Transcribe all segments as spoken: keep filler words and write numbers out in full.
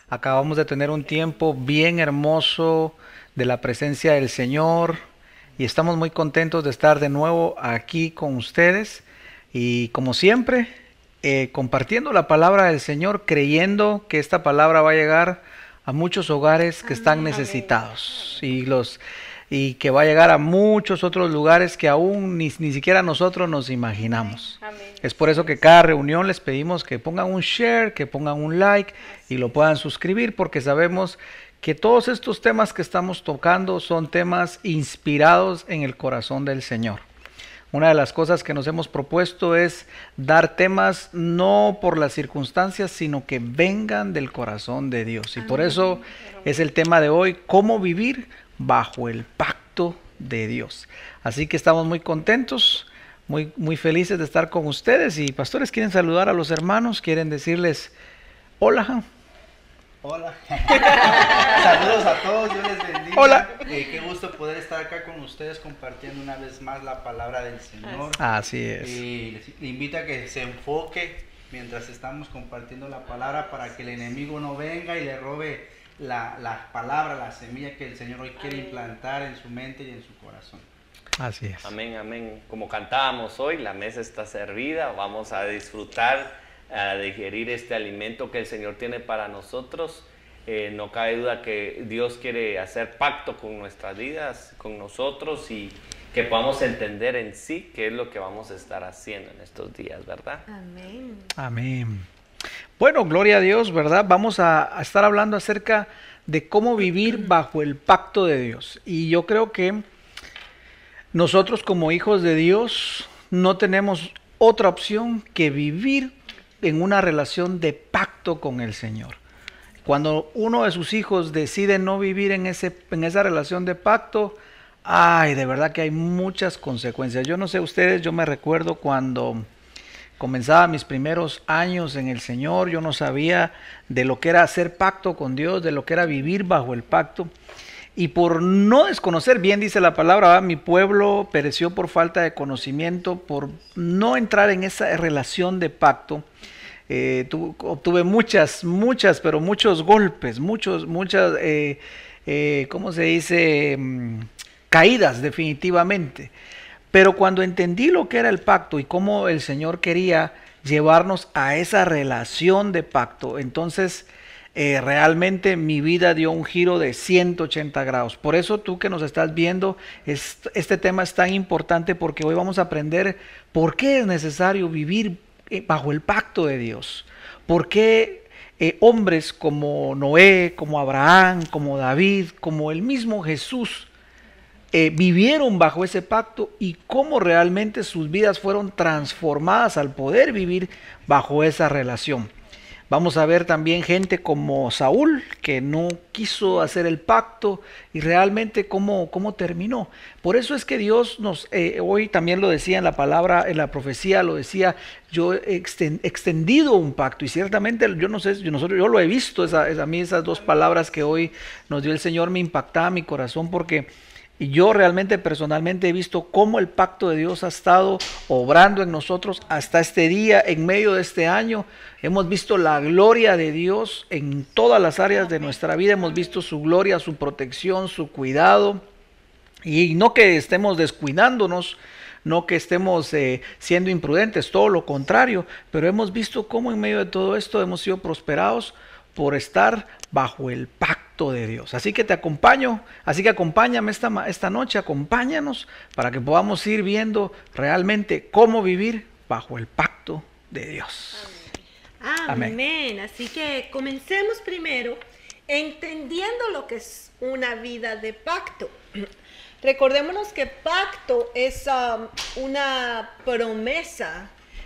Acabamos de tener un tiempo bien hermoso de la presencia del Señor y estamos muy contentos de estar de nuevo aquí con ustedes y como siempre eh, compartiendo la palabra del Señor, creyendo que esta palabra va a llegar a muchos hogares que están Amén. Amén. necesitados y los y que va a llegar a muchos otros lugares que aún ni, ni siquiera nosotros nos imaginamos. Amén. Es por Así eso que es. cada reunión les pedimos que pongan un share, que pongan un like y Así lo es. puedan suscribir porque sabemos que todos estos temas que estamos tocando son temas inspirados en el corazón del Señor. Una de las cosas que nos hemos propuesto es dar temas no por las circunstancias, sino que vengan del corazón de Dios. Y por eso Amén. es el tema de hoy, cómo vivir bajo el pacto de Dios. Así que estamos muy contentos, muy, muy felices de estar con ustedes. Y pastores, ¿quieren saludar a los hermanos? ¿Quieren decirles hola? Hola, saludos a todos, Dios les bendiga. Hola. Eh, qué gusto poder estar acá con ustedes compartiendo una vez más la palabra del Señor. Así es. Y les le invito a que se enfoque mientras estamos compartiendo la palabra para que el enemigo no venga y le robe la, la palabra, la semilla que el Señor hoy quiere Amén. implantar en su mente y en su corazón. Así es. Amén, amén. Como cantábamos hoy, la mesa está servida. Vamos a disfrutar, a digerir este alimento que el Señor tiene para nosotros. Eh, no cabe duda que Dios quiere hacer pacto con nuestras vidas, con nosotros, y que podamos entender en sí qué es lo que vamos a estar haciendo en estos días, ¿verdad? Amén. Amén. Bueno, gloria a Dios, ¿verdad? Vamos a, a estar hablando acerca de cómo vivir bajo el pacto de Dios. Y yo creo que nosotros como hijos de Dios no tenemos otra opción que vivir en una relación de pacto con el Señor. Cuando uno de sus hijos decide no vivir en, ese, en esa relación de pacto, ay, de verdad que hay muchas consecuencias. Yo no sé ustedes, yo me recuerdo cuando comenzaba mis primeros años en el Señor, yo no sabía de lo que era hacer pacto con Dios, de lo que era vivir bajo el pacto. Y por no desconocer, bien dice la palabra, ¿verdad? Mi pueblo pereció por falta de conocimiento, por no entrar en esa relación de pacto. Eh, tu, obtuve muchas, muchas, pero muchos golpes, muchos, muchas, eh, eh, ¿cómo se dice? Mm, caídas definitivamente. Pero cuando entendí lo que era el pacto y cómo el Señor quería llevarnos a esa relación de pacto, entonces eh, realmente mi vida dio un giro de ciento ochenta grados. Por eso tú que nos estás viendo, es, este tema es tan importante porque hoy vamos a aprender por qué es necesario vivir eh, bajo el pacto de Dios. ¿Por qué eh, hombres como Noé, como Abraham, como David, como el mismo Jesús, Eh, vivieron bajo ese pacto y cómo realmente sus vidas fueron transformadas al poder vivir bajo esa relación? Vamos a ver también gente como Saúl, que no quiso hacer el pacto y realmente cómo, cómo terminó. Por eso es que Dios nos, eh, hoy también lo decía en la palabra, en la profecía, lo decía, yo he extendido un pacto y ciertamente yo no sé, yo, nosotros, yo lo he visto, esa, esa, a mí esas dos palabras que hoy nos dio el Señor me impactaban mi corazón porque y yo realmente personalmente he visto cómo el pacto de Dios ha estado obrando en nosotros hasta este día, en medio de este año. Hemos visto la gloria de Dios en todas las áreas de Amén. nuestra vida. Hemos visto su gloria, su protección, su cuidado. Y no que estemos descuidándonos, no que estemos eh, siendo imprudentes, todo lo contrario. Pero hemos visto cómo en medio de todo esto hemos sido prosperados por estar bajo el pacto de Dios. Así que te acompaño, así que acompáñame esta, esta noche, acompáñanos para que podamos ir viendo realmente cómo vivir bajo el pacto de Dios. Amén. Amén. Amén. Así que comencemos primero entendiendo lo que es una vida de pacto. Recordémonos que pacto es um, una promesa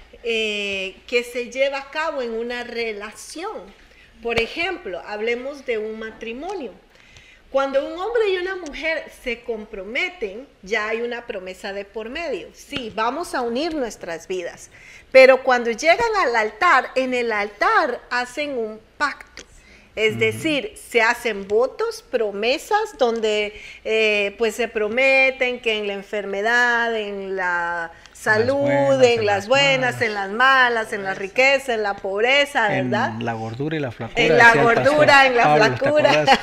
eh, que se lleva a cabo en una relación. Por ejemplo, hablemos de un matrimonio. Cuando un hombre y una mujer se comprometen, ya hay una promesa de por medio. Sí, vamos a unir nuestras vidas. Pero cuando llegan al altar, en el altar hacen un pacto. Es uh-huh. decir, se hacen votos, promesas, donde eh, pues se prometen que en la enfermedad, en la Salud, buenas, en en las las buenas, malas. en las malas, en la riqueza, en la pobreza, ¿verdad? En la gordura y la flacura. En la decía el gordura, pastor en la Pablo, ¿te flacura. acuerdas?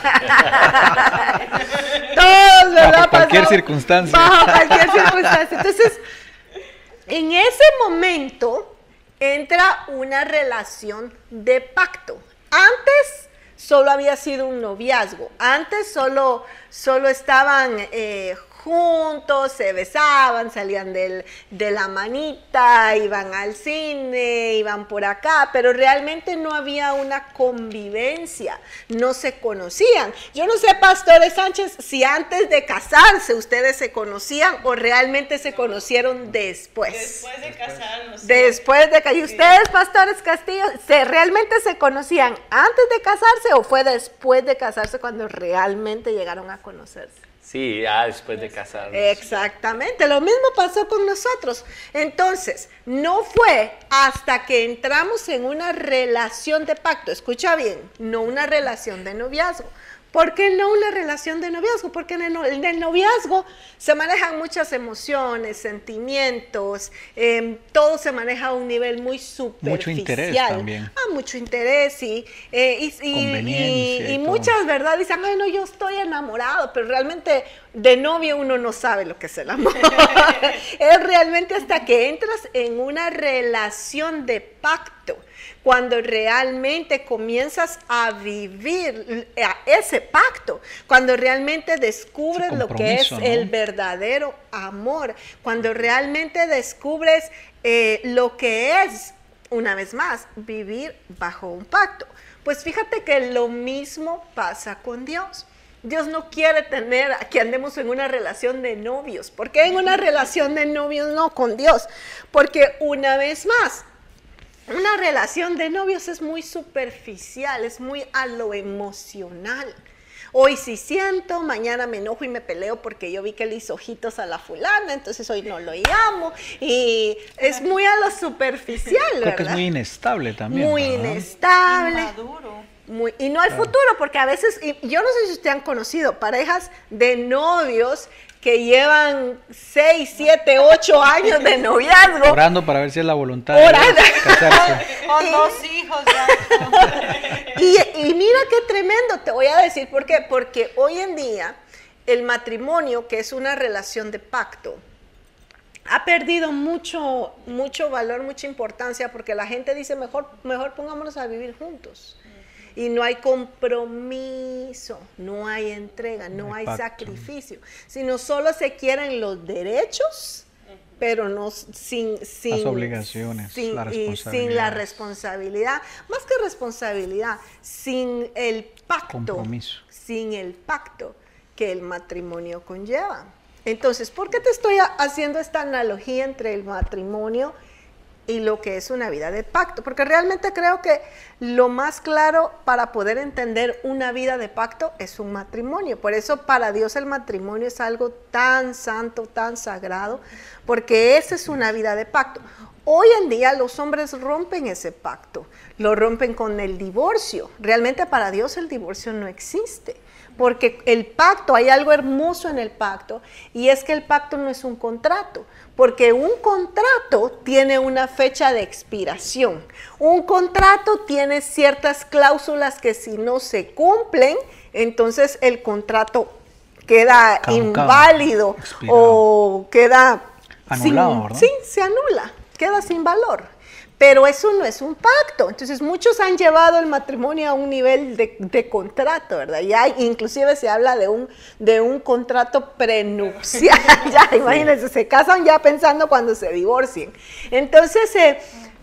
Todos, ¿verdad? Bajo cualquier Pasamos- circunstancia. Bajo cualquier circunstancia. Entonces, en ese momento entra una relación de pacto. Antes solo había sido un noviazgo. Antes solo, solo estaban eh, juntos, se besaban, salían del, de la manita, iban al cine, iban por acá, pero realmente no había una convivencia, no se conocían. Yo no sé, Pastores Sánchez, si antes de casarse ustedes se conocían o realmente se conocieron después. Después de casarnos. sí. Después de que, ¿y ustedes, Pastores Castillo, se realmente se conocían antes de casarse o fue después de casarse cuando realmente llegaron a conocerse? Sí, ya después de casarnos. Exactamente, lo mismo pasó con nosotros. Entonces, no fue hasta que entramos en una relación de pacto, escucha bien, no una relación de noviazgo. ¿Por qué no una relación de noviazgo? Porque en el, no- en el noviazgo se manejan muchas emociones, sentimientos, eh, todo se maneja a un nivel muy superficial. Mucho interés también. Ah, mucho interés, sí. Eh, y, y- Conveniencia y- y y todo. muchas, ¿verdad? Dicen, ay, no, yo estoy enamorado, pero realmente de novio uno no sabe lo que es el amor. Es realmente hasta que entras en una relación de pacto, cuando realmente comienzas a vivir eh, ese pacto, cuando realmente descubres Ese lo que es compromiso, ¿no? el verdadero amor, cuando realmente descubres eh, lo que es, una vez más, vivir bajo un pacto. Pues fíjate que lo mismo pasa con Dios. Dios no quiere tener que andemos en una relación de novios. ¿Por qué en una relación de novios no con Dios? Porque una vez más, una relación de novios es muy superficial, es muy a lo emocional. Hoy sí siento, mañana me enojo y me peleo porque yo vi que le hizo ojitos a la fulana, entonces hoy no lo llamo. Y es muy a lo superficial, Creo ¿verdad? que es muy inestable también. Muy ¿verdad? inestable. Inmaduro. Muy, y no hay futuro, porque a veces, y yo no sé si ustedes han conocido parejas de novios que llevan seis, siete, ocho años de noviazgo. Orando para ver si es la voluntad de Orando. Dios casarse. Con dos hijos ya. Y, y mira qué tremendo, te voy a decir por qué. Porque hoy en día el matrimonio, que es una relación de pacto, ha perdido mucho, mucho valor, mucha importancia, porque la gente dice, mejor, mejor pongámonos a vivir juntos. Y no hay compromiso, no hay entrega, no, No hay hay pacto. sacrificio, sino solo se quieren los derechos, pero no sin, sin Las obligaciones, sin- la y sin la responsabilidad. responsabilidad, más que responsabilidad, sin el pacto, Compromiso. sin el pacto que el matrimonio conlleva. Entonces, ¿por qué te estoy ha- haciendo esta analogía entre el matrimonio y lo que es una vida de pacto? Porque realmente creo que lo más claro para poder entender una vida de pacto es un matrimonio. Por eso para Dios el matrimonio es algo tan santo, tan sagrado, porque esa es una vida de pacto. Hoy en día los hombres rompen ese pacto, lo rompen con el divorcio. Realmente para Dios el divorcio no existe. Porque el pacto, hay algo hermoso en el pacto, y es que el pacto no es un contrato, porque un contrato tiene una fecha de expiración. Un contrato tiene ciertas cláusulas que si no se cumplen, entonces el contrato queda Caducado, inválido expirado. o queda Anulado, sin- ¿verdad? Sí, se anula, queda sin valor. Pero eso no es un pacto. Entonces muchos han llevado el matrimonio a un nivel de, de contrato, ¿verdad? Ya hay- inclusive se habla de un, de un contrato prenupcial. Ya, imagínense, se casan ya pensando cuando se divorcien. Entonces, eh,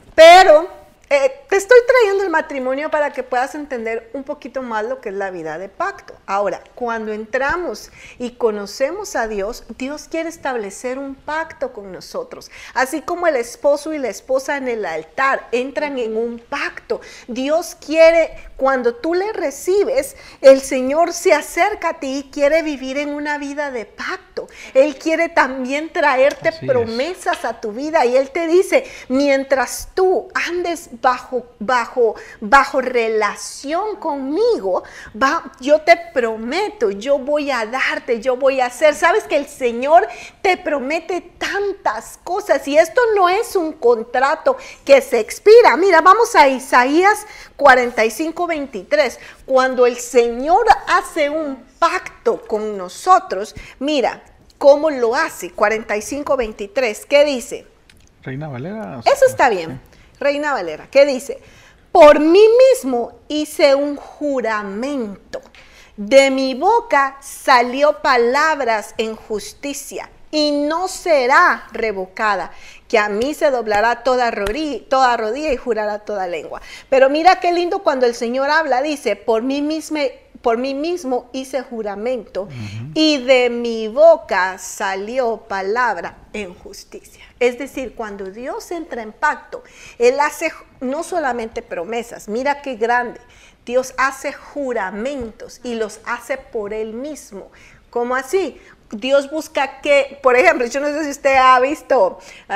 pero eh, te estoy trayendo el matrimonio para que puedas entender un poquito más lo que es la vida de pacto. Ahora, cuando entramos y conocemos a Dios, Dios quiere establecer un pacto con nosotros. Así como el esposo y la esposa en el altar entran en un pacto. Dios quiere, cuando tú le recibes, el Señor se acerca a ti y quiere vivir en una vida de pacto. Él quiere también traerte Así es. promesas a tu vida, y Él te dice, mientras tú andes bajo bajo, bajo, bajo relación conmigo, va, yo te prometo, yo voy a darte, yo voy a hacer. Sabes que el Señor te promete tantas cosas y esto no es un contrato que se expira. Mira, vamos a Isaías cuarenta y cinco, veintitrés. Cuando el Señor hace un pacto con nosotros, mira cómo lo hace. Cuarenta y cinco, veintitrés, ¿qué dice? Reina Valera. Eso está bien, Reina Valera. ¿Qué dice? Por mí mismo hice un juramento. De mi boca salió palabras en justicia y no será revocada, que a mí se doblará toda rodilla, toda rodilla y jurará toda lengua. Pero mira qué lindo cuando el Señor habla, dice, por mí mismo, por mí mismo hice juramento, uh-huh, y de mi boca salió palabra en justicia. Es decir, cuando Dios entra en pacto, Él hace no solamente promesas, mira qué grande, Dios hace juramentos y los hace por Él mismo. ¿Cómo así? Dios busca que, por ejemplo, yo no sé si usted ha visto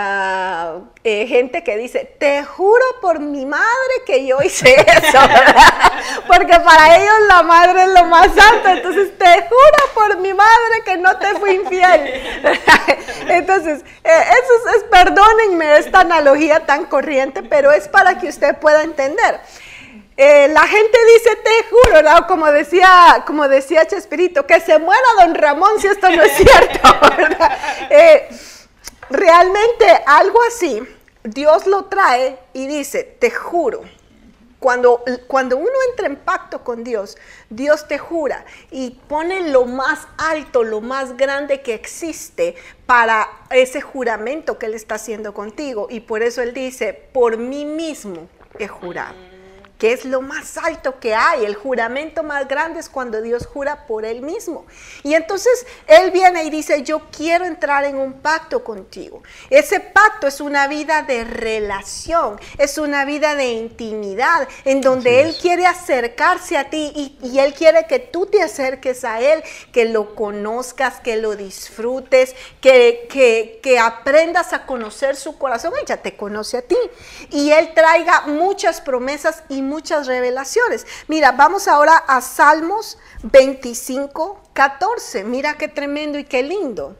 uh, eh, gente que dice, te juro por mi madre que yo hice eso, ¿verdad? Porque para ellos la madre es lo más alto, entonces te juro por mi madre que no te fui infiel. Entonces, eh, eso es, es, perdónenme esta analogía tan corriente, pero es para que usted pueda entender. Eh, la gente dice, te juro, ¿no? Como decía, como decía Chespirito, que se muera don Ramón si esto no es cierto, ¿verdad? Eh, realmente algo así, Dios lo trae y dice, te juro. Cuando, cuando uno entra en pacto con Dios, Dios te jura y pone lo más alto, lo más grande que existe para ese juramento que Él está haciendo contigo. Y por eso Él dice, por mí mismo he jurado. Que es lo más alto que hay, el juramento más grande es cuando Dios jura por Él mismo. Y entonces Él viene y dice, yo quiero entrar en un pacto contigo. Ese pacto es una vida de relación, es una vida de intimidad, en donde Él quiere acercarse a ti y, y Él quiere que tú te acerques a Él, que lo conozcas, que lo disfrutes, que, que, que aprendas a conocer su corazón. Él ya te conoce a ti. Y Él traiga muchas promesas y muchas revelaciones. Mira, vamos ahora a Salmos veinticinco, catorce. Mira qué tremendo y qué lindo.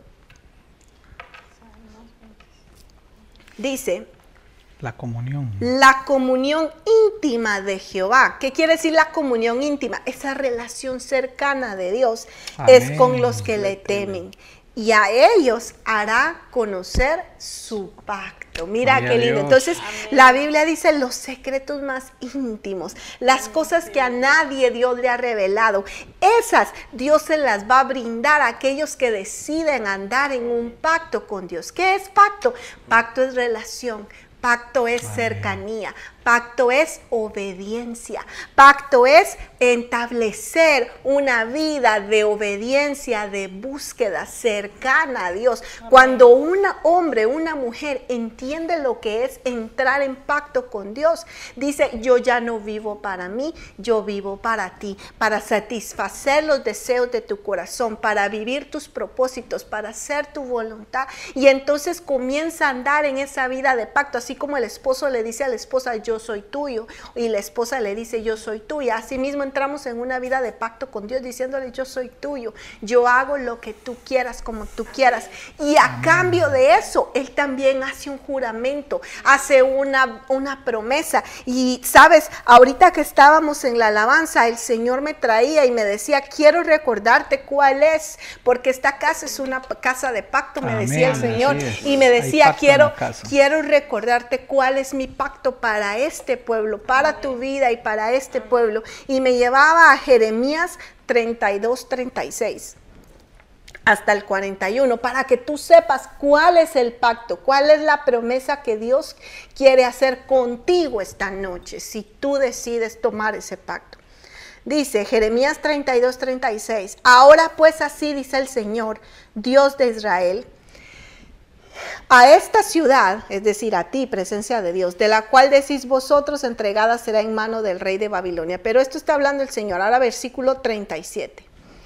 Dice, la comunión. La comunión íntima de Jehová. ¿Qué quiere decir la comunión íntima? Esa relación cercana de Dios. Amén. Es con los que le temen. Y a ellos hará conocer su pacto. Mira qué lindo. Entonces, amén, la Biblia dice los secretos más íntimos, las cosas que a nadie Dios le ha revelado. Esas Dios se las va a brindar a aquellos que deciden andar en un pacto con Dios. ¿Qué es pacto? Pacto es relación. Pacto es amén, cercanía, pacto es obediencia, pacto es establecer una vida de obediencia, de búsqueda cercana a Dios. Amén. Cuando un hombre, una mujer entiende lo que es entrar en pacto con Dios, dice, yo ya no vivo para mí, yo vivo para ti, para satisfacer los deseos de tu corazón, para vivir tus propósitos, para hacer tu voluntad. Y entonces comienza a andar en esa vida de pacto, así como el esposo le dice a la esposa, yo soy tuyo, y la esposa le dice, yo soy tuya. Asimismo entramos en una vida de pacto con Dios, diciéndole, yo soy tuyo, yo hago lo que tú quieras, como tú quieras. Y a cambio de eso, Él también hace un juramento, hace una, una promesa. Y sabes, ahorita que estábamos en la alabanza, el Señor me traía y me decía, quiero recordarte cuál es, porque esta casa es una casa de pacto, me Amén, decía el Señor, y me decía, quiero, quiero recordarte cuál es mi pacto para este pueblo, para tu vida y para este pueblo. Y me llevaba a Jeremías treinta y dos, treinta y seis hasta el cuarenta y uno, para que tú sepas cuál es el pacto, cuál es la promesa que Dios quiere hacer contigo esta noche, si tú decides tomar ese pacto. Dice Jeremías treinta y dos, treinta y seis, ahora pues así dice el Señor, Dios de Israel, a esta ciudad, es decir, a ti, presencia de Dios, de la cual decís vosotros, entregada será en mano del rey de Babilonia. Pero esto está hablando el Señor. Ahora versículo treinta y siete.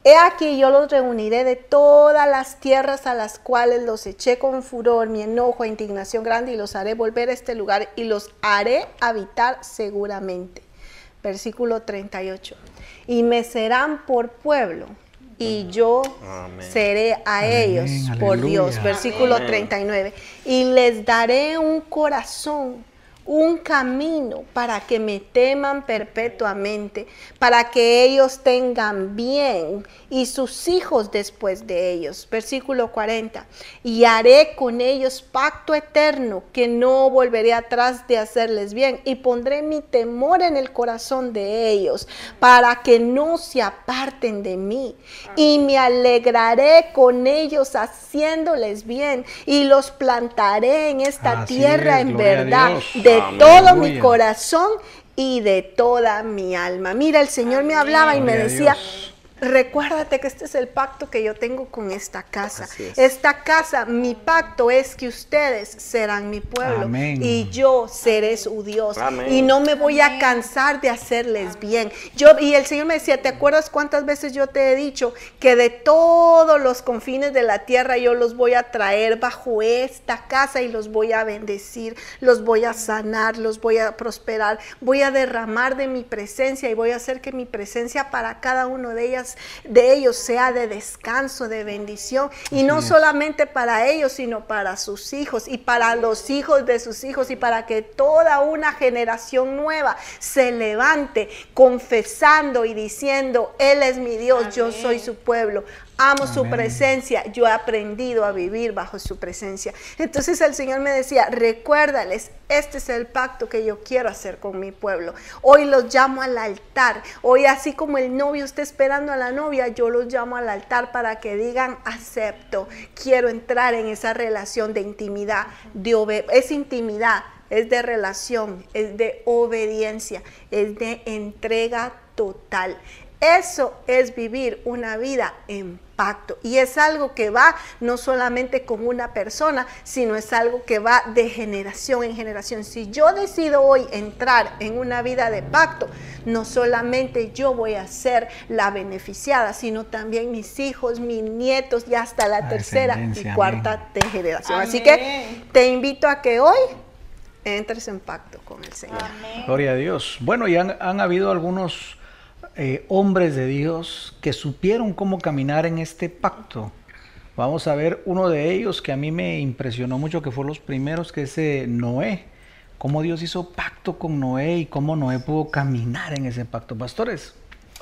He aquí yo los reuniré de todas las tierras a las cuales los eché con furor, mi enojo e indignación grande, y los haré volver a este lugar y los haré habitar seguramente. Versículo treinta y ocho. Y me serán por pueblo y yo Amén. seré a Amén. ellos por Aleluya. Dios. Versículo Amén. treinta y nueve. Y les daré un corazón, un camino para que me teman perpetuamente, para que ellos tengan bien y sus hijos después de ellos. Versículo cuarenta. Y haré con ellos pacto eterno, que no volveré atrás de hacerles bien, y pondré mi temor en el corazón de ellos, para que no se aparten de mí. Y me alegraré con ellos haciéndoles bien, y los plantaré en esta Así tierra es, en verdad, de Amén. todo Aleluya. mi corazón y de toda mi alma. Mira, el Señor me hablaba y me decía, recuérdate que este es el pacto que yo tengo con esta casa. Esta casa, mi pacto es que ustedes serán mi pueblo Amén. y yo seré su Dios. Amén. Y no me voy a cansar de hacerles bien. Yo, y el Señor me decía, ¿te acuerdas cuántas veces yo te he dicho que de todos los confines de la tierra yo los voy a traer bajo esta casa y los voy a bendecir, los voy a sanar, los voy a prosperar, voy a derramar de mi presencia y voy a hacer que mi presencia para cada uno de ellas de ellos sea de descanso, de bendición, y Así no es. solamente para ellos, sino para sus hijos y para los hijos de sus hijos, y para que toda una generación nueva se levante confesando y diciendo, Él es mi Dios, Amén. yo soy su pueblo. Amo Amén. su presencia, yo he aprendido a vivir bajo su presencia. Entonces el Señor me decía, recuérdales, este es el pacto que yo quiero hacer con mi pueblo. Hoy los llamo al altar. Hoy, así como el novio está esperando a la novia, yo los llamo al altar para que digan, acepto, quiero entrar en esa relación de intimidad, de obe- es intimidad, es de relación, es de obediencia, es de entrega total. Eso es vivir una vida en pacto, y es algo que va no solamente con una persona, sino es algo que va de generación en generación. Si yo decido hoy entrar en una vida de pacto, no solamente yo voy a ser la beneficiada, sino también mis hijos, mis nietos y hasta la, la tercera y cuarta de generación. Amén. Así que te invito a que hoy entres en pacto con el Señor. Amén. Gloria a Dios. Bueno, y han, han habido algunos Eh, hombres de Dios que supieron cómo caminar en este pacto. Vamos a ver uno de ellos que a mí me impresionó mucho, que fue los primeros, que es eh, Noé. Cómo Dios hizo pacto con Noé y cómo Noé pudo caminar en ese pacto. Pastores,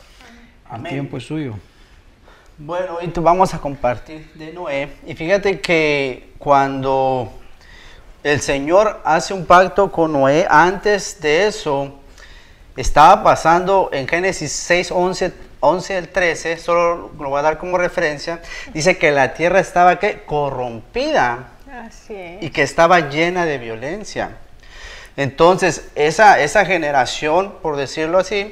Amén. El tiempo es suyo. Bueno, hoy vamos a compartir de Noé. Y fíjate que cuando el Señor hace un pacto con Noé, antes de eso estaba pasando en Génesis seis, once, once al trece, solo lo voy a dar como referencia, dice que la tierra estaba ¿qué? corrompida. Así es. Y que estaba llena de violencia. Entonces, esa, esa generación, por decirlo así,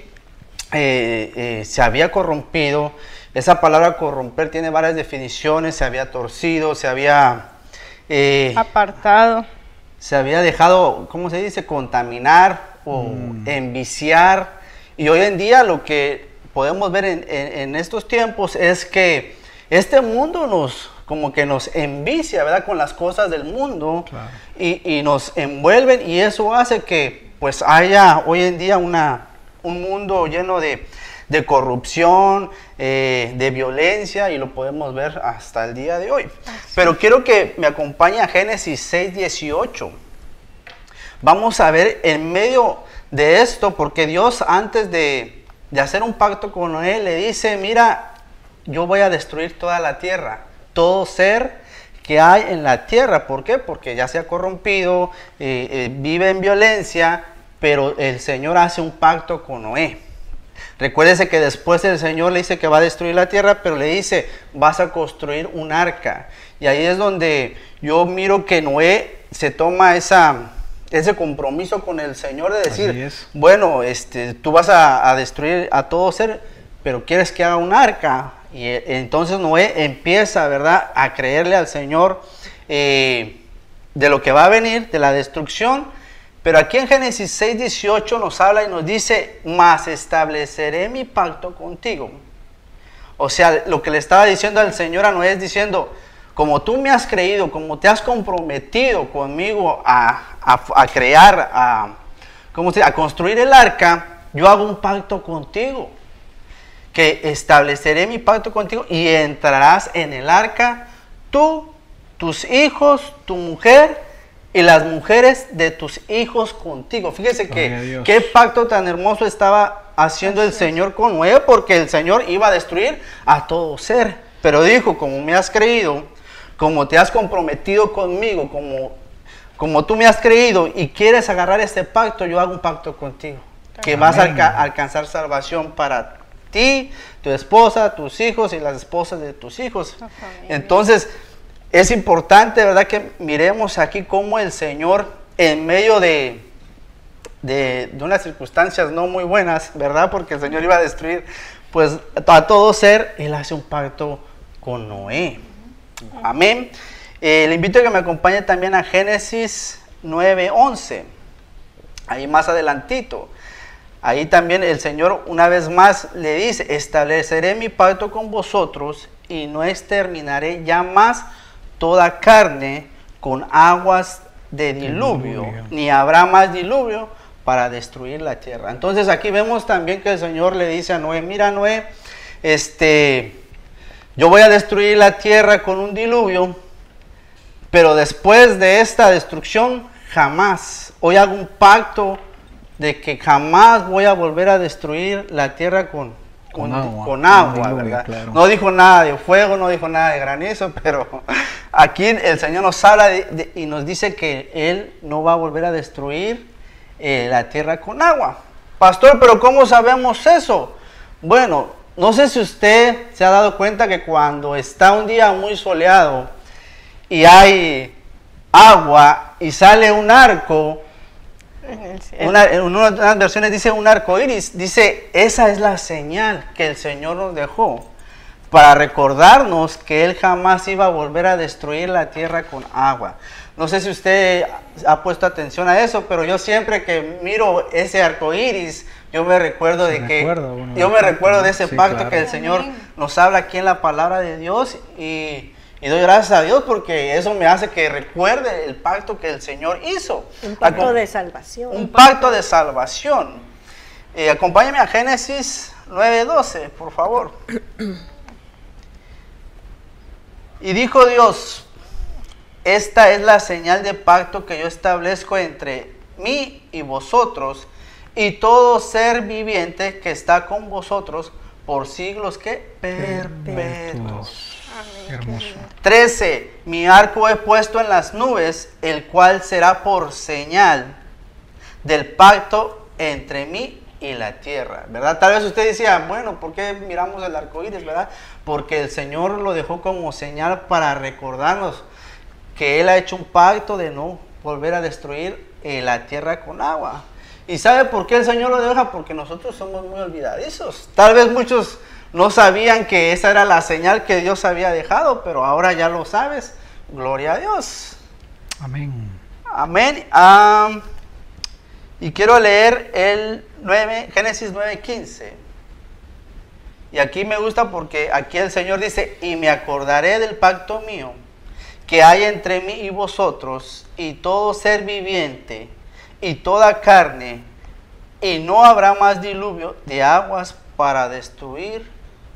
eh, eh, se había corrompido. Esa palabra corromper tiene varias definiciones, se había torcido, se había eh, apartado. Se había dejado, ¿cómo se dice? Contaminar o mm. enviciar. Y hoy en día lo que podemos ver en, en, en estos tiempos es que este mundo nos, como que nos envicia, ¿verdad? Con las cosas del mundo. Claro. y, y nos envuelven, y eso hace que pues haya hoy en día una, un mundo lleno de, de corrupción, eh, de violencia, y lo podemos ver hasta el día de hoy. Así. Pero quiero que me acompañe a Génesis seis, dieciocho. Vamos a ver en medio de esto, porque Dios antes de, de hacer un pacto con Noé le dice, mira, yo voy a destruir toda la tierra, todo ser que hay en la tierra. ¿Por qué? Porque ya se ha corrompido, eh, eh, vive en violencia, pero el Señor hace un pacto con Noé. Recuérdese que después el Señor le dice que va a destruir la tierra, pero le dice, vas a construir un arca. Y ahí es donde yo miro que Noé se toma esa... ese compromiso con el Señor de decir, bueno, este, tú vas a, a destruir a todo ser, pero quieres que haga un arca. Y entonces Noé empieza, ¿verdad?, a creerle al Señor eh, de lo que va a venir, de la destrucción. Pero aquí en Génesis seis, dieciocho nos habla y nos dice, mas estableceré mi pacto contigo. O sea, lo que le estaba diciendo al Señor a Noé es diciendo, como tú me has creído, como te has comprometido conmigo a, a, a crear, a, ¿cómo se dice? A construir el arca, yo hago un pacto contigo, que estableceré mi pacto contigo y entrarás en el arca, tú, tus hijos, tu mujer y las mujeres de tus hijos contigo. Fíjese que qué pacto tan hermoso estaba haciendo el Señor con Noé, porque el Señor iba a destruir a todo ser. Pero dijo, como me has creído, como te has comprometido conmigo, como, como tú me has creído y quieres agarrar este pacto, yo hago un pacto contigo. Que Amén. Vas a alca alcanzar salvación para ti, tu esposa, tus hijos y las esposas de tus hijos. Entonces, es importante, ¿verdad?, que miremos aquí cómo el Señor, en medio de, de, de unas circunstancias no muy buenas, ¿verdad?, porque el Señor iba a destruir, pues, a todo ser, Él hace un pacto con Noé. Amén. Eh, le invito a que me acompañe también a Génesis nueve once. Ahí más adelantito. Ahí también el Señor una vez más le dice, estableceré mi pacto con vosotros y no exterminaré ya más toda carne con aguas de diluvio, diluvio, ni habrá más diluvio para destruir la tierra. Entonces aquí vemos también que el Señor le dice a Noé, mira Noé, este, yo voy a destruir la tierra con un diluvio, pero después de esta destrucción jamás, hoy hago un pacto de que jamás voy a volver a destruir la tierra con, con, con agua, con agua diluvio, ¿verdad? Claro. No dijo nada de fuego, no dijo nada de granizo, pero aquí el Señor nos habla de, de, y nos dice que Él no va a volver a destruir eh, la tierra con agua. Pastor, pero ¿cómo sabemos eso? Bueno, no sé si usted se ha dado cuenta que cuando está un día muy soleado y hay agua y sale un arco, Una, en unas versiones dice un arco iris, dice esa es la señal que el Señor nos dejó para recordarnos que Él jamás iba a volver a destruir la tierra con agua. No sé si usted ha puesto atención a eso, pero yo siempre que miro ese arco iris, yo me recuerdo de que bueno, yo me recuerdo de ese sí, pacto claro. que el Señor nos habla aquí en la palabra de Dios y Y doy gracias a Dios porque eso me hace que recuerde el pacto que el Señor hizo. Un pacto de salvación. Un pacto de salvación. Eh, acompáñame a Génesis nueve doce, por favor. Y dijo Dios, esta es la señal de pacto que yo establezco entre mí y vosotros y todo ser viviente que está con vosotros por siglos que perpetuos. Hermoso. trece. Mi arco he puesto en las nubes, el cual será por señal del pacto entre mí y la tierra, ¿verdad? Tal vez usted decía, bueno, ¿por qué miramos el arco iris, verdad? Porque el Señor lo dejó como señal para recordarnos que Él ha hecho un pacto de no volver a destruir eh, la tierra con agua. ¿Y sabe por qué el Señor lo deja? Porque nosotros somos muy olvidadizos. Tal vez muchos no sabían que esa era la señal que Dios había dejado, pero ahora ya lo sabes. Gloria a Dios. Amén. Amén. Um, y quiero leer el nueve, Génesis nueve quince. Y aquí me gusta porque aquí el Señor dice, y me acordaré del pacto mío que hay entre mí y vosotros y todo ser viviente y toda carne, y no habrá más diluvio de aguas para destruir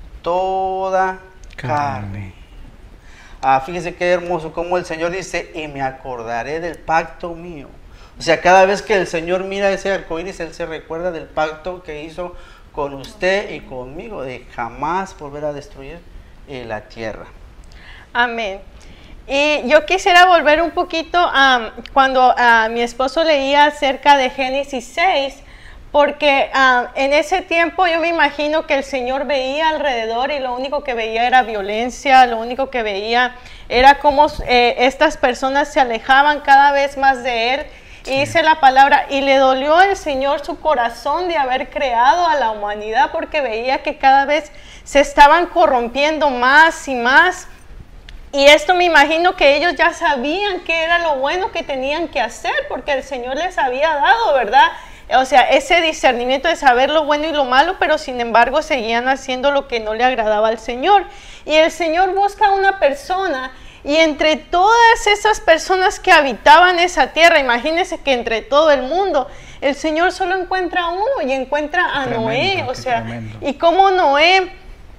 toda carne. carne. Ah, fíjese qué hermoso como el Señor dice, y me acordaré del pacto mío. O sea, cada vez que el Señor mira ese arcoíris, Él se recuerda del pacto que hizo con usted y conmigo, de jamás volver a destruir eh, la tierra. Amén. Y yo quisiera volver un poquito a um, cuando uh, mi esposo leía acerca de Génesis seis, porque uh, en ese tiempo yo me imagino que el Señor veía alrededor y lo único que veía era violencia, lo único que veía era cómo eh, estas personas se alejaban cada vez más de Él. Sí. Y dice la palabra, y le dolió al Señor su corazón de haber creado a la humanidad, porque veía que cada vez se estaban corrompiendo más y más. Y esto me imagino que ellos ya sabían qué era lo bueno que tenían que hacer, porque el Señor les había dado, ¿verdad?, o sea, ese discernimiento de saber lo bueno y lo malo, pero sin embargo seguían haciendo lo que no le agradaba al Señor. Y el Señor busca a una persona, y entre todas esas personas que habitaban esa tierra, imagínense que entre todo el mundo, el Señor solo encuentra a uno y encuentra a tremendo, Noé, o sea, tremendo. Y cómo Noé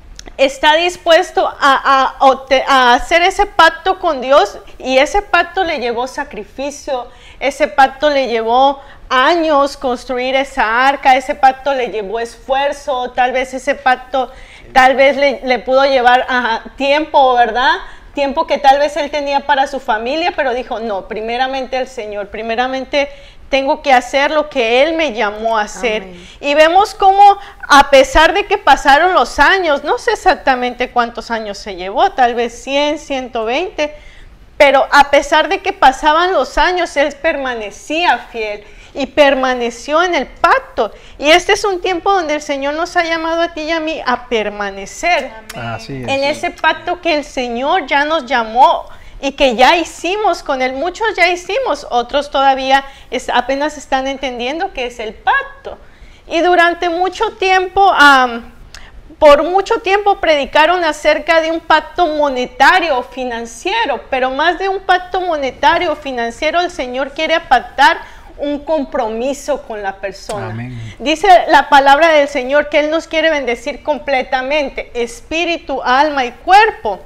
está dispuesto a, a, a hacer ese pacto con Dios, y ese pacto le llevó sacrificio, ese pacto le llevó años construir esa arca, ese pacto le llevó esfuerzo, tal vez ese pacto, tal vez le, le pudo llevar a tiempo, ¿verdad? Tiempo que tal vez él tenía para su familia, pero dijo, no, primeramente el Señor, primeramente tengo que hacer lo que Él me llamó a hacer. Amén. Y vemos cómo, a pesar de que pasaron los años, no sé exactamente cuántos años se llevó, tal vez cien, ciento veinte, pero a pesar de que pasaban los años, Él permanecía fiel y permaneció en el pacto. Y este es un tiempo donde el Señor nos ha llamado a ti y a mí a permanecer. Así es, en ese pacto que el Señor ya nos llamó y que ya hicimos con Él. Muchos ya hicimos, otros todavía es, apenas están entendiendo qué es el pacto. Y durante mucho tiempo, um, por mucho tiempo predicaron acerca de un pacto monetario o financiero, pero más de un pacto monetario o financiero, el Señor quiere pactar un compromiso con la persona. Amén. Dice la palabra del Señor que Él nos quiere bendecir completamente, espíritu, alma y cuerpo.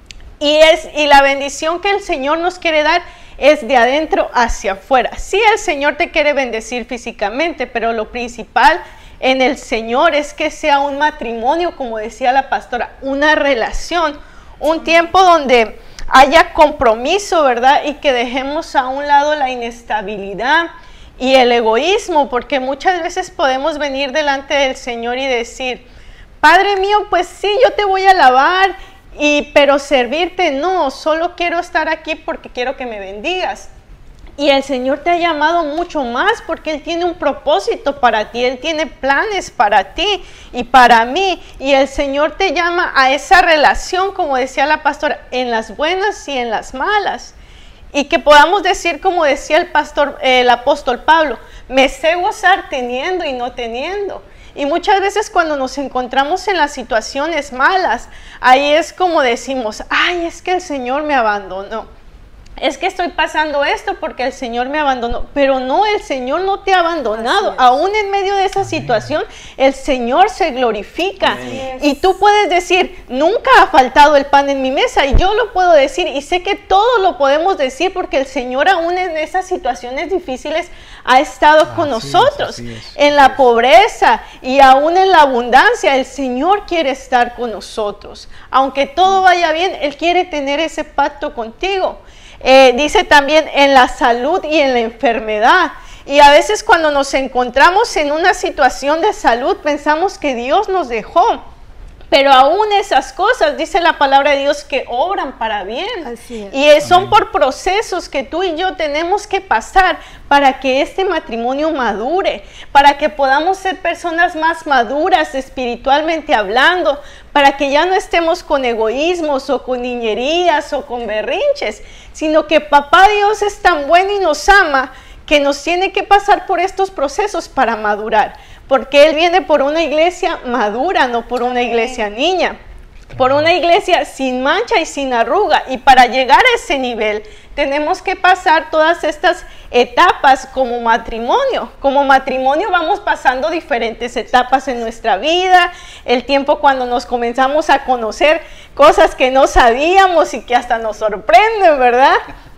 Y, es, y la bendición que el Señor nos quiere dar es de adentro hacia afuera. Sí, el Señor te quiere bendecir físicamente, pero lo principal en el Señor es que sea un matrimonio, como decía la pastora, una relación, un tiempo donde haya compromiso, ¿verdad? Y que dejemos a un lado la inestabilidad y el egoísmo, porque muchas veces podemos venir delante del Señor y decir, Padre mío, pues sí, yo te voy a alabar, y, pero servirte no, solo quiero estar aquí porque quiero que me bendigas. Y el Señor te ha llamado mucho más porque Él tiene un propósito para ti, Él tiene planes para ti y para mí. Y el Señor te llama a esa relación, como decía la pastora, en las buenas y en las malas. Y que podamos decir, como decía el pastor, eh, el apóstol Pablo, me sé gozar teniendo y no teniendo. Y muchas veces cuando nos encontramos en las situaciones malas, ahí es como decimos, ay, es que el Señor me abandonó. Es que estoy pasando esto porque el Señor me abandonó, pero no, el Señor no te ha abandonado. Aún en medio de esa situación, el Señor se glorifica. Y tú puedes decir, nunca ha faltado el pan en mi mesa, y yo lo puedo decir, y sé que todos lo podemos decir porque el Señor aún en esas situaciones difíciles ha estado con así nosotros. Es, es. En la pobreza y aún en la abundancia, el Señor quiere estar con nosotros. Aunque todo vaya bien, Él quiere tener ese pacto contigo. Eh, dice también en la salud y en la enfermedad. Y a veces cuando nos encontramos en una situación de salud pensamos que Dios nos dejó. Pero aún esas cosas, dice la palabra de Dios, que obran para bien. Así es. Y son Amén. Por procesos que tú y yo tenemos que pasar para que este matrimonio madure, para que podamos ser personas más maduras espiritualmente hablando, para que ya no estemos con egoísmos o con niñerías o con berrinches, sino que Papá Dios es tan bueno y nos ama que nos tiene que pasar por estos procesos para madurar. Porque Él viene por una iglesia madura, no por una iglesia niña. Por una iglesia sin mancha y sin arruga. Y para llegar a ese nivel, tenemos que pasar todas estas etapas como matrimonio. Como matrimonio vamos pasando diferentes etapas en nuestra vida. El tiempo cuando nos comenzamos a conocer cosas que no sabíamos y que hasta nos sorprenden, ¿verdad?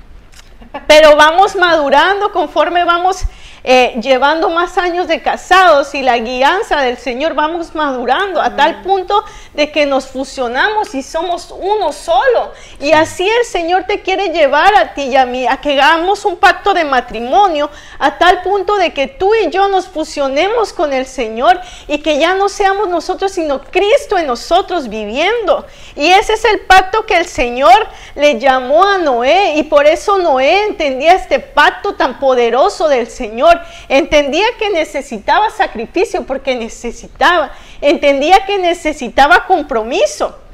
Pero vamos madurando conforme vamos eh, llevando más años de casados y la guianza del Señor, vamos madurando a tal punto de que nos fusionamos y somos uno solo. Y así el Señor te quiere llevar a ti y a mí, a que hagamos un pacto de matrimonio a tal punto de que tú y yo nos fusionemos con el Señor y que ya no seamos nosotros sino Cristo en nosotros viviendo. Y ese es el pacto que el Señor le llamó a Noé, y por eso Noé entendía este pacto tan poderoso del Señor. Entendía que necesitaba sacrificio porque necesitaba, entendía que necesitaba compromiso.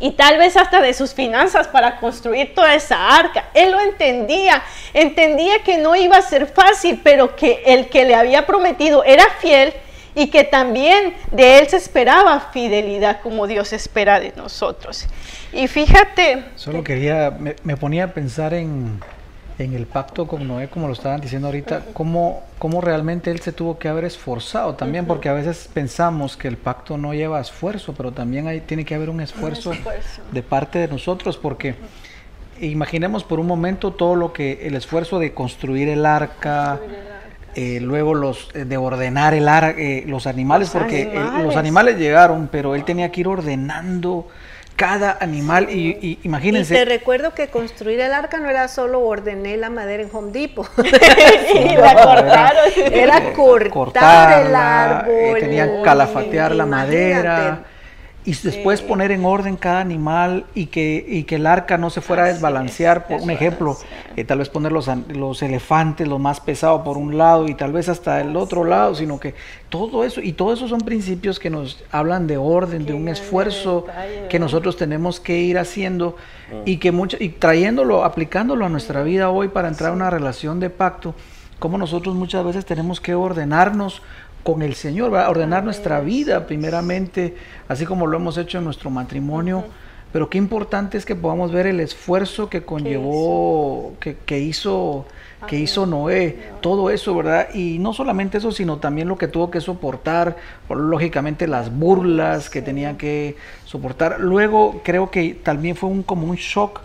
y tal vez hasta de sus finanzas para construir toda esa arca. Él lo entendía, entendía que no iba a ser fácil, pero que el que le había prometido era fiel y que también de él se esperaba fidelidad como Dios espera de nosotros. Y fíjate... Solo quería, me, me ponía a pensar en, en el pacto con Noé, como lo estaban diciendo ahorita, uh-huh. cómo, cómo realmente él se tuvo que haber esforzado también, uh-huh. porque a veces pensamos que el pacto no lleva esfuerzo, pero también hay, tiene que haber un esfuerzo, un esfuerzo. de parte de nosotros, porque uh-huh. imaginemos por un momento todo lo que, el esfuerzo de construir el arca, construir el arca. Eh, luego los eh, de ordenar el ar, eh, los animales, los porque animales. Eh, los animales llegaron, pero él tenía que ir ordenando cada animal y, y imagínense. Y te recuerdo que construir el arca no era solo ordené la madera en Home Depot. Sí, la cortaron. Era, era cortar cortarla, el árbol. Eh, tenían que calafatear la madera. Y después sí. poner en orden cada animal y que, y que el arca no se fuera a desbalancear. Es, por un ejemplo, eh, tal vez poner los, los elefantes, lo más pesado por un lado y tal vez hasta el otro lado, sino que todo eso, y todo eso son principios que nos hablan de orden, de un esfuerzo que nosotros tenemos que ir haciendo y que mucho, y trayéndolo, aplicándolo a nuestra vida hoy para entrar a una relación de pacto, como nosotros muchas veces tenemos que ordenarnos con el Señor, ¿verdad? Ordenar Amén. Nuestra vida primeramente, así como lo hemos hecho en nuestro matrimonio, uh-huh. pero qué importante es que podamos ver el esfuerzo que conllevó, que, que hizo, que hizo Noé, todo eso, ¿verdad? Y no solamente eso, sino también lo que tuvo que soportar, por, lógicamente las burlas que sí. tenía que soportar. Luego creo que también fue un, como un shock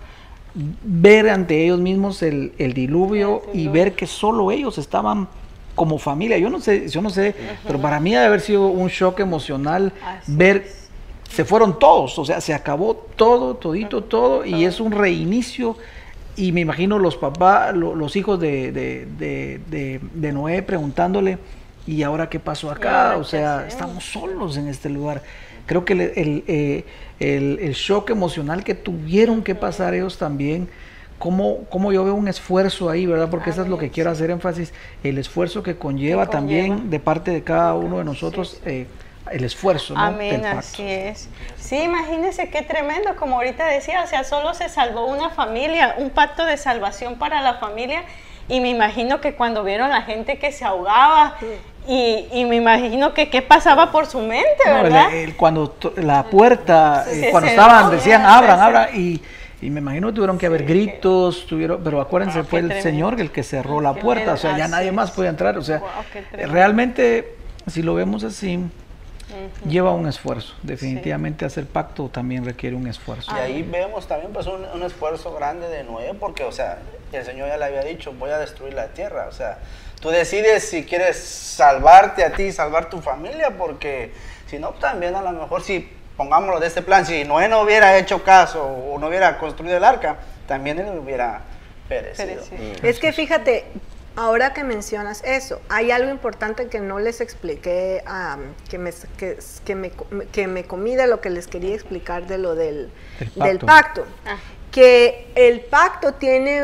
ver ante ellos mismos el, el diluvio y ver que solo ellos estaban como familia. Yo no sé, yo no sé, uh-huh. pero para mí debe haber sido un shock emocional Así ver, es. se fueron todos, o sea, se acabó todo, todito, uh-huh. todo, y es un reinicio, y me imagino los papás, lo, los hijos de, de, de, de, de Noé preguntándole, ¿y ahora qué pasó acá? O sea, estamos solos en este lugar. Creo que el, el, eh, el, el shock emocional que tuvieron que pasar ellos también, Cómo, cómo yo veo un esfuerzo ahí, ¿verdad? Porque eso es lo que quiero hacer énfasis, el esfuerzo que conlleva, que conlleva. también de parte de cada uno de nosotros, sí, sí. Eh, el esfuerzo, ¿no? Amén, así es. Sí, imagínense qué tremendo, como ahorita decía, o sea, solo se salvó una familia, un pacto de salvación para la familia, y me imagino que cuando vieron la gente que se ahogaba, sí. y, y me imagino que qué pasaba por su mente, no, ¿verdad? El, el, cuando la puerta, sí, eh, cuando estaban, decían, abran, abran, y... Y me imagino que tuvieron que haber gritos, tuvieron, pero acuérdense, ah, fue el tremendo. Señor el que cerró la puerta, o sea, ya nadie más podía entrar, o sea, wow, realmente, si lo vemos así, uh-huh. lleva un esfuerzo, definitivamente sí. hacer pacto también requiere un esfuerzo. Y ahí vemos también pues un, un esfuerzo grande de Noé, porque, o sea, el Señor ya le había dicho, voy a destruir la tierra, o sea, tú decides si quieres salvarte a ti y salvar tu familia, porque si no, también a lo mejor si... pongámoslo de este plan, si Noé no hubiera hecho caso o no hubiera construido el arca, también él hubiera perecido. Mm. Es que fíjate, ahora que mencionas eso, hay algo importante que no les expliqué, um, que, me, que, que, me, que me comí de lo que les quería explicar de lo del, pacto. del pacto. Ah. Que el pacto tiene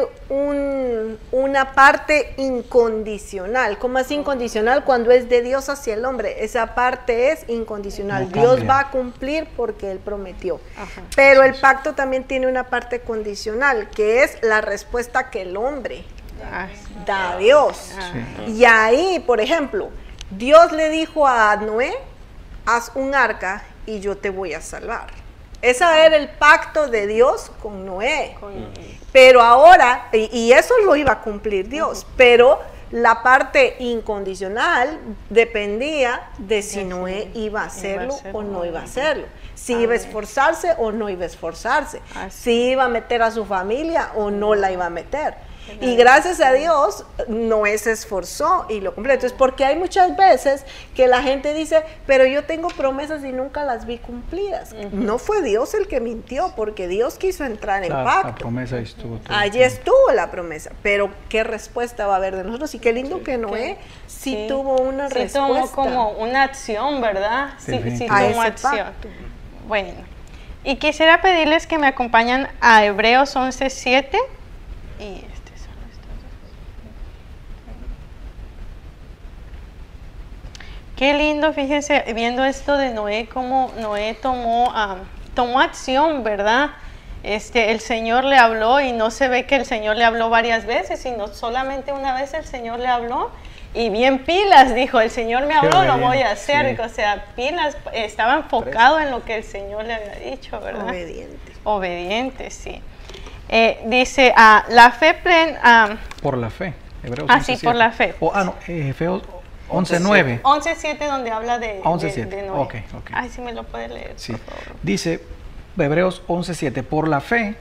un, una parte incondicional. ¿Cómo es incondicional? Cuando es de Dios hacia el hombre, esa parte es incondicional. No Dios va a cumplir porque Él prometió. Ajá. Pero el pacto también tiene una parte condicional, que es la respuesta que el hombre ah, da a Dios. Sí. Y ahí, por ejemplo, Dios le dijo a Noé, haz un arca y yo te voy a salvar. Ese era el pacto de Dios con Noé. Con Noé. Pero ahora, y, y eso lo iba a cumplir Dios, uh-huh. pero la parte incondicional dependía de si de Noé si iba a hacerlo iba a hacerlo, o no iba a hacerlo. Si a iba a esforzarse o no iba a esforzarse. Así. Si iba a meter a su familia o no la iba a meter. Y gracias a Dios, Noé se esforzó y lo cumplió. Entonces, porque hay muchas veces que la gente dice, pero yo tengo promesas y nunca las vi cumplidas. Uh-huh. No fue Dios el que mintió, porque Dios quiso entrar en la, pacto. La promesa estuvo. Allí estuvo la promesa, pero ¿qué respuesta va a haber de nosotros? Y qué lindo sí, que Noé sí, sí tuvo una sí respuesta. Sí tomó como una acción, ¿verdad? Sí, sí tomó acción. Pacto. Bueno, y quisiera pedirles que me acompañen a Hebreos once siete y... Qué lindo, fíjense, viendo esto de Noé, cómo Noé tomó, um, tomó acción, ¿verdad? Este, el Señor le habló y no se ve que el Señor le habló varias veces, sino solamente una vez el Señor le habló. Y bien pilas, dijo, el Señor me habló, lo voy a hacer. Sí. O sea, pilas, estaba enfocado en lo que el Señor le había dicho, ¿verdad? Obediente. Obediente, sí. Eh, dice, ah, la fe plena... Uh, por la fe. Hebreos ah, sí, por la fe. O, ah, no, eh, Efesios once nueve. once siete donde habla de, once, de, de Noé. Okay, okay. Ay, si me lo puede leer, sí. por favor. Dice, Hebreos once siete, por la fe,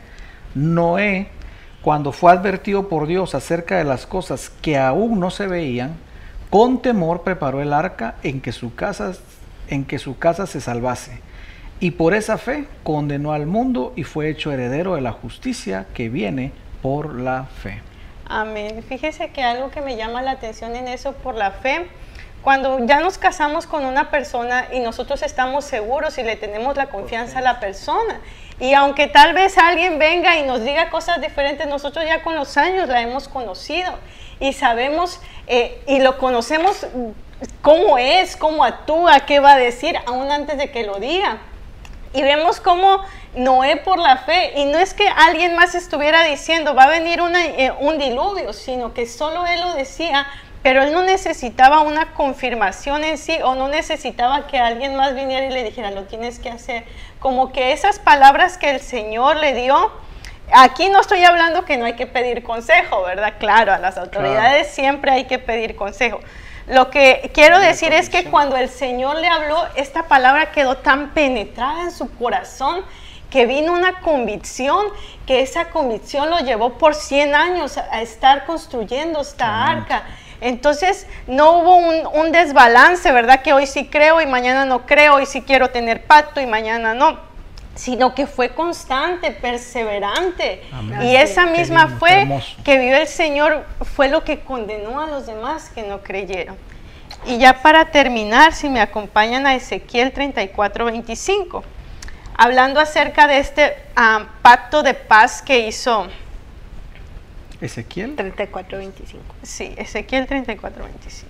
Noé, cuando fue advertido por Dios acerca de las cosas que aún no se veían, con temor preparó el arca en que su casa, en que su casa se salvase. Y por esa fe condenó al mundo y fue hecho heredero de la justicia que viene por la fe. Amén. Fíjese que algo que me llama la atención en eso, por la fe, cuando ya nos casamos con una persona y nosotros estamos seguros y le tenemos la confianza a la persona, y aunque tal vez alguien venga y nos diga cosas diferentes, nosotros ya con los años la hemos conocido y sabemos eh, y lo conocemos cómo es, cómo actúa, qué va a decir, aún antes de que lo diga. Y vemos cómo Noé por la fe, y no es que alguien más estuviera diciendo va a venir una, eh, un diluvio, sino que solo él lo decía, pero él no necesitaba una confirmación en sí, o no necesitaba que alguien más viniera y le dijera lo tienes que hacer. Como que esas palabras que el Señor le dio, aquí no estoy hablando que no hay que pedir consejo, ¿verdad? Claro, a las autoridades claro. Siempre hay que pedir consejo. Lo que quiero decir es que cuando el Señor le habló, esta palabra quedó tan penetrada en su corazón que vino una convicción, que esa convicción lo llevó por cien años a estar construyendo esta arca. Entonces no hubo un, un desbalance, ¿verdad? Que hoy sí creo y mañana no creo, hoy sí quiero tener pacto y mañana no, sino que fue constante, perseverante. Amén. Y esa misma lindo, fe que vio el Señor fue lo que condenó a los demás que no creyeron. Y ya para terminar, si me acompañan a Ezequiel treinta y cuatro, veinticinco, hablando acerca de este um, pacto de paz que hizo Ezequiel treinta y cuatro, veinticinco. Sí, Ezequiel treinta y cuatro, veinticinco.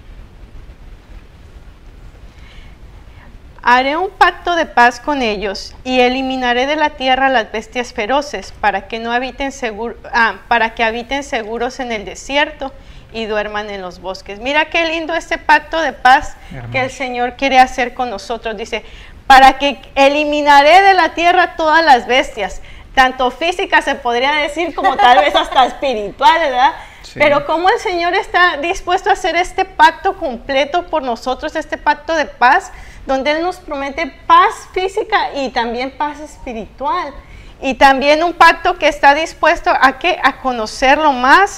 Haré un pacto de paz con ellos y eliminaré de la tierra las bestias feroces para que no habiten seguro, ah, para que habiten seguros en el desierto y duerman en los bosques. Mira qué lindo este pacto de paz Hermoso. Que el Señor quiere hacer con nosotros. Dice, para que eliminaré de la tierra todas las bestias, tanto físicas se podría decir como tal vez hasta espirituales, ¿verdad? Sí. Pero como el Señor está dispuesto a hacer este pacto completo por nosotros, este pacto de paz, donde Él nos promete paz física y también paz espiritual. Y también un pacto que está dispuesto a, ¿qué? A conocerlo más,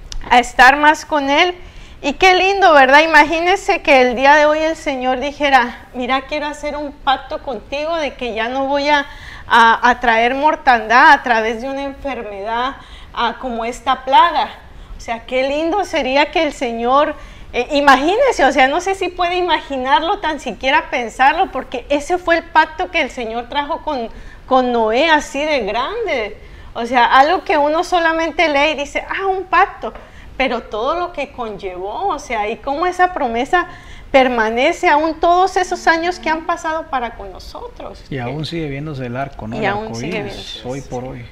a estar más con Él. Y qué lindo, ¿verdad? Imagínense que el día de hoy el Señor dijera, mira, quiero hacer un pacto contigo de que ya no voy a, a, a traer mortandad a través de una enfermedad a, como esta plaga. O sea, qué lindo sería que el Señor... Eh, imagínense, o sea, no sé si puede imaginarlo, tan siquiera pensarlo, porque ese fue el pacto que el Señor trajo con, con Noé, así de grande. O sea, algo que uno solamente lee y dice, ah, un pacto, pero todo lo que conllevó, o sea, y cómo esa promesa permanece aún todos esos años que han pasado para con nosotros. Y aún sigue viéndose el arco, ¿no? Y el aún arco sigue iris, viéndose. hoy por hoy.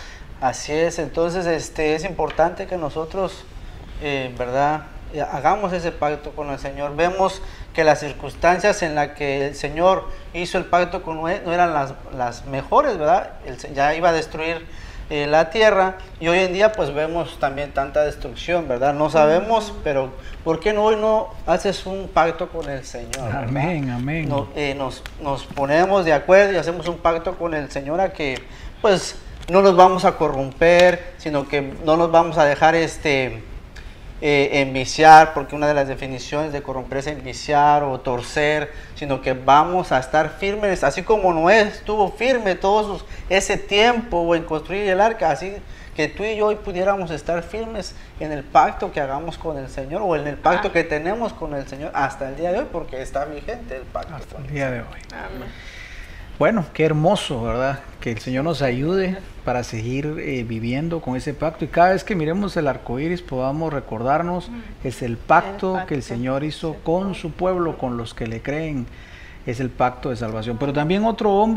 Así es, entonces este, es importante que nosotros, eh, ¿verdad?, hagamos ese pacto con el Señor. Vemos que las circunstancias en las que el Señor hizo el pacto con Noé no eran las, las mejores, ¿verdad? Él ya iba a destruir eh, la tierra, y hoy en día pues vemos también tanta destrucción, ¿verdad? No sabemos, pero ¿por qué no hoy no haces un pacto con el Señor? Amén, ¿verdad? Amén. No, eh, nos, nos ponemos de acuerdo y hacemos un pacto con el Señor a que pues no nos vamos a corromper, sino que no nos vamos a dejar este... Eh, enviciar, porque una de las definiciones de corromper es enviciar o torcer, sino que vamos a estar firmes, así como Noé estuvo firme todo sus, ese tiempo en construir el arca, así que tú y yo hoy pudiéramos estar firmes en el pacto que hagamos con el Señor, o en el pacto ah. que tenemos con el Señor hasta el día de hoy, porque está vigente el pacto hasta el día de hoy. Amén. Bueno, qué hermoso, ¿verdad? Que el Señor nos ayude para seguir eh, viviendo con ese pacto, y cada vez que miremos el arco iris podamos recordarnos que es el pacto, el pacto que el Señor hizo con su pueblo, con los que le creen, es el pacto de salvación. Pero también otro hombre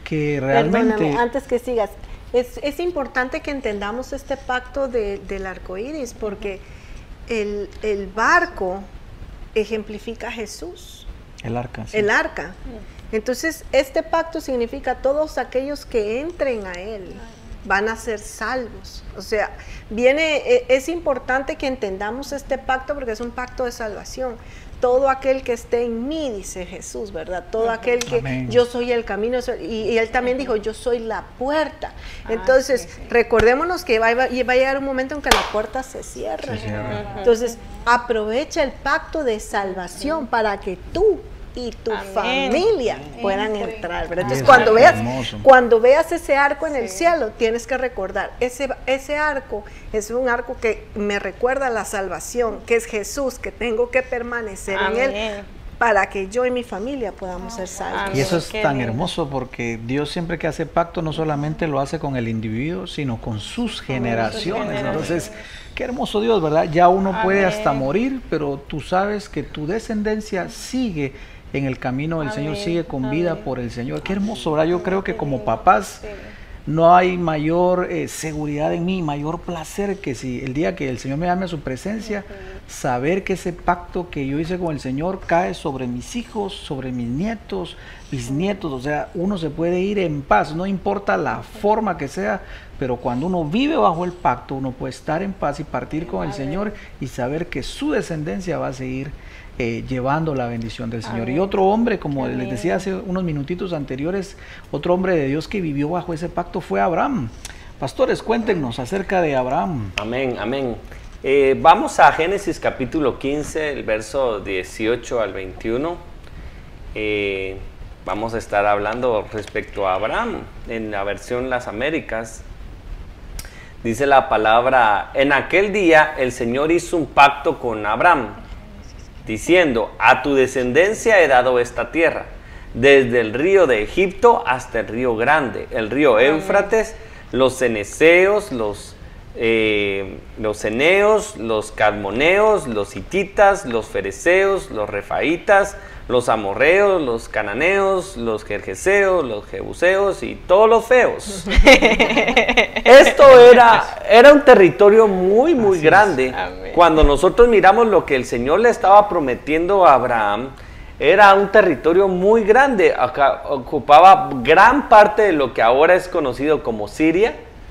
que realmente... Perdóname, antes que sigas, es, es importante que entendamos este pacto de, del arco iris, porque el, el barco ejemplifica a Jesús. El arca. Sí. El arca. Entonces, este pacto significa todos aquellos que entren a él van a ser salvos. O sea, viene, es importante que entendamos este pacto porque es un pacto de salvación. Todo aquel que esté en mí, dice Jesús, ¿verdad? Todo aquel que Amén. yo soy el camino, y, y él también dijo, yo soy la puerta. Entonces, sí, sí. recordémonos que va, va, va a llegar un momento en que la puerta se cierra. Se cierra. Entonces, aprovecha el pacto de salvación para que tú y tu Amén. familia puedan Entre. entrar, ¿verdad? Entonces, Eso cuando es veas, hermoso. cuando veas ese arco en el Sí. cielo, tienes que recordar, ese, ese arco es un arco que me recuerda la salvación, que es Jesús, que tengo que permanecer en él Amén. para que yo y mi familia podamos ser salvos. Amén. Y eso es Qué tan lindo. hermoso porque Dios siempre que hace pacto no solamente lo hace con el individuo, sino con sus generaciones. generaciones. Entonces, qué hermoso Dios, ¿verdad? Ya uno puede Amén. hasta morir, pero tú sabes que tu descendencia sigue en el camino del Amén. Señor, sigue con vida Amén. por el Señor. Qué hermoso, ¿verdad? Yo creo que Qué como lindo. papás Sí. no hay mayor eh, seguridad en mí, mayor placer que si el día que el Señor me llame a su presencia, saber que ese pacto que yo hice con el Señor cae sobre mis hijos, sobre mis nietos, bisnietos. O sea, uno se puede ir en paz, no importa la forma que sea, pero cuando uno vive bajo el pacto, uno puede estar en paz y partir con el Señor y saber que su descendencia va a seguir Eh, llevando la bendición del Señor. Amén. Y otro hombre, como Amén. les decía hace unos minutitos anteriores, otro hombre de Dios que vivió bajo ese pacto fue Abraham. Pastores, cuéntenos acerca de Abraham. Amén, amén. Eh, vamos a Génesis capítulo quince, el verso dieciocho al veintiuno. Eh, vamos a estar hablando respecto a Abraham en la versión Las Américas. Dice la palabra: en aquel día el Señor hizo un pacto con Abraham, diciendo: a tu descendencia he dado esta tierra, desde el río de Egipto hasta el río grande, el río Éufrates, los ceneseos, los, eh, los ceneos, los cadmoneos, los hititas, los fereceos, los refaítas, los amorreos, los cananeos, los gergeseos, los jebuseos y todos los feos. Esto era, era un territorio muy, muy Así es. grande. Amén. Cuando nosotros miramos lo que el Señor le estaba prometiendo a Abraham, era un territorio muy grande. Acá ocupaba gran parte de lo que ahora es conocido como Siria.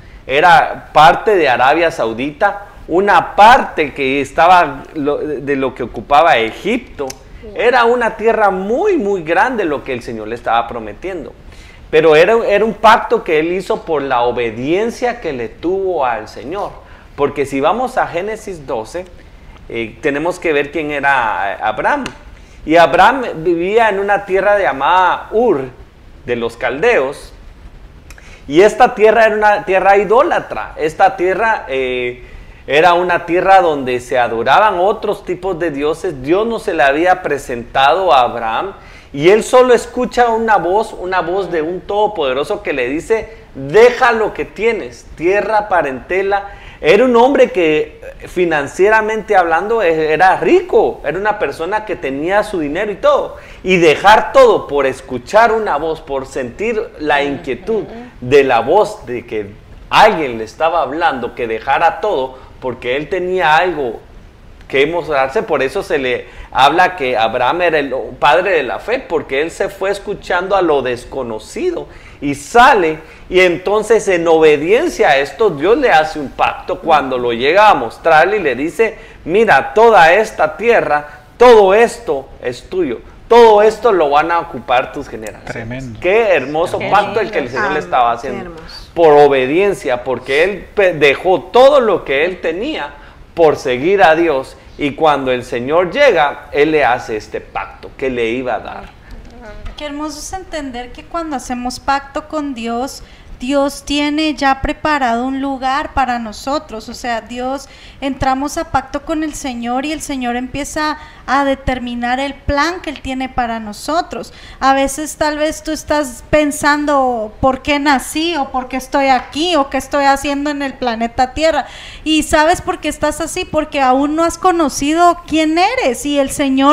Era parte de Arabia Saudita, una parte que estaba lo- de lo que ocupaba Egipto. Era una tierra muy, muy grande lo que el Señor le estaba prometiendo. Pero era, era un pacto que él hizo por la obediencia que le tuvo al Señor. Porque si vamos a Génesis doce, eh, tenemos que ver quién era Abraham. Y Abraham vivía en una tierra llamada Ur, de los caldeos. Y esta tierra era una tierra idólatra. Esta tierra eh, era una tierra donde se adoraban otros tipos de dioses. Dios no se le había presentado a Abraham. Y él solo escucha una voz, una voz de un todopoderoso que le dice: deja lo que tienes, tierra, parentela. Era un hombre que financieramente hablando era rico, era una persona que tenía su dinero y todo. Y dejar todo por escuchar una voz, por sentir la inquietud de la voz de que alguien le estaba hablando, que dejara todo porque él tenía algo que mostrarse. Por eso se le habla que Abraham era el padre de la fe, porque él se fue escuchando a lo desconocido y sale, y entonces en obediencia a esto Dios le hace un pacto cuando lo llega a mostrarle y le dice: mira, toda esta tierra, todo esto es tuyo, todo esto lo van a ocupar tus generaciones. Tremendo. Qué hermoso Qué pacto el que el lindo. Señor le Amén. estaba Qué haciendo hermoso. por obediencia, porque él pe- dejó todo lo que él tenía por seguir a Dios, y cuando el Señor llega, él le hace este pacto que le iba a dar. Qué hermoso es entender que cuando hacemos pacto con Dios, Dios tiene ya preparado un lugar para nosotros. O sea, Dios, entramos a pacto con el Señor y el Señor empieza a determinar el plan que Él tiene para nosotros. A veces tal vez tú estás pensando: ¿por qué nací? ¿O por qué estoy aquí? ¿O qué estoy haciendo en el planeta Tierra? Y ¿sabes por qué estás así? Porque aún no has conocido quién eres, y el Señor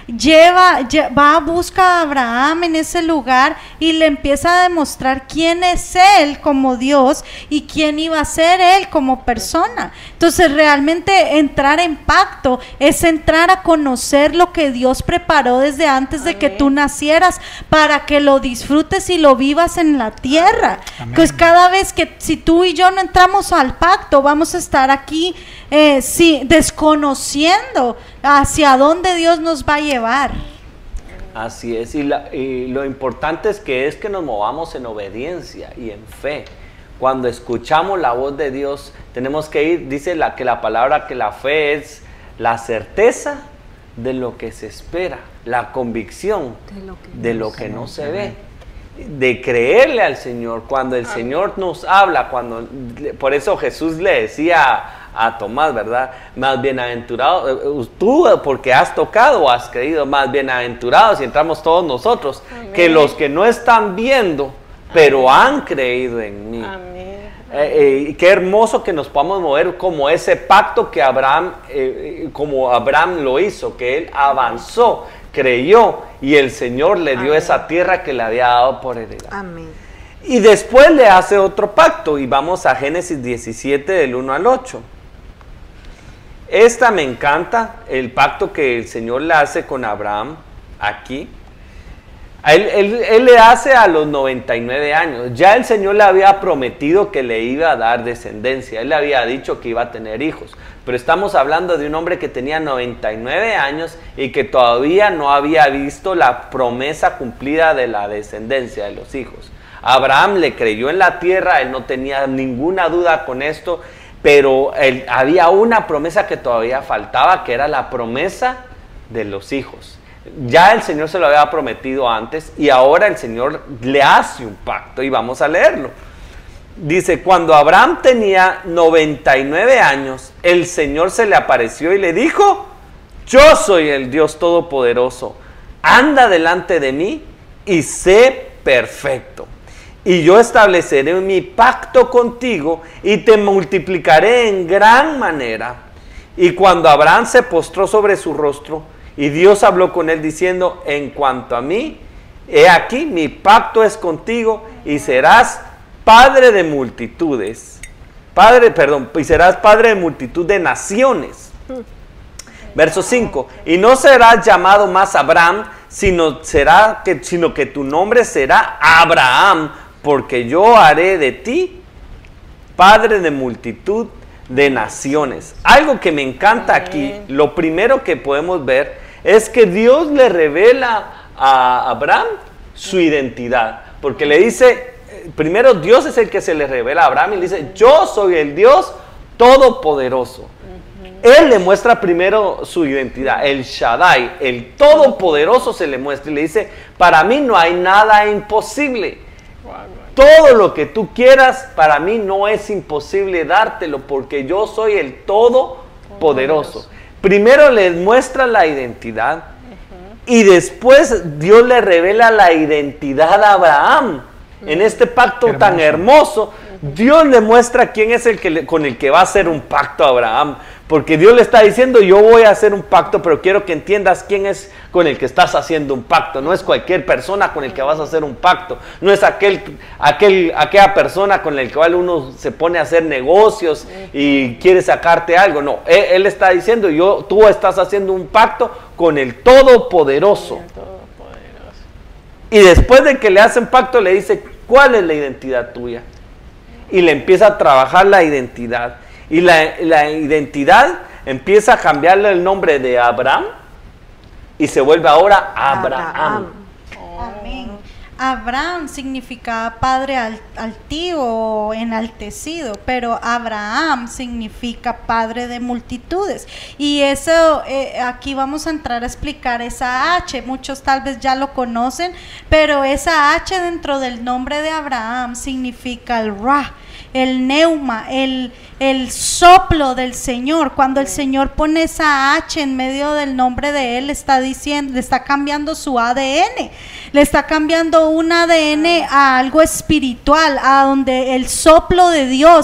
lleva, lle- va a buscar a Abraham en ese lugar y le empieza a demostrar quién es él como Dios y quién iba a ser él como persona. Entonces realmente entrar en pacto es entrar a conocer lo que Dios preparó desde antes de que tú nacieras para que lo disfrutes y lo vivas en la tierra. Amén. Pues cada vez que si tú y yo no entramos al pacto, vamos a estar aquí eh, sí, desconociendo hacia dónde Dios nos va a llevar. Así es, y, la- y lo importante es que es que nos movamos en obediencia y en fe. Cuando escuchamos la voz de Dios, tenemos que ir, dice la, que la palabra que la fe es la certeza de lo que se espera, la convicción De lo que de lo que no se ve, de creerle al Señor. Cuando el Señor nos habla, cuando por eso Jesús le decía a, a Tomás, ¿verdad? Más bienaventurado, eh, tú porque has tocado o has creído, más bienaventurados, y entramos todos nosotros, Amén. que los que no están viendo, pero han creído en mí. Amén. Eh, eh, qué hermoso que nos podamos mover como ese pacto que Abraham, eh, eh, como Abraham lo hizo, que él avanzó, creyó y el Señor le dio Amén. esa tierra que le había dado por heredad. Amén. Y después le hace otro pacto y vamos a Génesis diecisiete del uno al ocho. Esta me encanta, el pacto que el Señor le hace con Abraham aquí. A Él, él- él le hace a los noventa y nueve años. Ya el Señor le había prometido que le iba a dar descendencia. Él le había dicho que iba a tener hijos. Pero estamos hablando de un hombre que tenía noventa y nueve años y que todavía no había visto la promesa cumplida de la descendencia de los hijos. Abraham le creyó en la tierra, él no tenía ninguna duda con esto, pero él- había una promesa que todavía faltaba, que era la promesa de los hijos. Ya el Señor se lo había prometido antes y ahora el Señor le hace un pacto y vamos a leerlo. Dice, cuando Abraham tenía noventa y nueve años, el Señor se le apareció y le dijo, yo soy el Dios Todopoderoso, anda delante de mí y sé perfecto. Y yo estableceré mi pacto contigo y te multiplicaré en gran manera. Y cuando Abraham se postró sobre su rostro, y Dios habló con él diciendo, en cuanto a mí, he aquí, mi pacto es contigo y serás padre de multitudes. Padre, perdón, y serás padre de multitud de naciones. Verso cinco, y no serás llamado más Abraham, sino, será que, sino que tu nombre será Abraham, porque yo haré de ti padre de multitud de naciones. Algo que me encanta aquí, lo primero que podemos ver es que Dios le revela a Abraham su identidad, porque le dice, eh, primero Dios es el que se le revela a Abraham y le dice, yo soy el Dios Todopoderoso. Él le muestra primero su identidad, el Shaddai, el Todopoderoso se le muestra y le dice, para mí no hay nada imposible. Todo lo que tú quieras, para mí no es imposible dártelo, porque yo soy el Todopoderoso. Primero le muestra la identidad y después Dios le revela la identidad a Abraham. En este pacto Hermoso. tan hermoso, Dios le muestra quién es el que le- con el que va a hacer un pacto a Abraham. Porque Dios le está diciendo, yo voy a hacer un pacto, pero quiero que entiendas quién es con el que estás haciendo un pacto. No es cualquier persona con el que vas a hacer un pacto. No es aquel, aquel, aquella persona con el que uno se pone a hacer negocios y quiere sacarte algo. No, él, él está diciendo, yo, tú estás haciendo un pacto con el Todopoderoso. Y después de que le hacen pacto, le dice, ¿cuál es la identidad tuya? Y le empieza a trabajar la identidad. Y la, la identidad empieza a cambiarle el nombre de Abraham y se vuelve ahora Abraham. Abraham. Amén. Abraham significa padre al- altivo o enaltecido, pero Abraham significa padre de multitudes. Y eso, eh, aquí vamos a entrar a explicar esa H. Muchos tal vez ya lo conocen, pero esa H dentro del nombre de Abraham significa el Ra, el neuma, el, el soplo del Señor. Cuando el Señor pone esa H en medio del nombre de Él, está diciendo, le está cambiando su A D N, le está cambiando un A D N a algo espiritual, a donde el soplo de Dios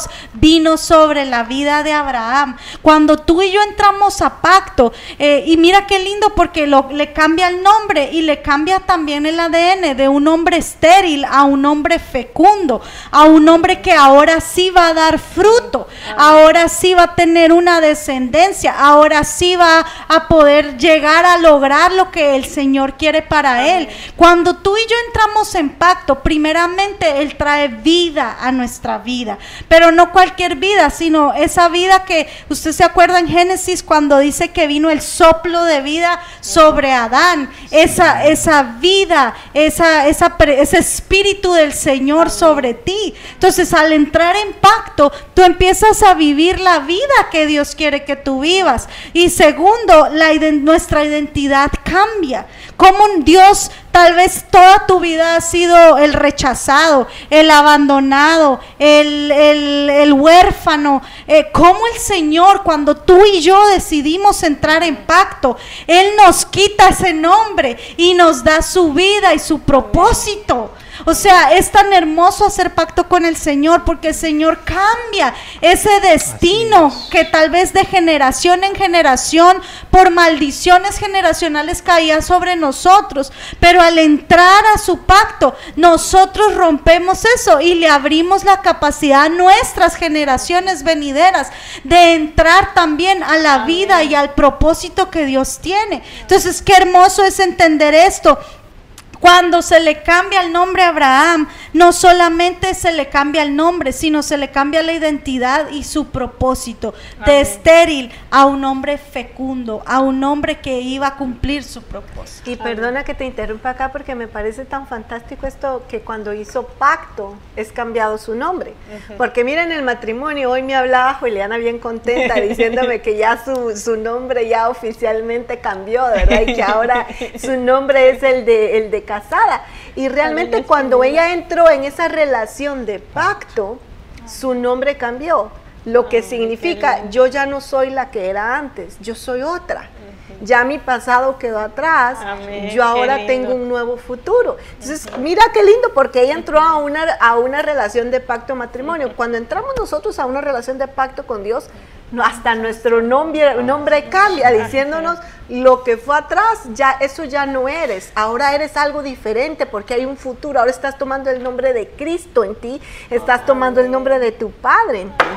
vino sobre la vida de Abraham. Cuando tú y yo entramos a pacto, eh, y mira qué lindo porque lo, le cambia el nombre y le cambia también el A D N de un hombre estéril a un hombre fecundo, a un hombre que ahora sí va a dar fruto, ahora sí va a tener una descendencia, ahora sí va a poder llegar a lograr lo que el Señor quiere para él. Cuando tú y yo entramos en pacto, primeramente Él trae vida a nuestra vida, pero no cualquier vida, sino esa vida que usted se acuerda en Génesis cuando dice que vino el soplo de vida sobre Adán, esa, esa vida, esa, esa, ese espíritu del Señor sobre ti. Entonces, al entrar en pacto, tú empiezas a vivir la vida que Dios quiere que tú vivas. Y segundo, la, nuestra identidad cambia. Como Dios, tal vez toda tu vida ha sido el rechazado, el abandonado, el, el, el huérfano. Eh, como el Señor, cuando tú y yo decidimos entrar en pacto, Él nos quita ese nombre y nos da su vida y su propósito. O sea, es tan hermoso hacer pacto con el Señor porque el Señor cambia ese destino que tal vez de generación en generación por maldiciones generacionales caía sobre nosotros, pero al entrar a su pacto nosotros rompemos eso y le abrimos la capacidad a nuestras generaciones venideras de entrar también a la vida y al propósito que Dios tiene. Entonces, qué hermoso es entender esto. Cuando se le cambia el nombre a Abraham, no solamente se le cambia el nombre, sino se le cambia la identidad y su propósito. Amén. De estéril a un hombre fecundo, a un hombre que iba a cumplir su propósito. Y perdona que te interrumpa acá porque me parece tan fantástico esto que cuando hizo pacto es cambiado su nombre. Uh-huh. Porque miren el matrimonio, hoy me hablaba Juliana bien contenta diciéndome que ya su, su nombre ya oficialmente cambió, ¿verdad? Y que ahora su nombre es el de, el de casada. Y realmente cuando ella entró en esa relación de pacto, su nombre cambió, lo que significa yo ya no soy la que era antes, yo soy otra. Ya mi pasado quedó atrás. Amén. Yo ahora tengo un nuevo futuro. Entonces, mira qué lindo, porque ella entró a una, a una relación de pacto matrimonio. Cuando entramos nosotros a una relación de pacto con Dios, no, hasta nuestro nombre, nombre cambia, diciéndonos lo que fue atrás, ya eso ya no eres, ahora eres algo diferente porque hay un futuro, ahora estás tomando el nombre de Cristo en ti, estás tomando el nombre de tu Padre en ti.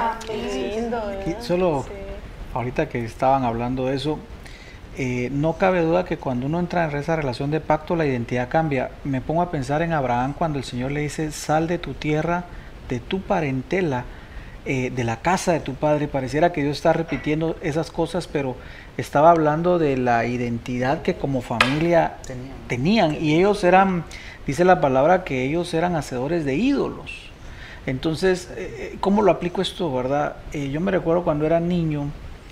Aquí, solo ahorita que estaban hablando de eso, eh, no cabe duda que cuando uno entra en esa relación de pacto, la identidad cambia. Me pongo a pensar en Abraham cuando el Señor le dice, sal de tu tierra, de tu parentela, Eh, de la casa de tu padre. Pareciera que Dios está repitiendo esas cosas, pero estaba hablando de la identidad que como familia tenían, tenían y ellos eran, dice la palabra, que ellos eran hacedores de ídolos. Entonces, eh, ¿cómo lo aplico esto, verdad? Eh, yo me recuerdo cuando era niño,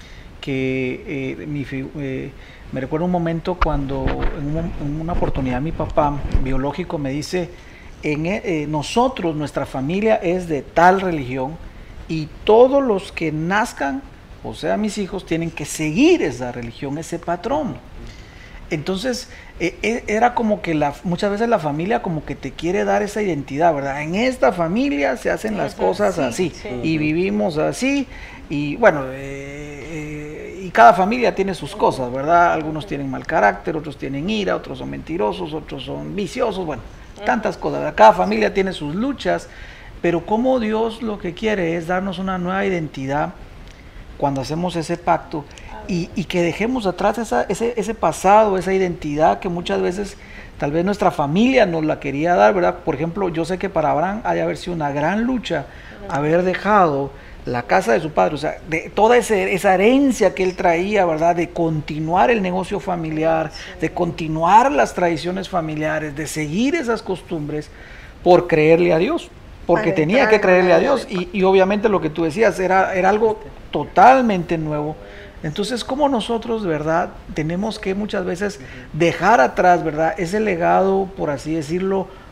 que eh, mi, eh, me recuerdo un momento cuando en, un, en una oportunidad mi papá biológico me dice, en, eh, nosotros, nuestra familia es de tal religión, y todos los que nazcan, o sea, mis hijos, tienen que seguir esa religión, ese patrón. Entonces, eh, era como que la, muchas veces la familia como que te quiere dar esa identidad, ¿verdad? En esta familia se hacen las cosas así, sí, y vivimos así, y bueno, eh, eh, y cada familia tiene sus cosas, ¿verdad? Algunos tienen mal carácter, otros tienen ira, otros son mentirosos, otros son viciosos, bueno, tantas cosas, ¿verdad? Cada familia tiene sus luchas. Pero como Dios lo que quiere es darnos una nueva identidad cuando hacemos ese pacto y, y que dejemos atrás esa, ese, ese pasado, esa identidad que muchas veces tal vez nuestra familia nos la quería dar, ¿verdad? Por ejemplo, yo sé que para Abraham ha de haber sido una gran lucha haber dejado la casa de su padre, o sea, de toda ese, esa herencia que él traía, ¿verdad? De continuar el negocio familiar, de continuar las tradiciones familiares, de seguir esas costumbres por creerle a Dios. Porque tenía que creerle a Dios y, y obviamente lo que tú decías era, era algo totalmente nuevo. Entonces, ¿cómo nosotros, verdad, tenemos que muchas veces dejar atrás, verdad, ese legado, por así decirlo,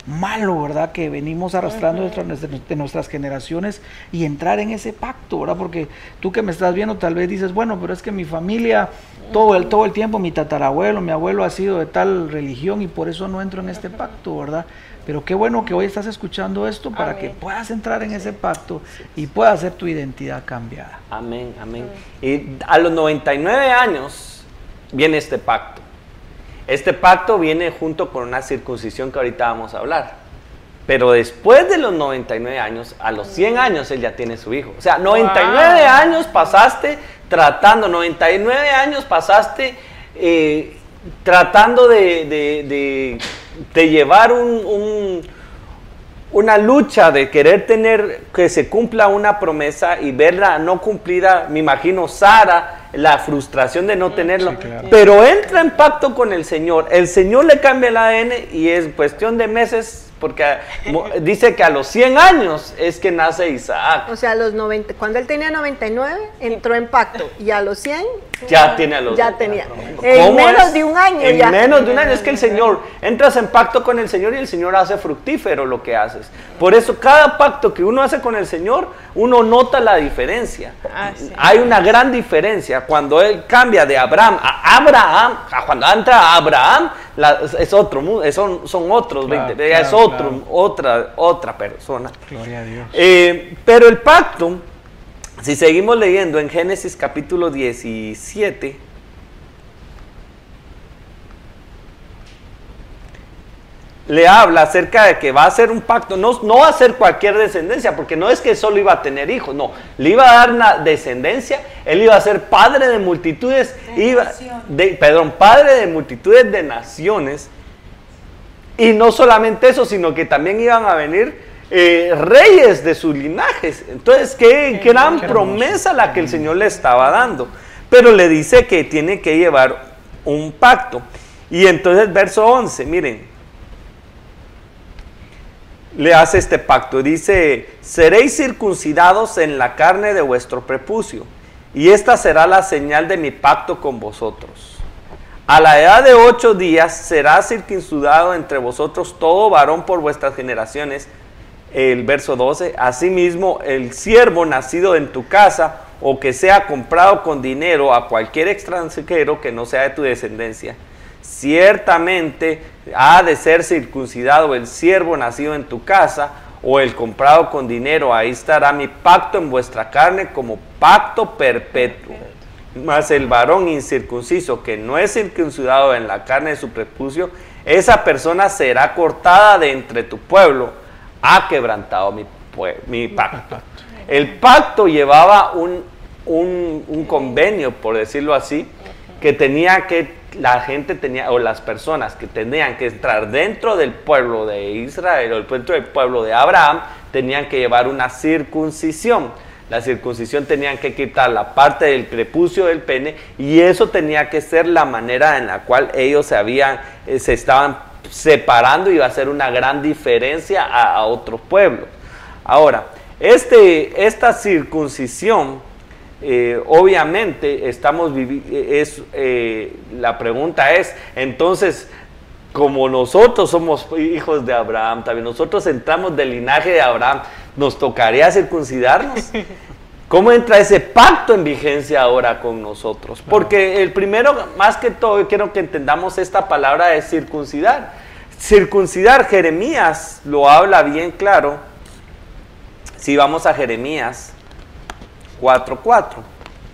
malo, ¿verdad? Que venimos arrastrando uh-huh. de, de nuestras generaciones y entrar en ese pacto, ¿verdad? Porque tú que me estás viendo tal vez dices, bueno, pero es que mi familia, todo el, todo el tiempo, mi tatarabuelo, mi abuelo ha sido de tal religión y por eso no entro en este pacto, ¿verdad? Pero qué bueno que hoy estás escuchando esto para amén. Que puedas entrar en ese pacto y pueda ser tu identidad cambiada. Amén, amén. Y a los noventa y nueve años viene este pacto. Este pacto viene junto con una circuncisión que ahorita vamos a hablar. Pero después de los noventa y nueve años, a los cien años él ya tiene su hijo. O sea, noventa y nueve wow. años pasaste tratando, noventa y nueve años pasaste eh, tratando de, de, de, de llevar un, un, una lucha de querer tener que se cumpla una promesa y verla no cumplida. Me imagino Sara, la frustración de no tenerlo, sí, claro. Pero entra en pacto con el Señor. El Señor le cambia el A D N y es cuestión de meses, porque dice que a los cien años es que nace Isaac. O sea, a los noventa, cuando él tenía noventa y nueve, entró en pacto, y a los cien ya tiene a los ya tenía. En menos es? de un año en ya. En menos de un año es que el Señor, entras en pacto con el Señor y el Señor hace fructífero lo que haces. Por eso cada pacto que uno hace con el Señor, uno nota la diferencia. Ah, sí. Hay una gran diferencia cuando él cambia de Abraham a Abraham, a cuando entra a Abraham, la, es otro, son, son otros, claro, veinte, claro, es otro, claro. otra, otra persona. Gloria a Dios. Eh, pero el pacto, si seguimos leyendo en Génesis capítulo diecisiete, le habla acerca de que va a ser un pacto, no, no va a ser cualquier descendencia, porque no es que solo iba a tener hijos, no, le iba a dar una descendencia, él iba a ser padre de multitudes, de iba, de, perdón, padre de multitudes de naciones, y no solamente eso, sino que también iban a venir eh, reyes de sus linajes. Entonces, qué, qué gran qué promesa la que el Señor le estaba dando, pero le dice que tiene que llevar un pacto. Y entonces verso once, miren, le hace este pacto, dice, seréis circuncidados en la carne de vuestro prepucio, y esta será la señal de mi pacto con vosotros. A la edad de ocho días será circuncidado entre vosotros todo varón por vuestras generaciones. El verso doce, asimismo el siervo nacido en tu casa o que sea comprado con dinero a cualquier extranjero que no sea de tu descendencia. Ciertamente ha de ser circuncidado el siervo nacido en tu casa o el comprado con dinero, ahí estará mi pacto en vuestra carne como pacto perpetuo. Mas el varón incircunciso que no es circuncidado en la carne de su prepucio, esa persona será cortada de entre tu pueblo, ha quebrantado mi, mi pacto. El pacto llevaba un, un, un convenio, por decirlo así, que tenía que, la gente tenía, o las personas que tenían que entrar dentro del pueblo de Israel, o dentro del pueblo de Abraham, tenían que llevar una circuncisión. La circuncisión tenían que quitar la parte del prepucio del pene, y eso tenía que ser la manera en la cual ellos se habían, eh, se estaban separando, y iba a ser una gran diferencia a, a otros pueblos. Ahora, este, esta circuncisión, eh, obviamente, estamos es eh, la pregunta es, entonces, como nosotros somos hijos de Abraham, también nosotros entramos del linaje de Abraham, ¿nos tocaría circuncidarnos? ¿Cómo entra ese pacto en vigencia ahora con nosotros? Porque el primero, más que todo, quiero que entendamos esta palabra de circuncidar. Circuncidar, Jeremías lo habla bien claro. Si vamos a Jeremías cuatro cuatro,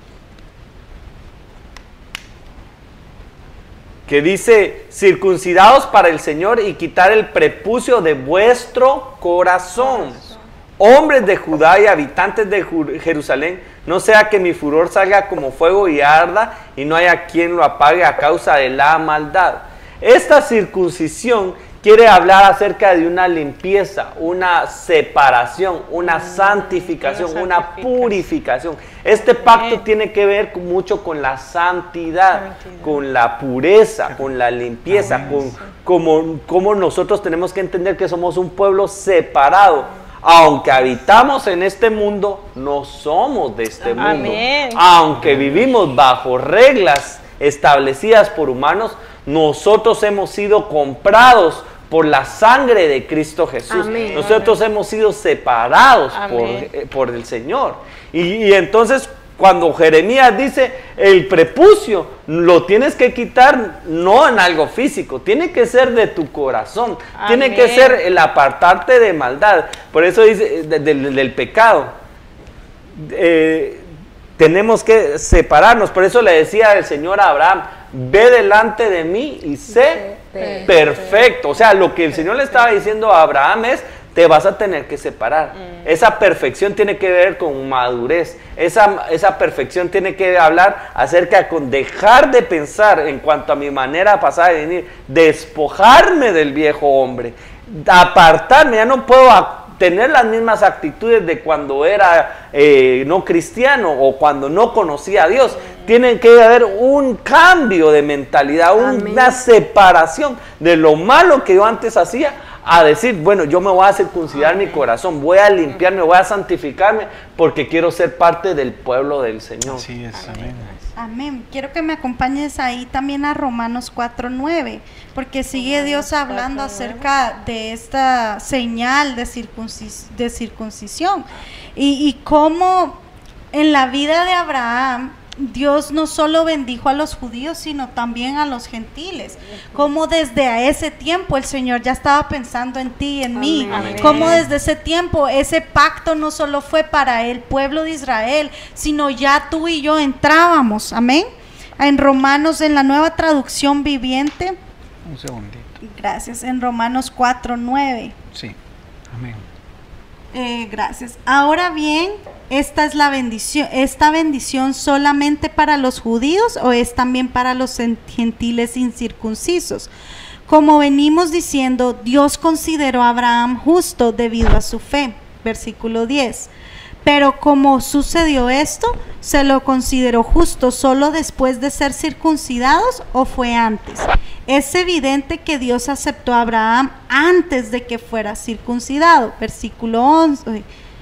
que dice, circuncidaos para el Señor y quitar el prepucio de vuestro corazón, hombres de Judá y habitantes de Jerusalén, no sea que mi furor salga como fuego y arda, y no haya quien lo apague a causa de la maldad. Esta circuncisión quiere hablar acerca de una limpieza, una separación, una santificación, una purificación. Este pacto tiene que ver mucho con la santidad, con la pureza, con la limpieza, con como, como nosotros tenemos que entender que somos un pueblo separado. Aunque habitamos en este mundo, no somos de este mundo. Amén. Aunque vivimos bajo reglas establecidas por humanos, nosotros hemos sido comprados por la sangre de Cristo Jesús. Amén. Nosotros hemos sido separados por, Amén. eh, por el Señor. Y, y entonces cuando Jeremías dice el prepucio, lo tienes que quitar no en algo físico, tiene que ser de tu corazón, Amén. tiene que ser el apartarte de maldad. Por eso dice de, de, del pecado. Eh, tenemos que separarnos. Por eso le decía el Señor a Abraham, ve delante de mí y sé perfecto. perfecto. O sea, lo que el Señor le estaba diciendo a Abraham es, te vas a tener que separar. Mm. Esa perfección tiene que ver con madurez. Esa, esa perfección tiene que hablar acerca de dejar de pensar en cuanto a mi manera pasada de venir, despojarme del viejo hombre, apartarme. Ya no puedo tener las mismas actitudes de cuando era eh, no cristiano o cuando no conocía a Dios. Tiene que haber un cambio de mentalidad, Amén. Una separación de lo malo que yo antes hacía, a decir, bueno, yo me voy a circuncidar Amén. Mi corazón, voy a limpiarme, voy a santificarme, porque quiero ser parte del pueblo del Señor. Así es, amén. Amén. Quiero que me acompañes ahí también a Romanos cuatro nueve, porque sigue Dios hablando acerca de esta señal de, circuncis de circuncisión y, y cómo en la vida de Abraham Dios no solo bendijo a los judíos, sino también a los gentiles. Como desde a ese tiempo el Señor ya estaba pensando en ti y en mí. Amén. Como desde ese tiempo ese pacto no solo fue para el pueblo de Israel, sino ya tú y yo entrábamos. Amén. En Romanos, en la Nueva Traducción Viviente. Un segundito. Gracias. En Romanos cuatro nueve. Sí. Amén. Eh, gracias. Ahora bien, esta es la bendición, esta bendición solamente para los judíos o es también para los gentiles incircuncisos. Como venimos diciendo, Dios consideró a Abraham justo debido a su fe. Versículo diez. Pero como sucedió esto, ¿se lo consideró justo solo después de ser circuncidados o fue antes? Es evidente que Dios aceptó a Abraham antes de que fuera circuncidado. Versículo once.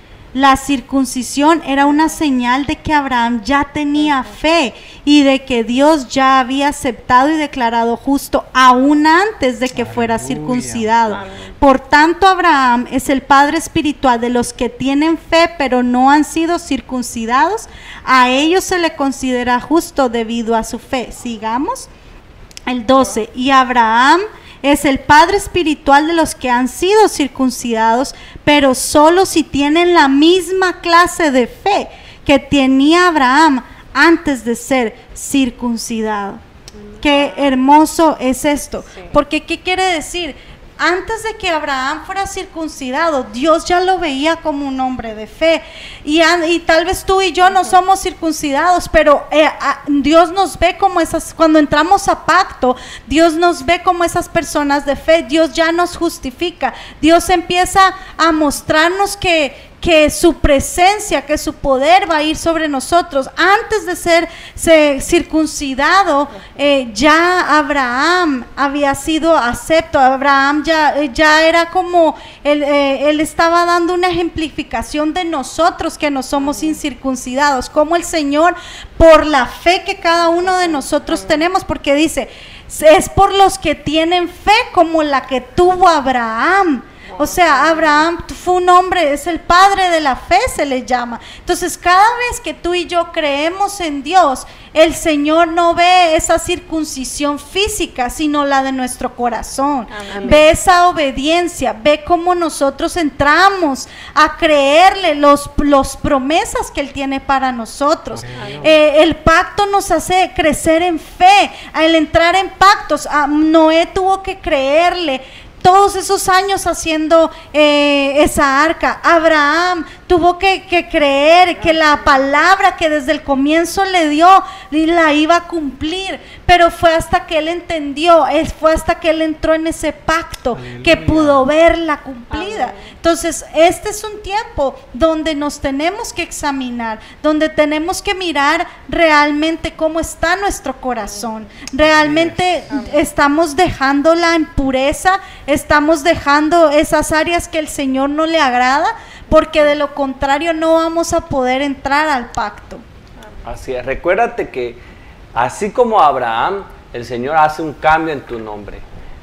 La circuncisión era una señal de que Abraham ya tenía fe y de que Dios ya había aceptado y declarado justo aún antes de que Aleluya. Fuera circuncidado. Amén. Por tanto, Abraham es el padre espiritual de los que tienen fe pero no han sido circuncidados. A ellos se le considera justo debido a su fe. Sigamos. El doce. Y Abraham es el padre espiritual de los que han sido circuncidados, pero solo si tienen la misma clase de fe que tenía Abraham antes de ser circuncidado. Qué hermoso es esto. Sí. Porque ¿qué quiere decir? Antes de que Abraham fuera circuncidado, Dios ya lo veía como un hombre de fe. Y, y tal vez tú y yo no somos circuncidados, pero eh, a, Dios nos ve como esas, cuando entramos a pacto, Dios nos ve como esas personas de fe. Dios ya nos justifica. Dios empieza a mostrarnos que que su presencia, que su poder va a ir sobre nosotros. Antes de ser, ser circuncidado, eh, ya Abraham había sido acepto. Abraham ya, ya era como, él, eh, él estaba dando una ejemplificación de nosotros que no somos incircuncidados, como el Señor, por la fe que cada uno de nosotros tenemos, porque dice, es por los que tienen fe como la que tuvo Abraham. O sea, Abraham fue un hombre, es el padre de la fe, se le llama. Entonces, cada vez que tú y yo creemos en Dios, el Señor no ve esa circuncisión física, sino la de nuestro corazón. Amén. Ve esa obediencia, ve cómo nosotros entramos a creerle los, los promesas que Él tiene para nosotros. Eh, el pacto nos hace crecer en fe. Al entrar en pactos, a Noé tuvo que creerle todos esos años haciendo eh, esa arca. Abraham tuvo que, que creer que la palabra que desde el comienzo le dio la iba a cumplir, pero fue hasta que él entendió, fue hasta que él entró en ese pacto Aleluya. Que pudo verla cumplida. Amén. Entonces, este es un tiempo donde nos tenemos que examinar, donde tenemos que mirar realmente cómo está nuestro corazón. Realmente Amén. Estamos dejando la impureza, estamos dejando esas áreas que el Señor no le agrada, porque de lo contrario no vamos a poder entrar al pacto. Así es, recuérdate que así como Abraham, el Señor hace un cambio en tu nombre.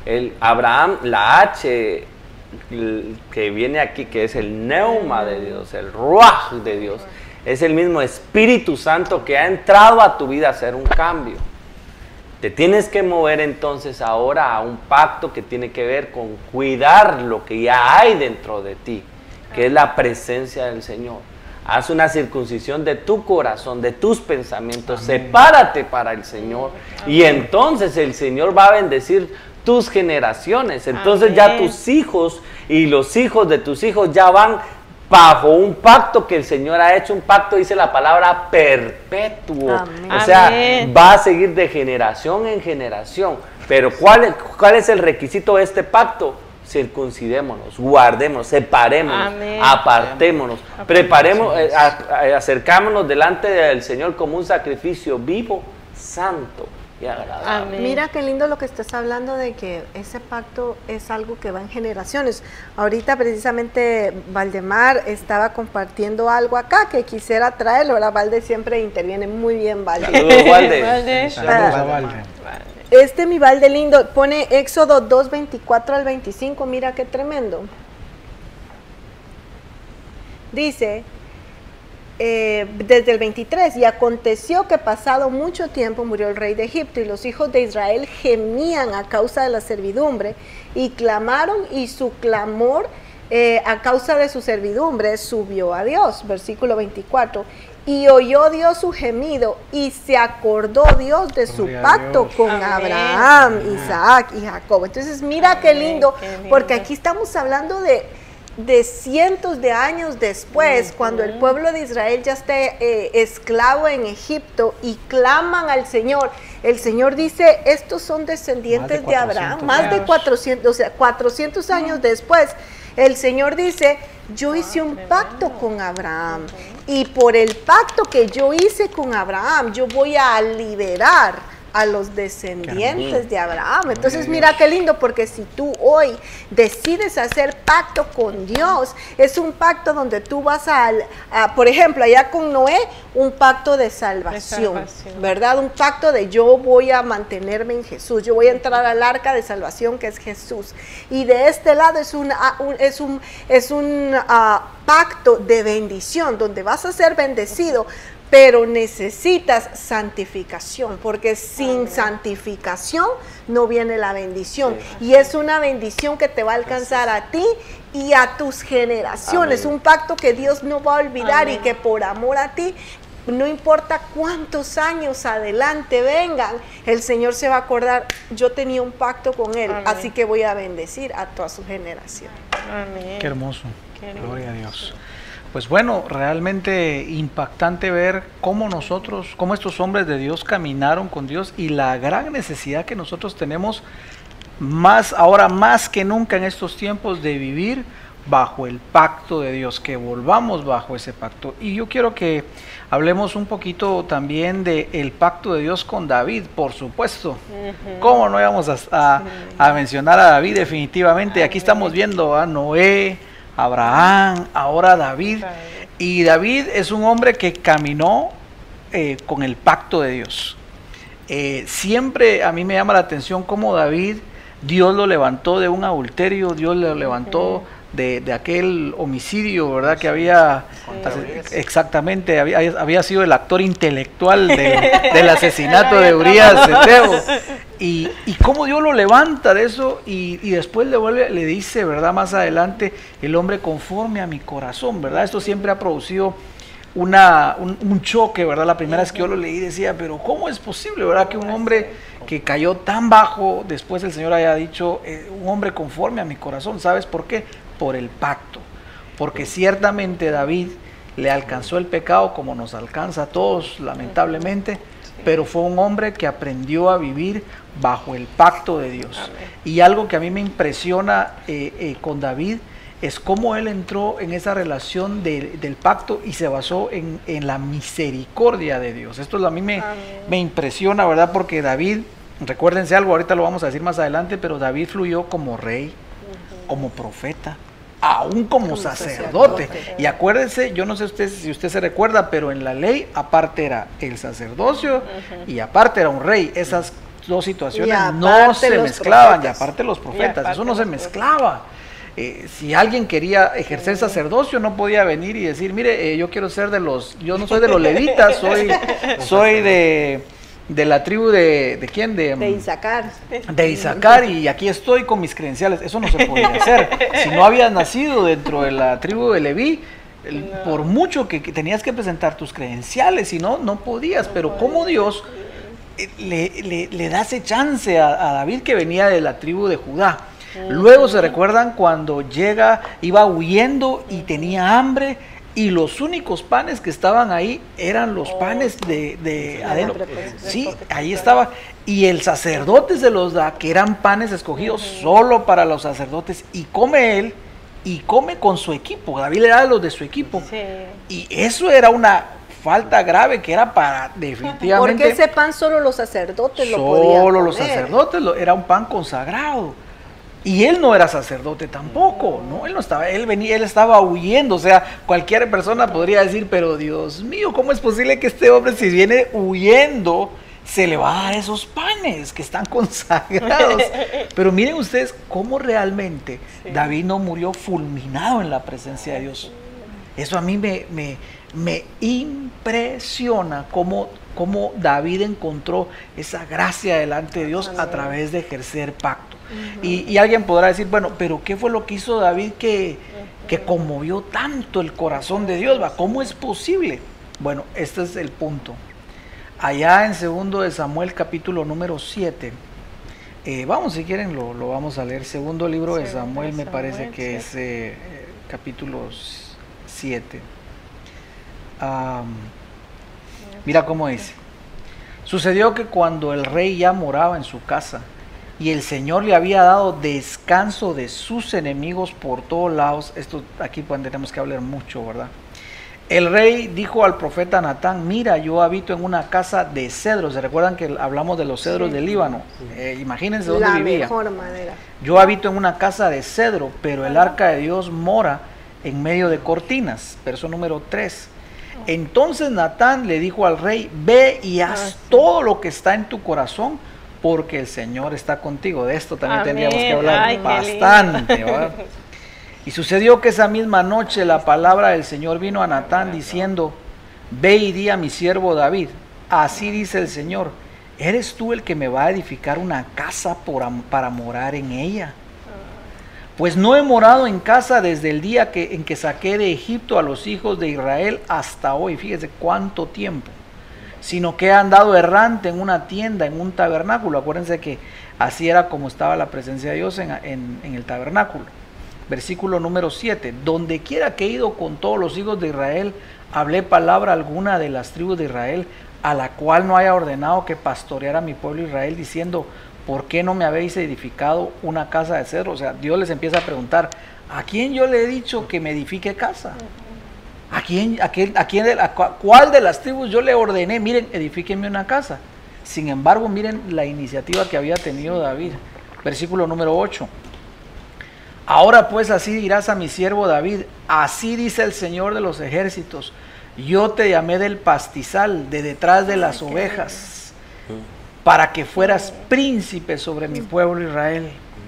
El Abraham, la H que viene aquí, que es el neuma de Dios, el ruaj de Dios, es el mismo Espíritu Santo que ha entrado a tu vida a hacer un cambio. Te tienes que mover entonces ahora a un pacto que tiene que ver con cuidar lo que ya hay dentro de ti, que es la presencia del Señor. Haz una circuncisión de tu corazón, de tus pensamientos. Amén. Sepárate para el Señor. Amén. Y entonces el Señor va a bendecir tus generaciones. Entonces Amén. Ya tus hijos y los hijos de tus hijos ya van bajo un pacto que el Señor ha hecho. Un pacto, dice la palabra, perpetuo. Amén. O sea, Amén. Va a seguir de generación en generación. Pero ¿cuál es, cuál es el requisito de este pacto? Circuncidémonos, guardémonos, separémonos, Amén. Apartémonos, Amén. Preparemos, eh, a, a, acercámonos delante del Señor como un sacrificio vivo, santo y agradable. Amén. Mira qué lindo lo que estás hablando de que ese pacto es algo que va en generaciones. Ahorita precisamente Valdemar estaba compartiendo algo acá que quisiera traerlo. Ahora Valde siempre interviene muy bien, Valde. Saludos, Valde. Valde. Saludos a Valde. Este mi Valde lindo, pone Éxodo dos, veinticuatro al veinticinco, mira qué tremendo. Dice, eh, desde el veintitrés, y aconteció que pasado mucho tiempo murió el rey de Egipto, y los hijos de Israel gemían a causa de la servidumbre, y clamaron, y su clamor eh, a causa de su servidumbre subió a Dios. Versículo veinticuatro. Y oyó Dios su gemido, y se acordó Dios de su pacto con Amén. Abraham, Isaac y Jacob. Entonces mira Amén. Qué lindo, qué lindo, porque aquí estamos hablando de, de cientos de años después, uh-huh. cuando el pueblo de Israel ya está eh, esclavo en Egipto y claman al Señor. El Señor dice, estos son descendientes de, de Abraham, más de cuatrocientos, o sea, cuatrocientos años uh-huh. después. El Señor dice, yo hice un pacto con Abraham, y por el pacto que yo hice con Abraham, yo voy a liberar a los descendientes de Abraham. Entonces mira qué lindo, porque si tú hoy decides hacer pacto con Dios, es un pacto donde tú vas a, a por ejemplo, allá con Noé, un pacto de salvación, de salvación, ¿verdad? Un pacto de yo voy a mantenerme en Jesús, yo voy a entrar al arca de salvación que es Jesús. Y de este lado es un, un es un, es un uh, pacto de bendición, donde vas a ser bendecido, pero necesitas santificación, porque sin Amén. Santificación no viene la bendición. Sí. Y es una bendición que te va a alcanzar a ti y a tus generaciones. Amén. Un pacto que Dios no va a olvidar. Amén. Y que por amor a ti, no importa cuántos años adelante vengan, el Señor se va a acordar, yo tenía un pacto con Él, Amén. Así que voy a bendecir a toda su generación. Amén. Qué hermoso. Qué gloria a Dios. Pues bueno, realmente impactante ver cómo nosotros, cómo estos hombres de Dios caminaron con Dios, y la gran necesidad que nosotros tenemos más ahora más que nunca en estos tiempos de vivir bajo el pacto de Dios, que volvamos bajo ese pacto. Y yo quiero que hablemos un poquito también del pacto de Dios con David, por supuesto. Uh-huh. ¿Cómo no íbamos a, a, a mencionar a David? Definitivamente. Uh-huh. Aquí estamos viendo a Noé, Abraham, ahora David. Y David es un hombre que caminó eh, con el pacto de Dios. Eh, siempre a mí me llama la atención cómo David, Dios lo levantó de un adulterio, Dios lo levantó uh-huh. de, de aquel homicidio, ¿verdad? Que había, sí. exactamente, había, había sido el actor intelectual de, del asesinato de Urías Eteo. Y, y cómo Dios lo levanta de eso, y, y después le vuelve, le dice, ¿verdad? Más adelante, el hombre conforme a mi corazón, ¿verdad? Esto siempre ha producido una, un, un choque, ¿verdad? La primera vez que yo lo leí decía, pero ¿cómo es posible, verdad? Que un hombre que cayó tan bajo, después el Señor haya dicho, eh, un hombre conforme a mi corazón. ¿Sabes por qué? Por el pacto. Porque ciertamente David le alcanzó el pecado como nos alcanza a todos, lamentablemente, pero fue un hombre que aprendió a vivir bajo el pacto de Dios. Amén. Y algo que a mí me impresiona eh, eh, con David es cómo él entró en esa relación de, del pacto y se basó en, en la misericordia de Dios. Esto a mí me, me impresiona, ¿verdad? Porque David, recuérdense algo, ahorita lo vamos a decir más adelante, pero David fluyó como rey, uh-huh. como profeta, aún como, como sacerdote. sacerdote. Y acuérdense, yo no sé usted, si usted se recuerda, pero en la ley aparte era el sacerdocio uh-huh. y aparte era un rey. Esas dos situaciones Y no aparte se los mezclaban, profetas. y aparte los profetas, aparte eso no se los mezclaba. Eh, si alguien quería ejercer sacerdocio, no podía venir y decir, mire, eh, yo quiero ser de los, yo no soy de los levitas, soy, soy de, de la tribu de, ¿de quién? De, De Isaacar. de Isaacar, y aquí estoy con mis credenciales. Eso no se podía hacer. Si no habías nacido dentro de la tribu de Leví, el- No. por mucho que, que tenías que presentar tus credenciales, si no, no podías. Pero como Dios eh, le, le, le da ese chance a, a David, que venía de la tribu de Judá. Luego se recuerdan cuando llega, iba huyendo y tenía hambre, y los únicos panes que estaban ahí eran los panes de, de adentro. Sí, ahí estaba. Y el sacerdote se los da, que eran panes escogidos solo para los sacerdotes, y come él, y come con su equipo. David le da los de su equipo. Sí. Y eso era una falta grave, que era para definitivamente... Porque ese pan solo los sacerdotes lo podían Solo los comer. sacerdotes, lo- era un pan consagrado. Y él no era sacerdote tampoco, ¿no? Él no estaba, él venía, él estaba huyendo. O sea, cualquier persona podría decir, pero Dios mío, ¿cómo es posible que este hombre, si viene huyendo, se le va a dar esos panes que están consagrados? Pero miren ustedes cómo realmente David no murió fulminado en la presencia de Dios. Eso a mí me, me, me impresiona cómo, cómo David encontró esa gracia delante de Dios a través de ejercer pacto. Y, y alguien podrá decir, bueno, pero ¿qué fue lo que hizo David que, que conmovió tanto el corazón de Dios? ¿Va? ¿Cómo es posible? Bueno, este es el punto. Allá en segundo de Samuel, capítulo número siete, eh, vamos, si quieren lo, lo vamos a leer. Segundo libro de Segundo Samuel, me Samuel, parece que es siete. eh, eh, capítulo siete. Am, mira cómo dice. Sucedió que cuando el rey ya moraba en su casa, y el Señor le había dado descanso de sus enemigos por todos lados. Esto aquí pues, tenemos que hablar mucho, ¿verdad? El rey dijo al profeta Natán, mira, yo habito en una casa de cedros. ¿Se recuerdan que hablamos de los cedros del Líbano? Eh, imagínense dónde La vivía. mejor madera. Yo habito en una casa de cedro, pero el arca de Dios mora en medio de cortinas. Verso número tres. Entonces Natán le dijo al rey, ve y haz todo lo que está en tu corazón, porque el Señor está contigo. De esto también Amén. tendríamos que hablar Ay, qué bastante, ¿verdad? Y sucedió que esa misma noche la palabra del Señor vino a Natán diciendo, ve y di a mi siervo David, así dice el Señor, ¿eres tú el que me va a edificar una casa por am- para morar en ella? Pues no he morado en casa desde el día que, en que saqué de Egipto a los hijos de Israel hasta hoy. Fíjese cuánto tiempo. Sino que he andado errante en una tienda, en un tabernáculo. Acuérdense que así era como estaba la presencia de Dios en, en, en el tabernáculo. Versículo número siete. Donde quiera que he ido con todos los hijos de Israel, hablé palabra alguna de las tribus de Israel, a la cual no haya ordenado que pastoreara mi pueblo Israel, diciendo, ¿por qué no me habéis edificado una casa de cedro? O sea, Dios les empieza a preguntar, ¿a quién yo le he dicho que me edifique casa? ¿A quién, a quién, a quién de la- a cuál de las tribus yo le ordené? Miren, edifíquenme una casa. Sin embargo, miren la iniciativa que había tenido David. Versículo número ocho. Ahora pues así dirás a mi siervo David, así dice el Señor de los ejércitos, yo te llamé del pastizal, de detrás de las ovejas, para que fueras príncipe sobre mi pueblo Israel.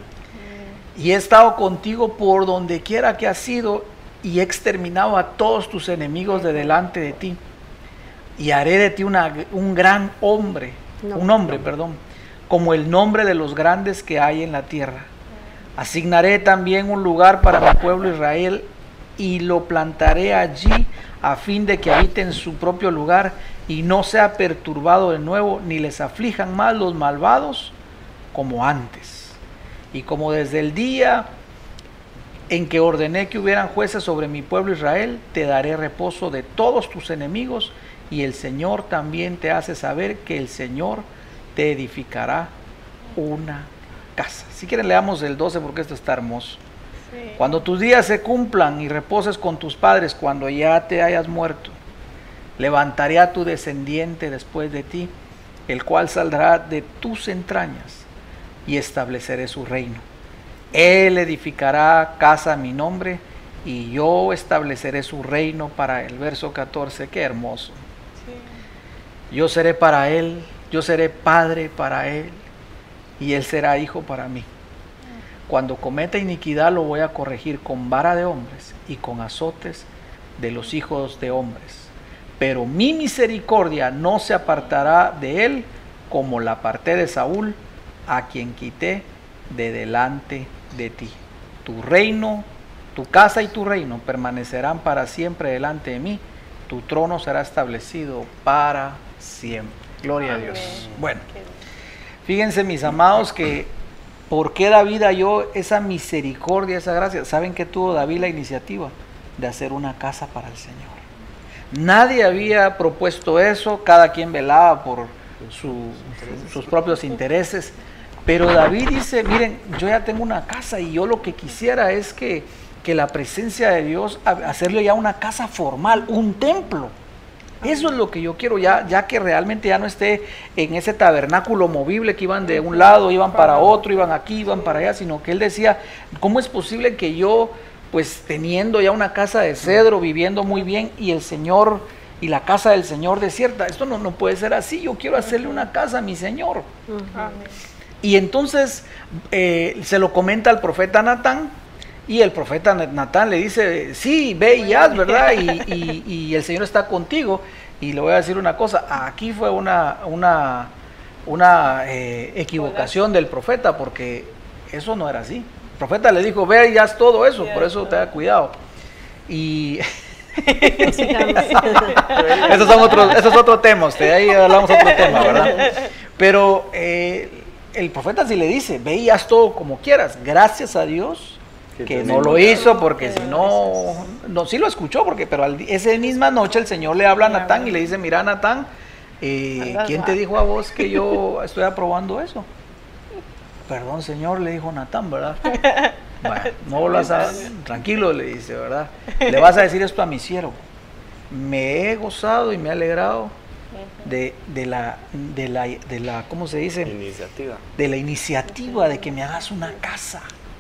Y he estado contigo por donde quiera que has ido, y he exterminado a todos tus enemigos de delante de ti. Y haré de ti una, un gran hombre, No. un hombre, perdón, como el nombre de los grandes que hay en la tierra. Asignaré también un lugar para mi pueblo Israel, y lo plantaré allí a fin de que habite en su propio lugar y no sea perturbado de nuevo, ni les aflijan más los malvados como antes. Y como desde el día en que ordené que hubieran jueces sobre mi pueblo Israel, te daré reposo de todos tus enemigos, y el Señor también te hace saber que el Señor te edificará una casa. Si quieren leamos el doce porque esto está hermoso. Sí. Cuando tus días se cumplan y reposes con tus padres, cuando ya te hayas muerto, levantaré a tu descendiente después de ti, el cual saldrá de tus entrañas, y estableceré su reino. Él edificará casa a mi nombre, y yo estableceré su reino para él. Verso catorce, qué hermoso. Yo seré para él, yo seré padre para él, y él será hijo para mí. Cuando cometa iniquidad lo voy a corregir con vara de hombres y con azotes de los hijos de hombres. Pero mi misericordia no se apartará de él, como la aparté de Saúl, a quien quité de delante de ti. Tu reino, tu casa y tu reino permanecerán para siempre delante de mí. Tu trono será establecido para siempre. Gloria Amén. A Dios. Bueno, fíjense, mis amados, que ¿por qué David halló esa misericordia, esa gracia? ¿Saben que tuvo David la iniciativa? De hacer una casa para el Señor. Nadie había propuesto eso, cada quien velaba por su, sus propios intereses, pero David dice, miren, yo ya tengo una casa y yo lo que quisiera es que, que la presencia de Dios, hacerle ya una casa formal, un templo. Eso es lo que yo quiero, ya, ya que realmente ya no esté en ese tabernáculo movible que iban de un lado, iban para otro, iban aquí, iban para allá, sino que él decía, ¿cómo es posible que yo, pues teniendo ya una casa de cedro, viviendo muy bien, y el Señor, y la casa del Señor desierta? Esto no, no puede ser así, yo quiero hacerle una casa a mi Señor. Uh-huh. Y entonces eh, se lo comenta al profeta Natán, y el profeta Natán le dice, sí, ve y haz, ¿verdad? Y, y, y el Señor está contigo. Y le voy a decir una cosa, aquí fue una, una, una eh, equivocación del profeta, porque eso no era así. El profeta le dijo, ve y haz todo eso, por eso te da cuidado. Y esos son otros, esos otros temas, de ahí hablamos otro tema, ¿verdad? Pero eh, el profeta sí le dice, ve y haz todo como quieras. Gracias a Dios que no lo hizo, porque si no, no, sí lo escuchó, porque, pero al, esa misma noche el Señor le habla a Natán y le dice, mira, Natán, eh, ¿quién te dijo a vos que yo estoy aprobando eso? Perdón, Señor, le dijo Natán, ¿verdad? Bueno, no lo vas a, tranquilo, le dice, ¿verdad? Le vas a decir esto a mi siervo. Me he gozado y me he alegrado de, de, la, de, la, de la, ¿cómo se dice? Iniciativa. De la iniciativa de que me hagas una casa.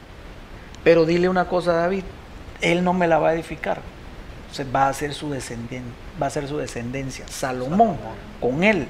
Pero dile una cosa a David, él no me la va a edificar, o sea, va a ser su descendencia, va a ser su descendencia, Salomón, con él,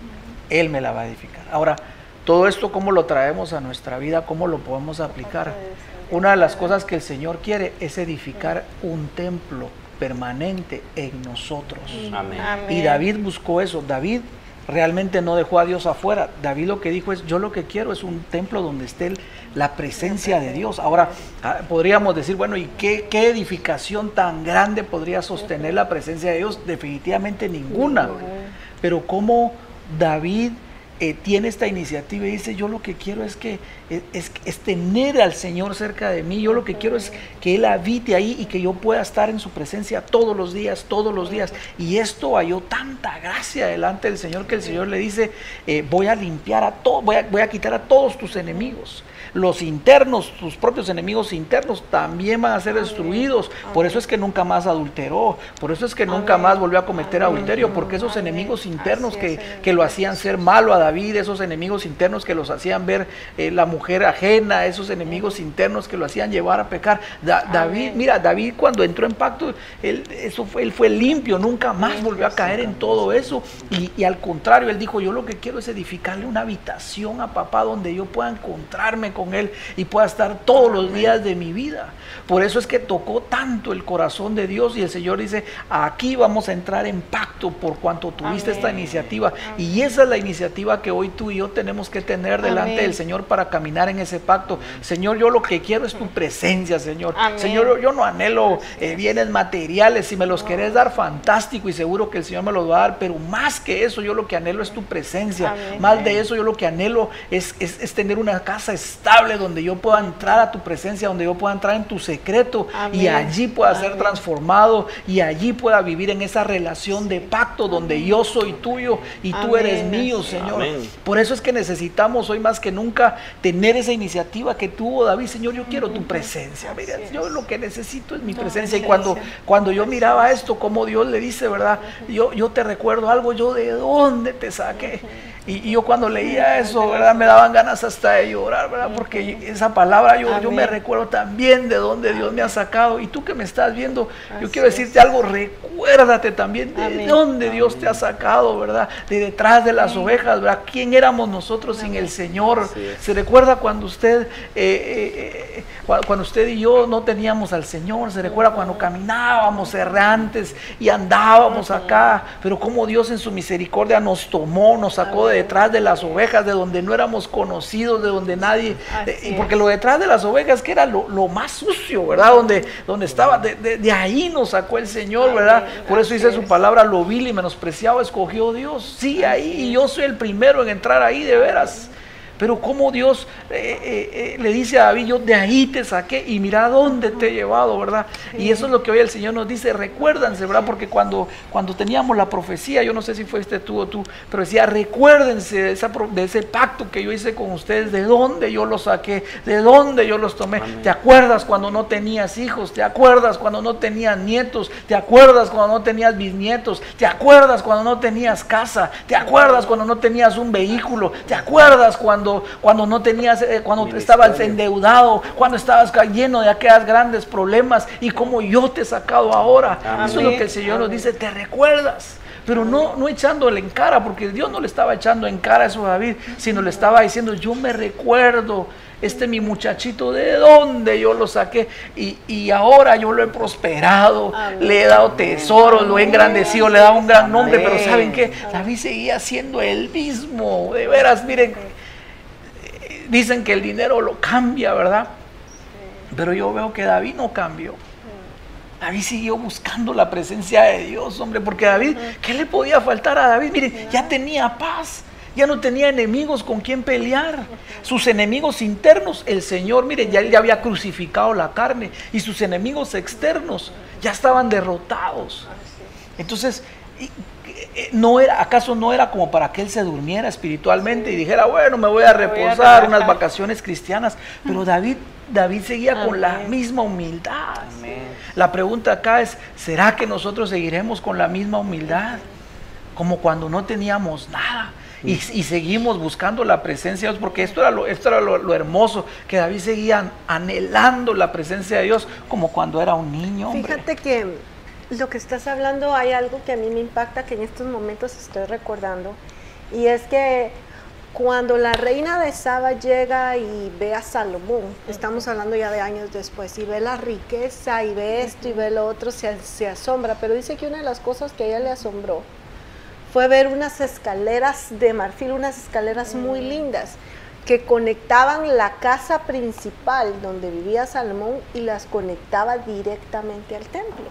él me la va a edificar. Ahora, todo esto, ¿cómo lo traemos a nuestra vida? ¿Cómo lo podemos aplicar? Una de las cosas que el Señor quiere es edificar un templo permanente en nosotros. Amén. Y David buscó eso. David realmente no dejó a Dios afuera. David lo que dijo es, yo lo que quiero es un templo donde esté el, la presencia de Dios. Ahora, podríamos decir, bueno, ¿y qué, qué edificación tan grande podría sostener la presencia de Dios? Definitivamente ninguna. Pero cómo David eh, tiene esta iniciativa y dice, yo lo que quiero es que es, es, es tener al Señor cerca de mí. Yo lo que quiero es que Él habite ahí y que yo pueda estar en su presencia todos los días, todos los días. Y esto halló tanta gracia delante del Señor que el Señor le dice, eh, voy a limpiar a todos, voy a, voy a quitar a todos tus enemigos. Los internos, tus propios enemigos internos también van a ser destruidos. Por eso es que nunca más adulteró, por eso es que nunca más volvió a cometer adulterio, porque esos enemigos internos que, que lo hacían ser malo a David, esos enemigos internos que los hacían ver eh, la mujer ajena, esos enemigos internos que lo hacían llevar a pecar. Da, David, mira, David cuando entró en pacto, él, eso fue, él fue limpio, nunca más volvió a caer en todo eso. Y, y al contrario, él dijo, yo lo que quiero es edificarle una habitación a papá donde yo pueda encontrarme con con él y pueda estar todos los días de mi vida. Por eso es que tocó tanto el corazón de Dios y el Señor dice, aquí vamos a entrar en pacto por cuanto tuviste Amén. Esta iniciativa. Amén. Y esa es la iniciativa que hoy tú y yo tenemos que tener delante Amén. Del Señor para caminar en ese pacto. Señor, yo lo que quiero es tu presencia, Señor. Amén. Señor, yo no anhelo eh, bienes materiales. Si me los querés dar, fantástico, y seguro que el Señor me los va a dar, pero más que eso, yo lo que anhelo es tu presencia. Amén. Más de eso, yo lo que anhelo es, es, es tener una casa estable donde yo pueda entrar a tu presencia, donde yo pueda entrar en tu secreto Amén. Y allí pueda Amén. Ser transformado y allí pueda vivir en esa relación de pacto donde yo soy tuyo y Amén. Tú eres mío, Señor. Amén. Por eso es que necesitamos hoy más que nunca tener esa iniciativa que tuvo David. Señor, yo quiero tu presencia. Mira, yo lo que necesito es mi presencia. Y cuando, cuando yo miraba esto, como Dios le dice, ¿verdad? Yo, yo te recuerdo algo, yo de dónde te saqué. Y, y yo cuando leía eso, ¿verdad? Me daban ganas hasta de llorar, ¿verdad? Porque esa palabra yo, yo me recuerdo también de dónde Dios me ha sacado. Y tú que me estás viendo, yo quiero decirte algo, recuérdate también de Amén. dónde Dios te ha sacado, ¿verdad? De detrás de las ovejas, ¿verdad? ¿Quién éramos nosotros sin el Señor? ¿Se recuerda cuando usted, eh, eh, eh, cuando usted y yo no teníamos al Señor? ¿Se recuerda cuando caminábamos errantes y andábamos acá? Pero cómo Dios en su misericordia nos tomó, nos sacó de detrás de las ovejas, de donde no éramos conocidos, de donde nadie, de, y porque lo detrás de las ovejas que era lo, lo más sucio, ¿verdad? Donde, donde estaba, de, de, de ahí nos sacó el Señor, ¿verdad? Por eso dice su palabra, lo vil y menospreciado escogió Dios. Sí, ahí, y yo soy el primero en entrar ahí, de veras. Pero como Dios eh, eh, eh, le dice a David, yo de ahí te saqué y mira dónde te he llevado, ¿verdad? Y eso es lo que hoy el Señor nos dice, recuérdense, ¿verdad? Porque cuando, cuando teníamos la profecía, yo no sé si fuiste tú o tú, pero decía, recuérdense de, esa, de ese pacto que yo hice con ustedes, de dónde yo los saqué, de dónde yo los tomé. Amén. ¿Te acuerdas cuando no tenías hijos? ¿Te acuerdas cuando no tenías nietos? ¿Te acuerdas cuando no tenías bisnietos? ¿Te acuerdas cuando no tenías casa? ¿Te acuerdas cuando no tenías un vehículo? ¿Te acuerdas cuando Cuando, cuando no tenías, eh, cuando Ministerio. estabas endeudado, cuando estabas lleno de aquellos grandes problemas y como yo te he sacado ahora? Amén. Eso es lo que el Señor Amén. nos dice, te recuerdas, pero no, no echándole en cara, porque Dios no le estaba echando en cara eso a David, sino le estaba diciendo, yo me recuerdo, este mi muchachito, de dónde yo lo saqué y, y ahora yo lo he prosperado, Amén. le he dado tesoros, Amén. lo he engrandecido, le he dado un gran nombre, Amén. pero ¿saben qué? David seguía siendo el mismo, de veras, miren. Dicen que el dinero lo cambia, ¿verdad? Pero yo veo que David no cambió. David siguió buscando la presencia de Dios, hombre, porque David, ¿qué le podía faltar a David? Mire, ya tenía paz, ya no tenía enemigos con quien pelear. Sus enemigos internos, el Señor, mire, ya él ya había crucificado la carne y sus enemigos externos ya estaban derrotados. Entonces, no era, ¿acaso no era como para que él se durmiera espiritualmente y dijera, bueno, me voy a reposar, unas vacaciones cristianas? Pero David, David seguía Amén. con la misma humildad. Amén. La pregunta acá es, ¿será que nosotros seguiremos con la misma humildad? Como cuando no teníamos nada. Y, y seguimos buscando la presencia de Dios, porque esto era, lo, esto era lo, lo hermoso, que David seguía anhelando la presencia de Dios como cuando era un niño, hombre. Fíjate que lo que estás hablando, hay algo que a mí me impacta, que en estos momentos estoy recordando, y es que cuando la reina de Saba llega y ve a Salomón, estamos hablando ya de años después, y ve la riqueza, y ve esto, y ve lo otro, se, se asombra, pero dice que una de las cosas que a ella le asombró fue ver unas escaleras de marfil, unas escaleras muy lindas, que conectaban la casa principal donde vivía Salomón y las conectaba directamente al templo.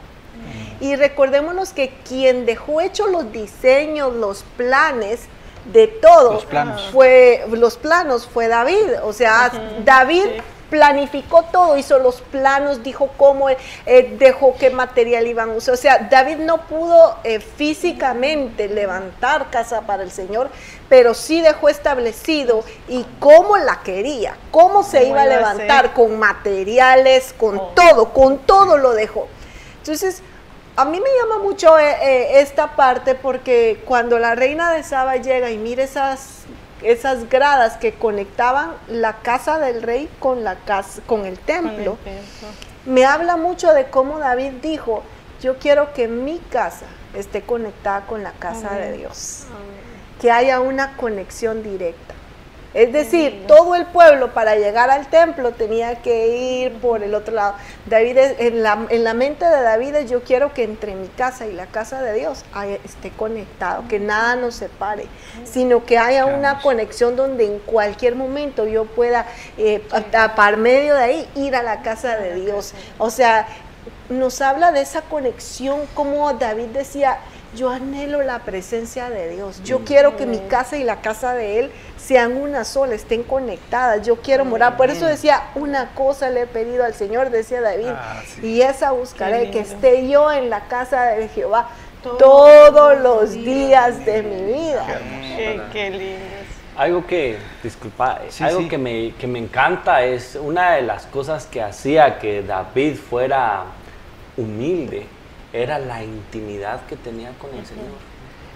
Y recordémonos que quien dejó hechos los diseños, los planes de todo, los planos. fue los planos fue David. O sea, uh-huh, David sí. planificó todo, hizo los planos, dijo cómo, eh, dejó qué material iban a usar. O sea, David no pudo eh, físicamente levantar casa para el Señor, pero sí dejó establecido y cómo la quería, cómo se iba a levantar, con materiales, con oh. todo, con todo lo dejó. Entonces, a mí me llama mucho eh, eh, esta parte, porque cuando la reina de Saba llega y mira esas, esas gradas que conectaban la casa del rey con, la casa, con el templo, con el templo, me habla mucho de cómo David dijo, yo quiero que mi casa esté conectada con la casa Amén. de Dios, Amén. que haya una conexión directa. Es decir, todo el pueblo para llegar al templo tenía que ir por el otro lado. David, en la, en la mente de David, yo quiero que entre mi casa y la casa de Dios esté conectado, que nada nos separe, sino que haya una conexión donde en cualquier momento yo pueda, eh, a, a, por medio de ahí, ir a la casa de Dios. O sea, nos habla de esa conexión, como David decía, yo anhelo la presencia de Dios, yo mm. quiero que mi casa y la casa de Él sean una sola, estén conectadas, yo quiero morar. Por eso decía, una cosa le he pedido al Señor, decía David, ah, sí. y esa buscaré, que esté yo en la casa de Jehová todos, todos los días, días de mi vida. Qué, qué lindo. Algo que, disculpa, sí, algo sí. Que, me, que me encanta es una de las cosas que hacía que David fuera humilde, era la intimidad que tenía con el Señor.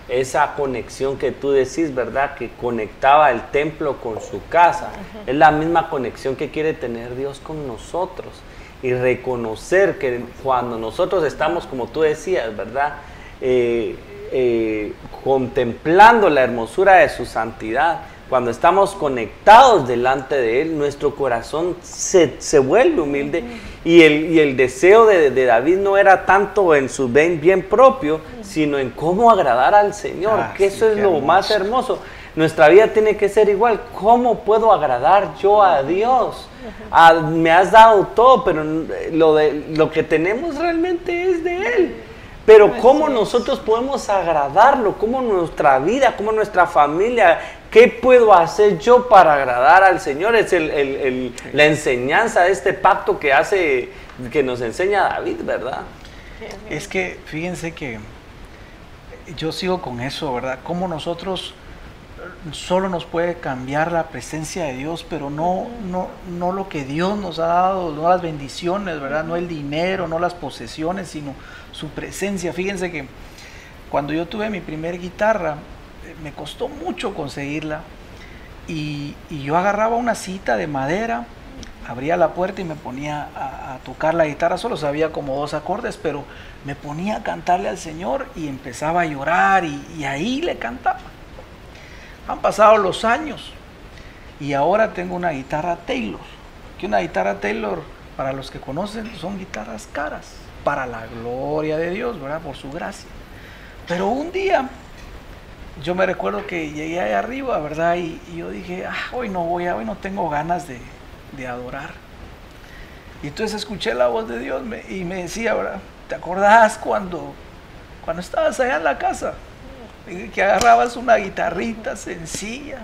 esa conexión que tú decís, ¿verdad? Que conectaba el templo con su casa. Uh-huh. Es la misma conexión que quiere tener Dios con nosotros. Y reconocer que cuando nosotros estamos, como tú decías, ¿verdad? Eh, eh, contemplando la hermosura de su santidad, cuando estamos conectados delante de Él, nuestro corazón se, se vuelve humilde. Uh-huh. y, el, y el deseo de, de David no era tanto en su bien, bien propio, uh-huh. sino en cómo agradar al Señor, ah, que eso sí, es lo hermoso. Más hermoso. Nuestra vida tiene que ser igual. ¿Cómo puedo agradar yo a Dios? Uh-huh. ah, me has dado todo, pero lo, de, lo que tenemos realmente es de Él. Pero cómo nosotros podemos agradarlo, cómo nuestra vida, cómo nuestra familia, ¿qué puedo hacer yo para agradar al Señor? Es el, el, el, la enseñanza de este pacto que hace, que nos enseña David, ¿verdad? Es que fíjense que yo sigo con eso, ¿verdad? Cómo nosotros solo nos puede cambiar la presencia de Dios, pero no, no, no lo que Dios nos ha dado, no las bendiciones, ¿verdad? No el dinero, no las posesiones, sino su presencia. Fíjense que cuando yo tuve mi primer guitarra, me costó mucho conseguirla, y, y yo agarraba una cita de madera, abría la puerta y me ponía a, a tocar la guitarra. Solo sabía como dos acordes, pero me ponía a cantarle al Señor y empezaba a llorar, y, y ahí le cantaba. Han pasado los años y ahora tengo una guitarra Taylor, que una guitarra Taylor, para los que conocen, son guitarras caras, para la gloria de Dios, ¿verdad? Por su gracia. Pero un día, yo me recuerdo que llegué ahí arriba, ¿verdad? Y, y yo dije, ah, hoy no voy, a, hoy no tengo ganas de, de adorar. Y entonces escuché la voz de Dios me, y me decía, ¿verdad? ¿Te acordás cuando, cuando estabas allá en la casa? Que agarrabas una guitarrita sencilla.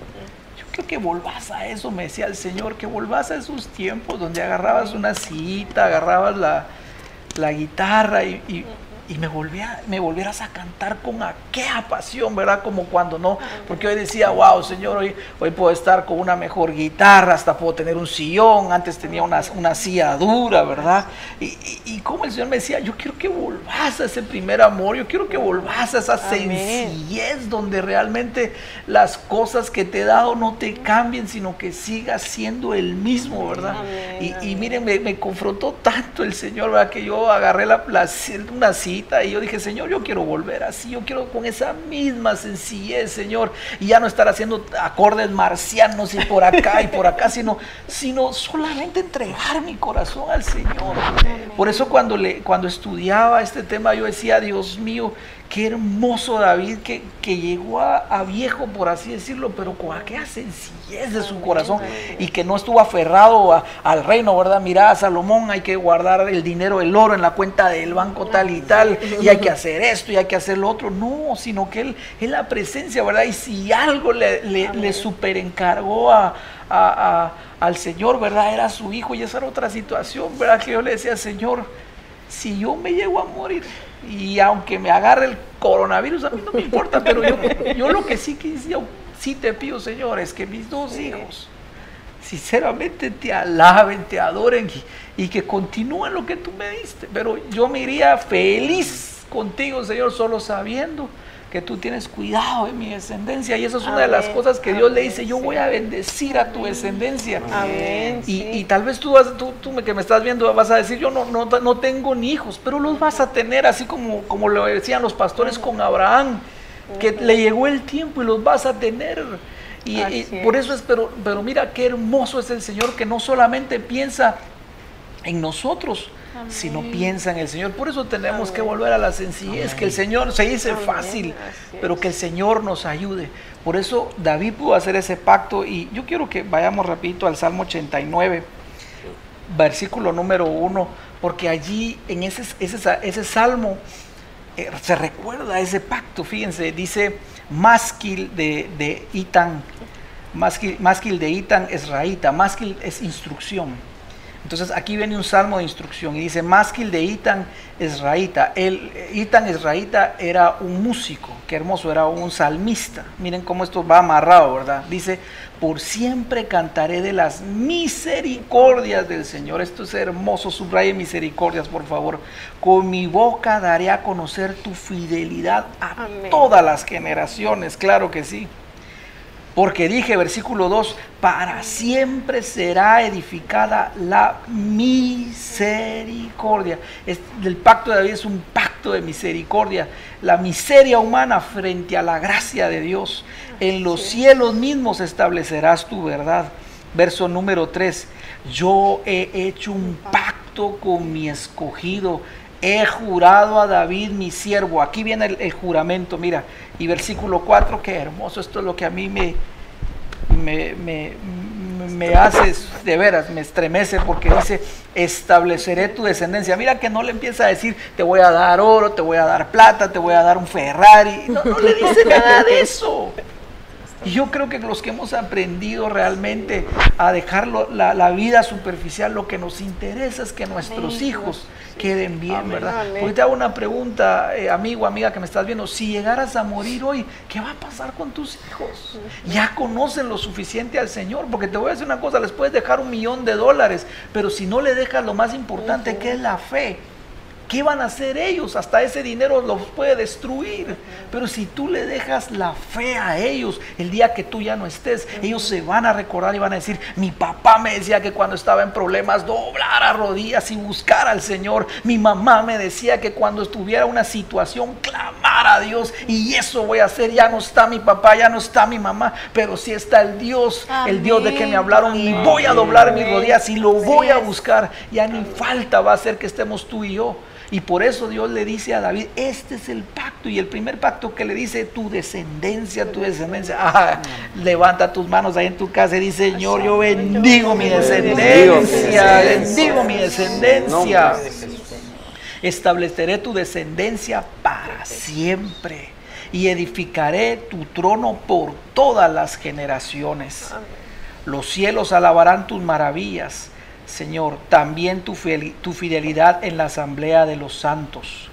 Yo creo que volvás a eso, me decía el Señor, que volvás a esos tiempos donde agarrabas una sillita, agarrabas la, la guitarra y, y, y me, volvía, me volvieras a cantar con aquella pasión, ¿verdad? Como cuando no, porque hoy decía, wow, Señor, hoy, hoy puedo estar con una mejor guitarra, hasta puedo tener un sillón, antes tenía una, una silla dura, ¿verdad? Y, y, y como el Señor me decía, yo quiero que volvás a ese primer amor, yo quiero que volvás a esa sencillez donde realmente las cosas que te he dado no te cambien, sino que sigas siendo el mismo, ¿verdad? Amén, y, y miren, me, me confrontó tanto el Señor, ¿verdad? Que yo agarré la, la, una silla y yo dije, Señor, yo quiero volver así, yo quiero con esa misma sencillez, Señor, y ya no estar haciendo acordes marcianos y por acá y por acá, sino, sino solamente entregar mi corazón al Señor. Por eso cuando, le, cuando estudiaba este tema, yo decía, Dios mío, qué hermoso David que, que llegó a, a viejo, por así decirlo, pero con aquella sencillez de su corazón, y que no estuvo aferrado a, al reino, ¿verdad? Mira, a Salomón hay que guardar el dinero, el oro en la cuenta del banco tal y tal, y hay que hacer esto y hay que hacer lo otro. No, sino que él es la presencia, ¿verdad? Y si algo le, le, le superencargó a, a, a, al Señor, ¿verdad? Era su hijo, y esa era otra situación, ¿verdad? Que yo le decía, Señor, si yo me llego a morir, y aunque me agarre el coronavirus, a mí no me importa, pero yo, yo lo que sí, que, yo, sí te pido, Señor, es que mis dos hijos sinceramente te alaben, te adoren, y, y que continúen lo que tú me diste. Pero yo me iría feliz contigo, Señor, solo sabiendo que tú tienes cuidado de mi descendencia, y eso es una Amén. De las cosas que Dios Amén. Le dice, yo voy a bendecir a tu descendencia. Amén. Y, sí. y tal vez tú, vas, tú, tú que me estás viendo vas a decir, yo no, no, no tengo ni hijos, pero los vas a tener, así como, como lo decían los pastores con Abraham, que le llegó el tiempo y los vas a tener. Y, y por eso es, pero, pero mira qué hermoso es el Señor, que no solamente piensa en nosotros, Amén. Sino piensa en el Señor. Por eso tenemos Amén. Que volver a la sencillez. Amén. Que el Señor, se dice Amén. Fácil, pero que el Señor nos ayude. Por eso David pudo hacer ese pacto, y yo quiero que vayamos rapidito al Salmo ochenta y nueve, versículo número uno, porque allí en ese, ese, ese salmo eh, se recuerda ese pacto. Fíjense, dice Masquil de, de Itán, Masquil, Masquil de Itán Esraíta. Masquil es instrucción. Entonces aquí viene un salmo de instrucción y dice, Masquil de Itán Esraíta. El Itán Esraíta era un músico, qué hermoso, era un salmista. Miren cómo esto va amarrado, ¿verdad? Dice, por siempre cantaré de las misericordias del Señor. Esto es hermoso, subraye misericordias, por favor. Con mi boca daré a conocer tu fidelidad a Amén. todas las generaciones, claro que sí. Porque dije, versículo dos, para siempre será edificada la misericordia. Es, el pacto de David es un pacto de misericordia. La miseria humana frente a la gracia de Dios. En los cielos mismos establecerás tu verdad. Verso número tres, yo he hecho un pacto con mi escogido. He jurado a David mi siervo. Aquí viene el, el juramento, mira. Y versículo cuatro, qué hermoso. Esto es lo que a mí me, me, me, me hace, de veras, me estremece, porque dice, estableceré tu descendencia. Mira que no le empieza a decir, te voy a dar oro, te voy a dar plata, te voy a dar un Ferrari. No, no le dice nada de eso. Y yo creo que los que hemos aprendido realmente a dejar lo, la, la vida superficial, lo que nos interesa es que nuestros Amén, hijos queden bien, Amén, ¿verdad? amén. Porque te hago una pregunta, eh, amigo, amiga que me estás viendo, si llegaras a morir hoy, ¿qué va a pasar con tus hijos? Ya conocen lo suficiente al Señor, porque te voy a decir una cosa, les puedes dejar un millón de dólares, pero si no le dejas lo más importante, uh-huh. que es la fe, ¿qué van a hacer ellos? Hasta ese dinero los puede destruir. Pero si tú le dejas la fe a ellos, el día que tú ya no estés, ellos se van a recordar y van a decir, mi papá me decía que cuando estaba en problemas doblara rodillas y buscara al Señor. Mi mamá me decía que cuando estuviera en una situación clamara a Dios, y eso voy a hacer. Ya no está mi papá, ya no está mi mamá, pero sí está el Dios, Amén. el Dios de que me hablaron, Amén. y voy a doblar mis rodillas y lo voy a es. buscar. Ya ni falta va a ser que estemos tú y yo. Y por eso Dios le dice a David, este es el pacto. Y el primer pacto que le dice, tu descendencia, tu descendencia. Ah, levanta tus manos ahí en tu casa y dice, Señor, yo bendigo mi descendencia, bendigo mi descendencia. Estableceré tu descendencia para siempre y edificaré tu trono por todas las generaciones. Los cielos alabarán tus maravillas, Señor, también tu fidelidad en la asamblea de los santos.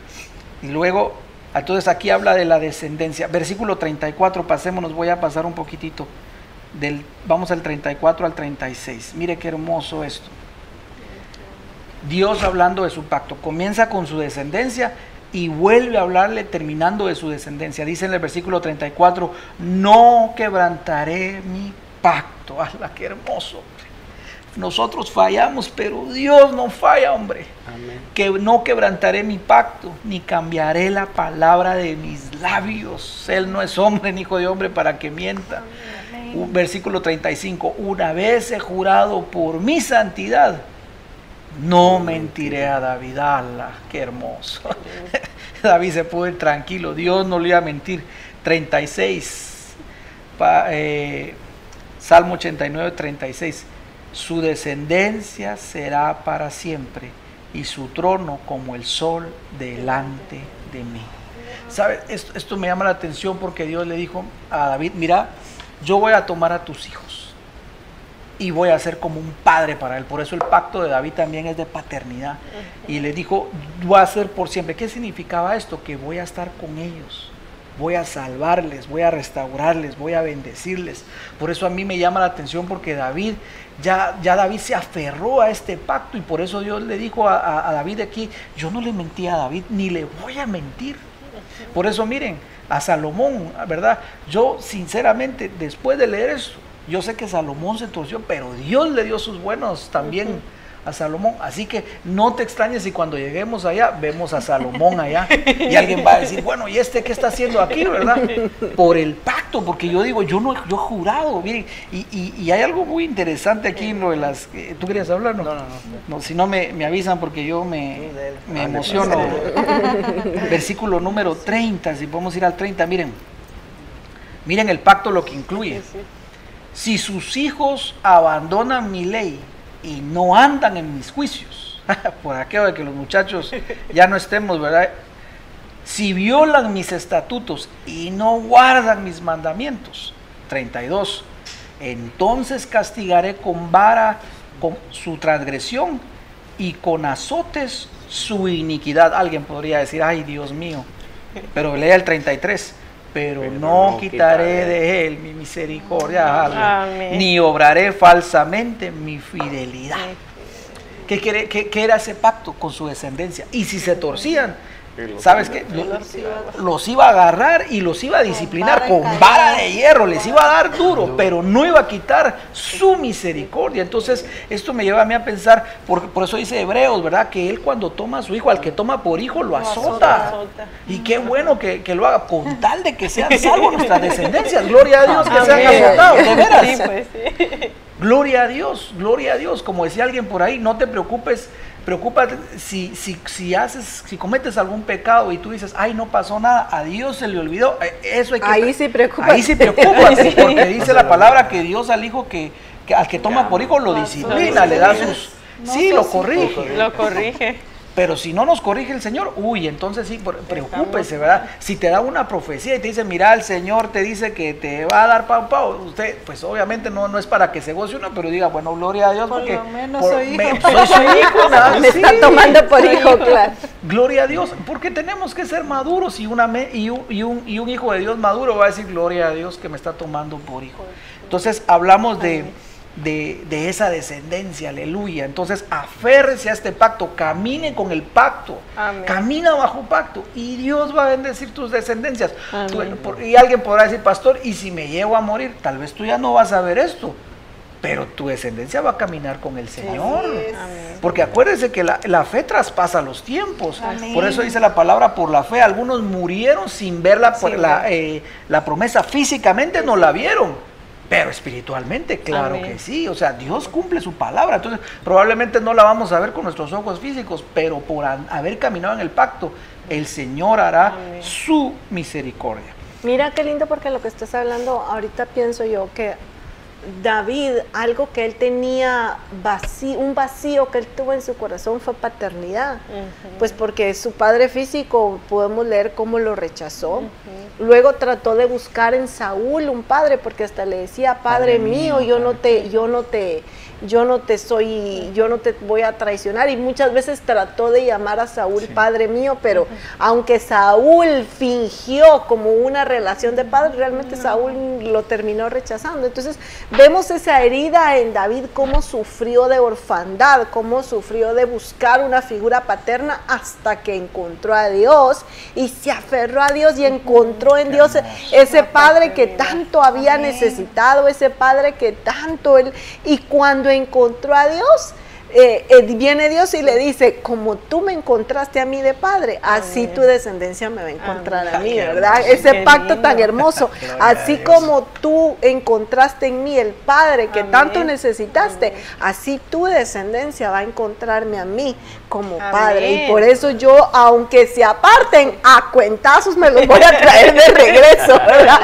Y luego, entonces aquí habla de la descendencia. Versículo treinta y cuatro, pasémonos, voy a pasar un poquitito. Del, vamos al treinta y cuatro al treinta y seis. Mire qué hermoso esto. Dios hablando de su pacto. Comienza con su descendencia y vuelve a hablarle terminando de su descendencia. Dice en el versículo treinta y cuatro, no quebrantaré mi pacto. ¡Hala, qué hermoso! Nosotros fallamos, pero Dios no falla, hombre. Amén. Que no quebrantaré mi pacto, ni cambiaré la palabra de mis labios. Él no es hombre, ni hijo de hombre para que mienta. Un versículo treinta y cinco, una vez he jurado por mi santidad, no mentiré a David. ¡Ala, qué hermoso! David se pudo ir tranquilo, Dios no le iba a mentir. treinta y seis, pa, eh, Salmo ochenta y nueve, treinta y seis. Su descendencia será para siempre y su trono como el sol delante de mí. ¿Sabe? Esto, esto me llama la atención porque Dios le dijo a David, mira, yo voy a tomar a tus hijos y voy a ser como un padre para él. Por eso el pacto de David también es de paternidad. Y le dijo, voy a ser por siempre. ¿Qué significaba esto? Que voy a estar con ellos. Voy a salvarles, voy a restaurarles, voy a bendecirles. Por eso a mí me llama la atención porque David, ya, ya David se aferró a este pacto y por eso Dios le dijo a, a, a David aquí, yo no le mentí a David, ni le voy a mentir. Por eso miren, a Salomón, ¿verdad? Yo sinceramente, después de leer eso, yo sé que Salomón se torció, pero Dios le dio sus buenos también a Salomón. Así que no te extrañes si cuando lleguemos allá, vemos a Salomón allá y alguien va a decir, bueno, ¿y este qué está haciendo aquí, verdad? Por el pacto, porque yo digo, yo no yo he jurado, miren, y, y, y hay algo muy interesante aquí en lo de las... ¿Tú querías hablar? No, no, no. no si no me, me avisan porque yo me, me emociono. Versículo número treinta, si podemos ir al treinta, miren. Miren el pacto lo que incluye. Si sus hijos abandonan mi ley y no andan en mis juicios, por aquello de que los muchachos ya no estemos, ¿verdad? Si violan mis estatutos y no guardan mis mandamientos, treinta y dos, entonces castigaré con vara con su transgresión y con azotes su iniquidad. Alguien podría decir, ay Dios mío, Pero lea el treinta y tres. Pero, pero no, no quitaré de él mi misericordia, Amén. Ni obraré falsamente mi fidelidad. ¿Qué, quiere, qué, ¿Qué era ese pacto? Con su descendencia. Y si se torcían, ¿sabes qué? Los, los iba a agarrar y los iba a disciplinar con vara de hierro, les iba a dar duro, pero no iba a quitar su misericordia. Entonces, esto me lleva a mí a pensar, por, por eso dice Hebreos, ¿verdad? Que él cuando toma a su hijo, al que toma por hijo, lo azota. Y qué bueno que, que lo haga, con tal de que sean salvos nuestras descendencias. Gloria a Dios que Amén. Sean azotados, de veras. Sí, pues, sí. Gloria a Dios, gloria a Dios. Como decía alguien por ahí, no te preocupes. Preocúpate si, si, si haces, si cometes algún pecado y tú dices, ay, no pasó nada, a Dios se le olvidó, eso hay que... Ahí sí preocúpate. Ahí sí preocúpate, porque dice la palabra que Dios al hijo que, que al que toma por hijo lo disciplina, le da sus... Sí, lo corrige. Lo corrige. Pero si no nos corrige el Señor, uy, entonces sí, preocúpese, ¿verdad? Si te da una profecía y te dice, mira, el Señor te dice que te va a dar pau, pau, usted, pues obviamente no, no es para que se goce uno, pero diga, bueno, gloria a Dios, por porque... Por lo menos por, soy hijo. Me, soy su hijo, ¿no? Me sí, está tomando por hijo, claro. Gloria a Dios, porque tenemos que ser maduros y, una me, y, un, y, un, y un hijo de Dios maduro va a decir, gloria a Dios que me está tomando por hijo. Entonces, hablamos de... De, de esa descendencia, aleluya. Entonces aférrese a este pacto, camine con el pacto, Amén. Camina bajo pacto y Dios va a bendecir tus descendencias. Tú, por, y alguien podrá decir, pastor, y si me llevo a morir, tal vez tú ya no vas a ver esto, pero tu descendencia va a caminar con el Señor. Porque acuérdese que la, la fe traspasa los tiempos. Amén. Por eso dice la palabra, por la fe algunos murieron sin ver la, sí, la, eh, la promesa, físicamente no la vieron, pero espiritualmente, claro Amén. Que sí, o sea, Dios cumple su palabra, entonces probablemente no la vamos a ver con nuestros ojos físicos, pero por haber caminado en el pacto, el Señor hará Amén. Su misericordia. Mira qué lindo, porque lo que estás hablando, ahorita pienso yo que David, algo que él tenía vacío, un vacío que él tuvo en su corazón fue paternidad, uh-huh. Pues porque su padre físico, podemos leer cómo lo rechazó, uh-huh. Luego trató de buscar en Saúl un padre, porque hasta le decía, padre, padre mío, yo no te, yo no te, yo no te soy, yo no te voy a traicionar, y muchas veces trató de llamar a Saúl sí. Padre mío, pero uh-huh. Aunque Saúl fingió como una relación de padre, realmente uh-huh. Saúl lo terminó rechazando. Entonces vemos esa herida en David, cómo sufrió de orfandad, cómo sufrió de buscar una figura paterna hasta que encontró a Dios y se aferró a Dios y encontró en Dios ese padre que tanto había necesitado, ese padre que tanto él, y cuando encontró a Dios, Eh, eh, viene Dios y le dice, como tú me encontraste a mí de padre, así Amén. Tu descendencia me va a encontrar Amén. A mí, ¿verdad? Qué Ese pacto lindo. Tan hermoso, así como tú encontraste en mí el padre que Amén. Tanto necesitaste, Amén. Así tu descendencia va a encontrarme a mí como Amén. Padre, y por eso yo, aunque se aparten, a cuentazos me los voy a traer de regreso, ¿verdad?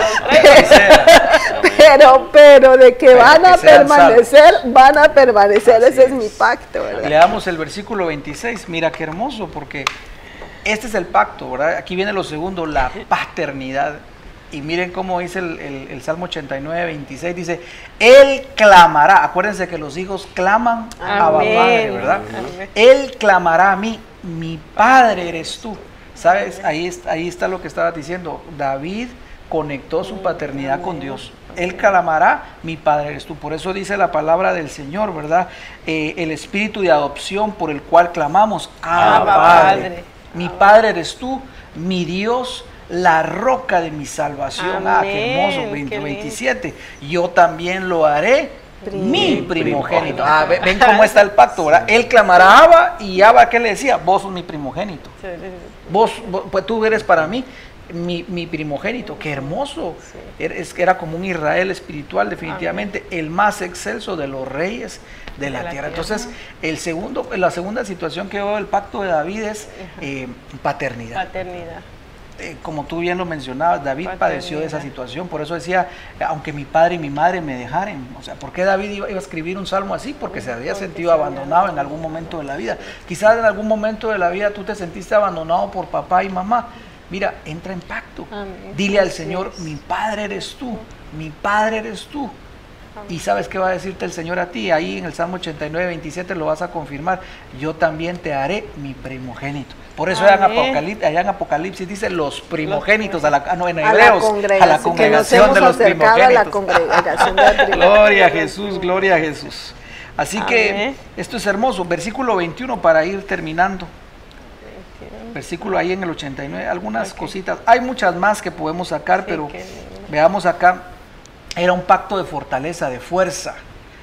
pero, pero de que pero van a que permanecer, salvos. Van a permanecer, así ese es, es mi pacto. ¿Verdad? Leamos el versículo veintiséis, mira qué hermoso, porque este es el pacto, ¿verdad? Aquí viene lo segundo, la paternidad. Y miren cómo dice el, el, el Salmo ochenta y nueve, veintiséis, dice, Él clamará, acuérdense que los hijos claman a Padre, ¿verdad? Amén. Él clamará a mí, mi Padre eres tú. ¿Sabes? Ahí, ahí está lo que estaba diciendo, David conectó su paternidad Amén. Con Dios. Él clamará, mi Padre eres tú. Por eso dice la palabra del Señor, ¿verdad? Eh, el espíritu de adopción por el cual clamamos, Abba, Padre. Padre. Mi Padre eres tú, mi Dios, la roca de mi salvación. Amén. Ah, qué hermoso, veinte, veintisiete. Yo también lo haré, Prim mi primogénito. Ah, ven, ven cómo está el pacto, ¿verdad? Él clamará a Abba, y Abba, ¿qué le decía? Vos sos mi primogénito. Vos, vos pues tú eres para mí Mi, mi primogénito, qué hermoso. Sí. Es que era como un Israel espiritual, definitivamente. Amén. El más excelso de los reyes de, de la, la tierra. tierra. Entonces, el segundo, la segunda situación que veo del pacto de David es eh, paternidad. Paternidad. Eh, como tú bien lo mencionabas, David paternidad. Padeció de esa situación, por eso decía, aunque mi padre y mi madre me dejaren. O sea, ¿por qué David iba, iba a escribir un salmo así? Porque se había sentido abandonado en algún momento de la vida. Quizás en algún momento de la vida tú te sentiste abandonado por papá y mamá. Mira, entra en pacto. Amén. Dile al Señor, mi Padre eres tú, mi Padre eres tú. Y sabes qué va a decirte el Señor a ti, ahí en el Salmo ochenta y nueve, veintisiete lo vas a confirmar, yo también te haré mi primogénito. Por eso allá en, Apocalipsis, allá en Apocalipsis dice los primogénitos, a la, ah, no, en A Hebreos, la a congregación, la que congregación nos de hemos los acercado a primogénitos. la congregación de la primogénitos. Gloria a Jesús, gloria a Jesús. Así que Amén. esto es hermoso. Versículo veintiuno para ir terminando. Versículo ahí en el ochenta y nueve, algunas Ok. cositas. Hay muchas más que podemos sacar, Sí, pero qué lindo. veamos acá. Era un pacto de fortaleza, de fuerza.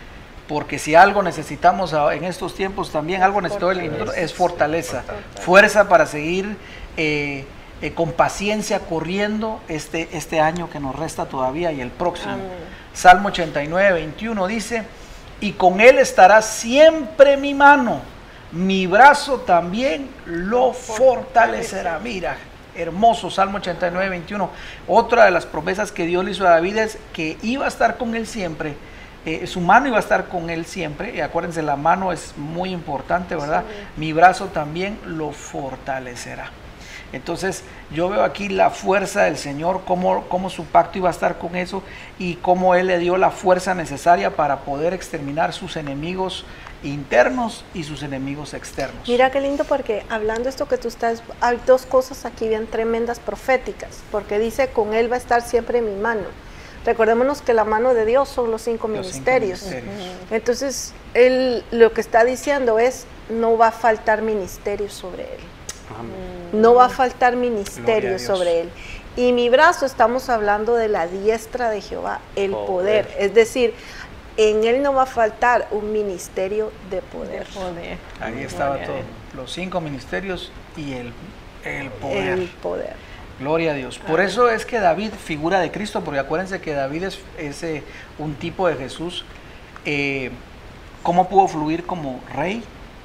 Porque si algo necesitamos a- en estos tiempos también, algo necesitó el Fortaleza. es fortaleza. Fuerza para seguir eh, eh, con paciencia corriendo este, este año que nos resta todavía y el próximo. Amén. Salmo ochenta y nueve, veintiuno dice, y con él estará siempre mi mano, mi brazo también lo fortalecerá. Mira, hermoso, Salmo ochenta y nueve, veintiuno. Otra de las promesas que Dios le hizo a David es que iba a estar con él siempre. Eh, su mano iba a estar con él siempre. Y acuérdense, la mano es muy importante, ¿verdad? Mi brazo también lo fortalecerá. Entonces yo veo aquí la fuerza del Señor, cómo, cómo su pacto iba a estar con eso y cómo Él le dio la fuerza necesaria para poder exterminar sus enemigos internos y sus enemigos externos. Mira qué lindo, porque hablando esto que tú estás, hay dos cosas aquí bien tremendas proféticas, porque dice, con él va a estar siempre mi mano. Recordémonos que la mano de Dios son los cinco Los cinco ministerios. ministerios. Entonces, él lo que está diciendo es, no va a faltar ministerio sobre él. Amén. No va a faltar Gloria a ministerio Dios. sobre él. Y mi brazo, estamos hablando de la diestra de Jehová, el poder. Poder. Es decir, en él no va a faltar un ministerio de De poder. poder. Ahí estaba Gloria a todo, Dios. los cinco ministerios y el, el poder. El poder. Gloria a Dios. Por eso es que David, figura de Cristo, porque acuérdense que David es, es, eh, un tipo de Jesús. Eh, ¿Cómo pudo fluir como rey,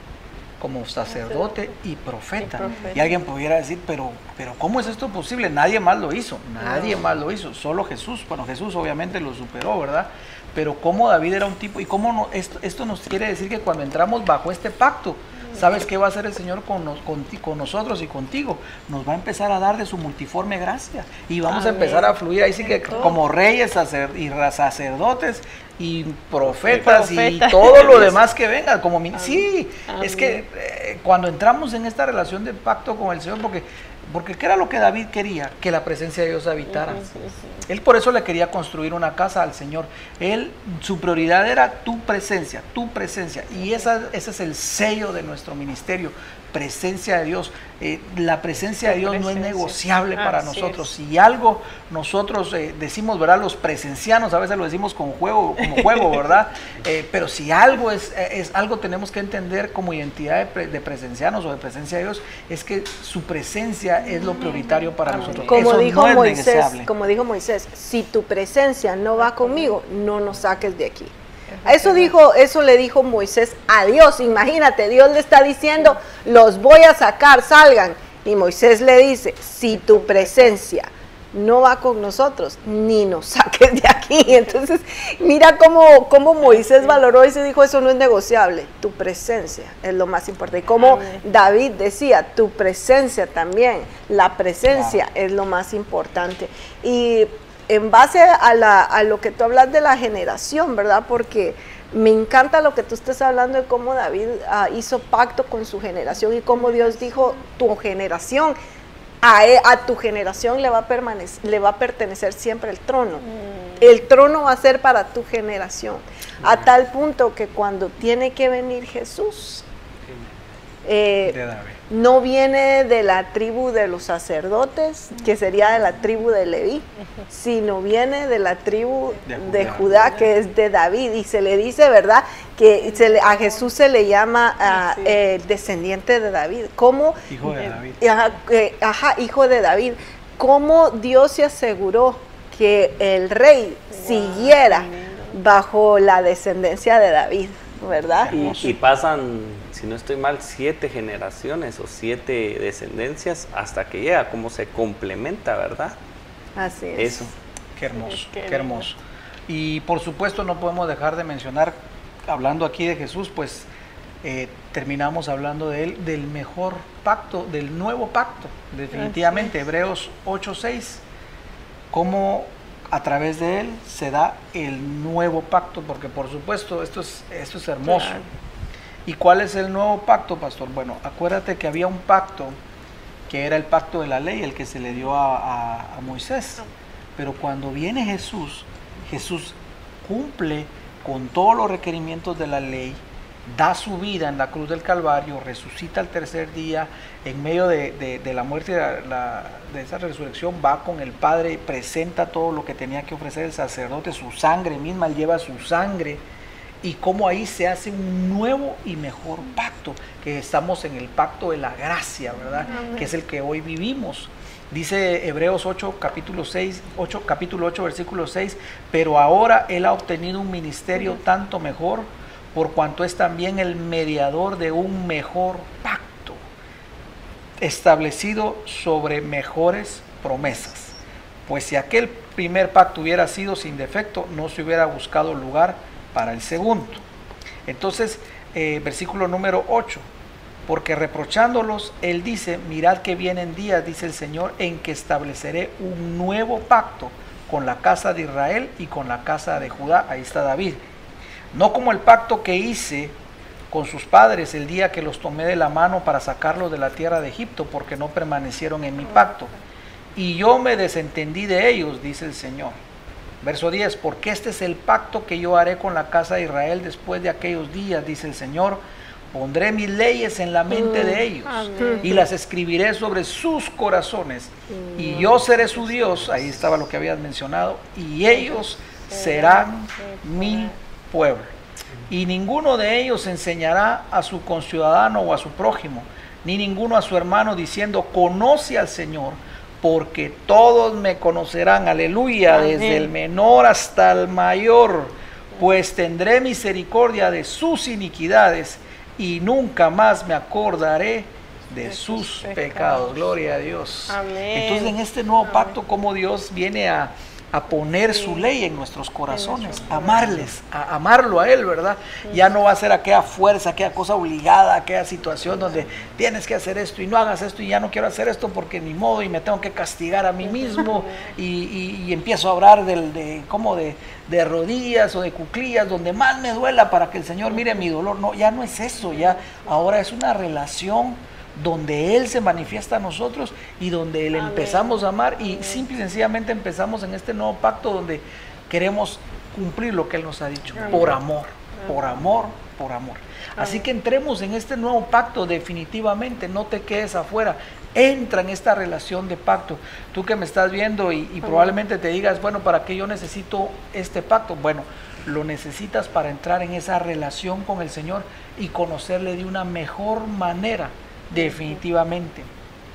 como sacerdote y profeta? Y profeta. Y alguien pudiera decir, pero, pero ¿cómo es esto posible? Nadie más lo hizo, nadie más lo hizo, solo Jesús. Bueno, Jesús obviamente lo superó, ¿verdad? Pero cómo David era un tipo, y cómo no, esto, esto nos quiere decir que cuando entramos bajo este pacto, ¿sabes qué va a hacer el Señor con, nos- con, ti- con nosotros y contigo? Nos va a empezar a dar de su multiforme gracia y vamos Amén. a empezar a fluir ahí sí que como reyes sacer- y ra- sacerdotes y profetas y Profeta. todo lo demás que venga. Como min- sí, Amén. es que eh, cuando entramos en esta relación de pacto con el Señor, porque, porque ¿qué era lo que David quería? Que la presencia de Dios habitara. Sí, sí, sí. Él por eso le quería construir una casa al Señor. Él, su prioridad era tu presencia, tu presencia. Y esa, ese es el sello de nuestro ministerio, presencia de Dios. Eh, la presencia de Tu Dios no es presencia. negociable para Así nosotros. es. Si algo nosotros eh, decimos, ¿verdad? Los presencianos, a veces lo decimos con juego, como juego, ¿verdad? Eh, pero si algo es, es algo tenemos que entender como identidad de, pre- de presencianos o de presencia de Dios, es que su presencia es lo prioritario para nosotros. Como Eso dijo no es Moisés, negociable. como dijo Moisés, si tu presencia no va conmigo, no nos saques de aquí. Eso dijo, eso le dijo Moisés a Dios. Imagínate, Dios le está diciendo, los voy a sacar, salgan. Y Moisés le dice, si tu presencia no va con nosotros, ni nos saques de aquí. Entonces, mira cómo, cómo Moisés valoró y se dijo, eso no es negociable. Tu presencia es lo más importante. Y como Amén. David decía, tu presencia también, la presencia es lo más importante. Y en base a, la, a lo que tú hablas de la generación, ¿verdad? Porque me encanta lo que tú estás hablando de cómo David ah, hizo pacto con su generación y cómo Dios dijo, tu generación, a, e- a tu generación le va, a permanecer, le va a pertenecer siempre el trono. El trono va a ser para tu generación. A tal punto que cuando tiene que venir Jesús, eh, De David. no viene de la tribu de los sacerdotes, que sería de la tribu de Leví, sino viene de la tribu De de Judá. Judá, que es de David. Y se le dice, ¿verdad?, que se le- a Jesús se le llama ah, Así es. eh, descendiente de David. ¿Cómo? Hijo de David. Ajá, eh, ajá, hijo de David. ¿Cómo Dios se aseguró que el rey siguiera bajo la descendencia de David, ¿verdad? Y, y pasan, si no estoy mal, siete generaciones o siete descendencias hasta que llega, como se complementa, ¿verdad? Así es. Eso. Qué hermoso, Qué qué lindo. hermoso. Y por supuesto no podemos dejar de mencionar, hablando aquí de Jesús, pues eh, terminamos hablando de él, del mejor pacto, del nuevo pacto, definitivamente, Así es. Hebreos ocho seis, cómo a través de él se da el nuevo pacto, porque por supuesto esto es, esto es hermoso. Claro. ¿Y cuál es el nuevo pacto, pastor? Bueno, acuérdate que había un pacto que era el pacto de la ley, el que se le dio a, a, a Moisés. Pero cuando viene Jesús, Jesús cumple con todos los requerimientos de la ley, da su vida en la cruz del Calvario, resucita al tercer día, en medio de, de, de la muerte, de, la, la, de esa resurrección, va con el Padre, presenta todo lo que tenía que ofrecer el sacerdote, su sangre misma, él lleva su sangre, y cómo ahí se hace un nuevo y mejor pacto, que estamos en el pacto de la gracia, ¿verdad? Amén. Que es el que hoy vivimos. Dice Hebreos ocho, capítulo seis, ocho, capítulo ocho, versículo seis, pero ahora él ha obtenido un ministerio tanto mejor, por cuanto es también el mediador de un mejor pacto, establecido sobre mejores promesas. Pues si aquel primer pacto hubiera sido sin defecto, no se hubiera buscado lugar para el segundo. Entonces, eh, versículo número ocho, porque reprochándolos, él dice, mirad que vienen días, dice el Señor, en que estableceré un nuevo pacto con la casa de Israel y con la casa de Judá. Ahí está David. No como el pacto que hice con sus padres el día que los tomé de la mano para sacarlos de la tierra de Egipto, porque no permanecieron en mi pacto. Y yo me desentendí de ellos, dice el Señor. Verso diez, porque este es el pacto que yo haré con la casa de Israel después de aquellos días, dice el Señor. Pondré mis leyes en la mente de ellos y las escribiré sobre sus corazones. Y yo seré su Dios, ahí estaba lo que habías mencionado, y ellos serán mi pueblo. Y ninguno de ellos enseñará a su conciudadano o a su prójimo, ni ninguno a su hermano, diciendo, conoce al Señor, porque todos me conocerán, aleluya, amén, desde el menor hasta el mayor, pues tendré misericordia de sus iniquidades y nunca más me acordaré de, de sus, sus pecados. pecados. Gloria a Dios. Amén. Entonces en este nuevo amén. Pacto, como Dios viene a, a poner sí. su ley en nuestros corazones, en amarles, a amarlo a Él, ¿verdad? Sí. Ya no va a ser aquella fuerza, aquella cosa obligada, aquella situación donde tienes que hacer esto y no hagas esto y ya no quiero hacer esto porque ni modo y me tengo que castigar a mí mismo y, y, y empiezo a hablar del, de, como de, de rodillas o de cuclillas, donde más me duela para que el Señor mire mi dolor. No, ya no es eso, ya ahora es una relación donde Él se manifiesta a nosotros y donde Él amén. Empezamos a amar y amén. Simple y sencillamente empezamos en este nuevo pacto donde queremos cumplir lo que Él nos ha dicho, amén. Por amor, amén. Por amor, por amor. Amén. Así que entremos en este nuevo pacto definitivamente, no te quedes afuera, entra en esta relación de pacto. Tú que me estás viendo y, y probablemente te digas, bueno, ¿para qué yo necesito este pacto? Bueno, lo necesitas para entrar en esa relación con el Señor y conocerle de una mejor manera. Definitivamente.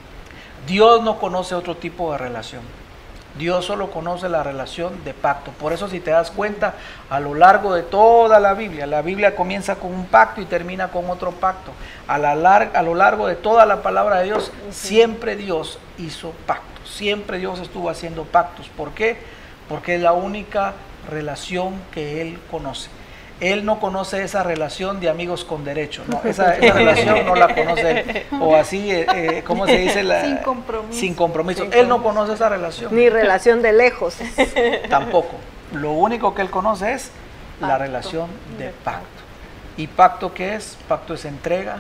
Dios no conoce otro tipo de relación. Dios solo conoce la relación de pacto. Por eso, si te das cuenta, a lo largo de toda la Biblia, la Biblia comienza con un pacto y termina con otro pacto. A, la lar- a lo largo de toda la palabra de Dios, siempre Dios hizo pactos. Siempre Dios estuvo haciendo pactos. ¿Por qué? Porque es la única relación que Él conoce. Él no conoce esa relación de amigos con derecho, no, esa, esa relación no la conoce él, o así, eh, eh, ¿cómo se dice? La, sin compromiso. Sin compromiso. Sin él no conoce esa relación. Ni relación de lejos. Tampoco. Lo único que él conoce es pacto. La relación de pacto. ¿Y pacto qué es? Pacto es entrega,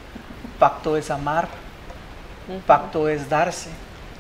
pacto es amar, pacto es darse.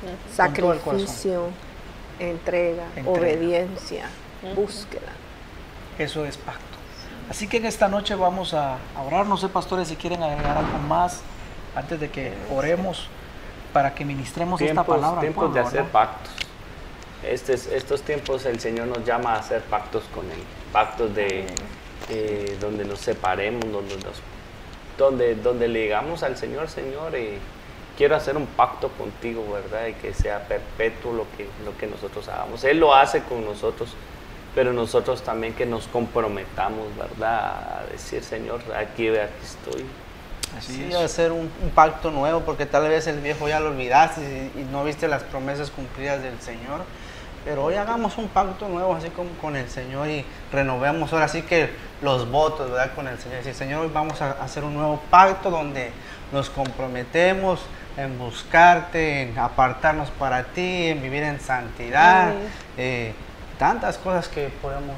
Sacrificio, entrega, entrega, obediencia, búsqueda. Eso es pacto. Así que en esta noche vamos a, a orar. No sé, pastores, si quieren agregar algo más antes de que oremos para que ministremos tiempos, esta palabra. Tiempos pueblo, de hacer ¿no? pactos. Estes, estos tiempos el Señor nos llama a hacer pactos con Él. Pactos de eh, donde nos separemos, donde, nos, donde, donde le digamos al Señor, Señor, eh, quiero hacer un pacto contigo, ¿verdad? Y que sea perpetuo lo que, lo que nosotros hagamos. Él lo hace con nosotros, pero nosotros también que nos comprometamos, ¿verdad? A decir, Señor, aquí, aquí estoy. Así sí, es. Hacer un, un pacto nuevo, porque tal vez el viejo ya lo olvidaste y, y no viste las promesas cumplidas del Señor. Pero hoy hagamos un pacto nuevo así como con el Señor y renovemos ahora sí que los votos, ¿verdad? Con el Señor. Decir, Señor, hoy vamos a hacer un nuevo pacto donde nos comprometemos en buscarte, en apartarnos para ti, en vivir en santidad. Eh, tantas cosas que podemos...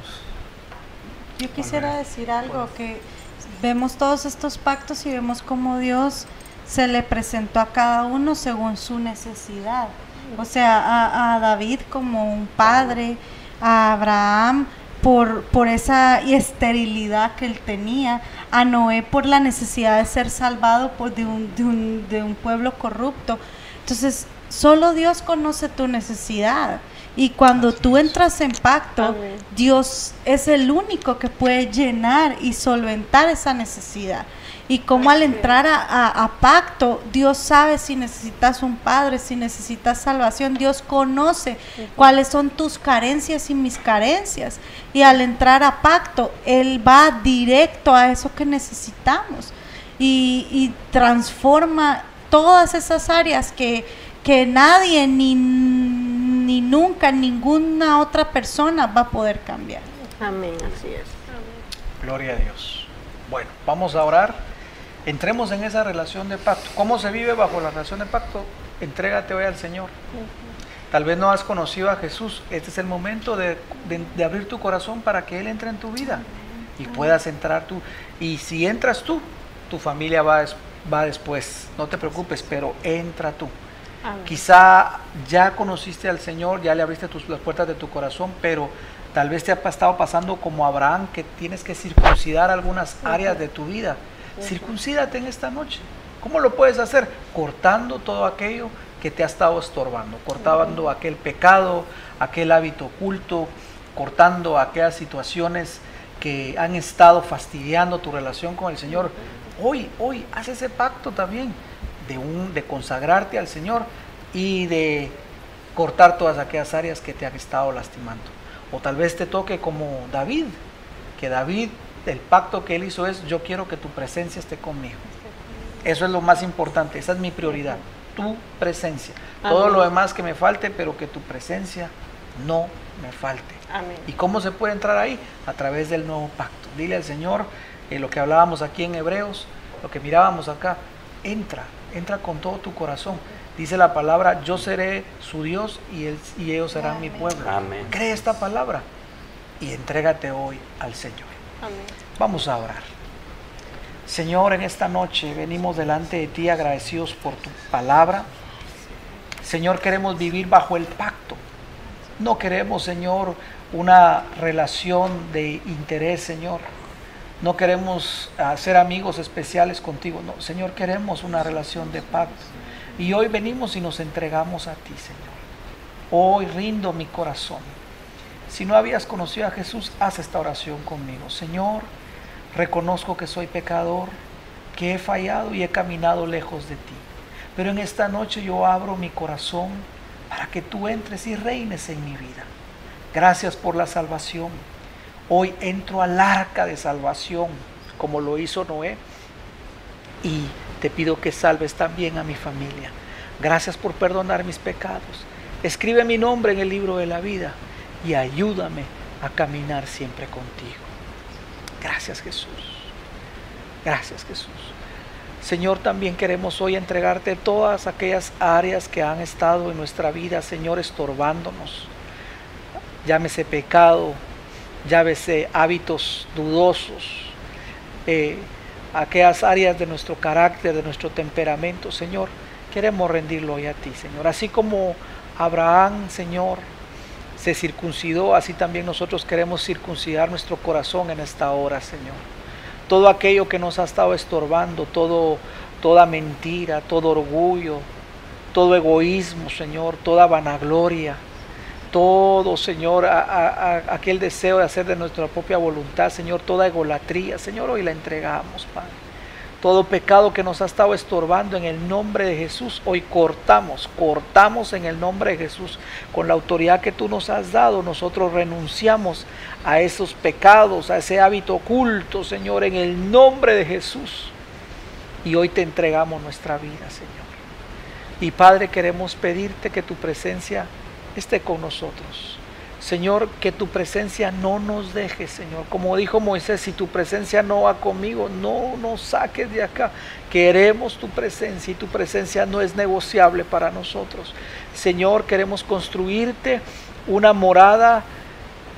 Yo quisiera decir algo, que vemos todos estos pactos y vemos cómo Dios se le presentó a cada uno según su necesidad. O sea, a, a David como un padre, a Abraham por, por esa esterilidad que él tenía, a Noé por la necesidad de ser salvado por de, un, de, un, de un pueblo corrupto. Entonces, solo Dios conoce tu necesidad. Y cuando tú entras en pacto, Amén. Dios es el único que puede llenar y solventar esa necesidad. Y como al entrar a, a, a pacto, Dios sabe si necesitas un padre, si necesitas salvación. Dios conoce cuáles son tus carencias y mis carencias. Y al entrar a pacto, Él va directo a eso que necesitamos. Y, y transforma todas esas áreas que, que nadie ni, ni nunca, ninguna otra persona va a poder cambiar. Amén, así es. Gloria a Dios. Bueno, vamos a orar. Entremos en esa relación de pacto. ¿Cómo se vive bajo la relación de pacto? Entrégate hoy al Señor. Tal vez no has conocido a Jesús. Este es el momento de, de, de abrir tu corazón para que Él entre en tu vida y puedas entrar tú. Y si entras tú, tu familia va, va después. No te preocupes, pero entra tú. Amén. Quizá ya conociste al Señor, ya le abriste tus, las puertas de tu corazón, pero tal vez te ha estado pasando como Abraham, que tienes que circuncidar algunas áreas de tu vida. Circuncídate en esta noche. ¿Cómo lo puedes hacer? Cortando todo aquello que te ha estado estorbando, cortando uh-huh. aquel pecado, aquel hábito oculto, cortando aquellas situaciones que han estado fastidiando tu relación con el Señor. Hoy, hoy, haz ese pacto también de, un, de consagrarte al Señor y de cortar todas aquellas áreas que te han estado lastimando. O tal vez te toque como David, que David, el pacto que él hizo es: yo quiero que tu presencia esté conmigo. Eso es lo más importante, esa es mi prioridad, tu presencia. Amén. Todo lo demás que me falte, pero que tu presencia no me falte. Amén. ¿Y cómo se puede entrar ahí? A través del nuevo pacto. Dile al Señor, eh, lo que hablábamos aquí en Hebreos, lo que mirábamos acá, entra, entra con todo tu corazón. Dice la palabra: yo seré su Dios y, él, y ellos serán Amén. Mi pueblo. Amén. Cree esta palabra y entrégate hoy al Señor. Amén. Vamos a orar. Señor, en esta noche venimos delante de ti agradecidos por tu palabra. Señor, queremos vivir bajo el pacto. No queremos, Señor, una relación de interés, Señor. No queremos uh, ser amigos especiales contigo. No, Señor, queremos una relación de pacto. Y hoy venimos y nos entregamos a ti, Señor. Hoy rindo mi corazón. Si no habías conocido a Jesús, haz esta oración conmigo. Señor, reconozco que soy pecador, que he fallado y he caminado lejos de ti. Pero en esta noche yo abro mi corazón para que tú entres y reines en mi vida. Gracias por la salvación. Hoy entro al arca de salvación, como lo hizo Noé, y te pido que salves también a mi familia. Gracias por perdonar mis pecados. Escribe mi nombre en el libro de la vida y ayúdame a caminar siempre contigo. Gracias, Jesús. Gracias, Jesús. Señor, también queremos hoy entregarte todas aquellas áreas que han estado en nuestra vida, Señor, estorbándonos. Llámese pecado, llámese hábitos dudosos, eh, aquellas áreas de nuestro carácter, de nuestro temperamento, Señor. Queremos rendirlo hoy a ti, Señor. Así como Abraham, Señor, se circuncidó, así también nosotros queremos circuncidar nuestro corazón en esta hora, Señor. Todo aquello que nos ha estado estorbando, todo, toda mentira, todo orgullo, todo egoísmo, Señor, toda vanagloria, todo, Señor, a, a, a aquel deseo de hacer de nuestra propia voluntad, Señor, toda egolatría, Señor, hoy la entregamos, Padre. Todo pecado que nos ha estado estorbando, en el nombre de Jesús, hoy cortamos, cortamos en el nombre de Jesús. Con la autoridad que tú nos has dado, nosotros renunciamos a esos pecados, a ese hábito oculto, Señor, en el nombre de Jesús. Y hoy te entregamos nuestra vida, Señor. Y Padre, queremos pedirte que tu presencia esté con nosotros. Señor, que tu presencia no nos deje, Señor. Como dijo Moisés, si tu presencia no va conmigo, no nos saques de acá. Queremos tu presencia y tu presencia no es negociable para nosotros. Señor, queremos construirte una morada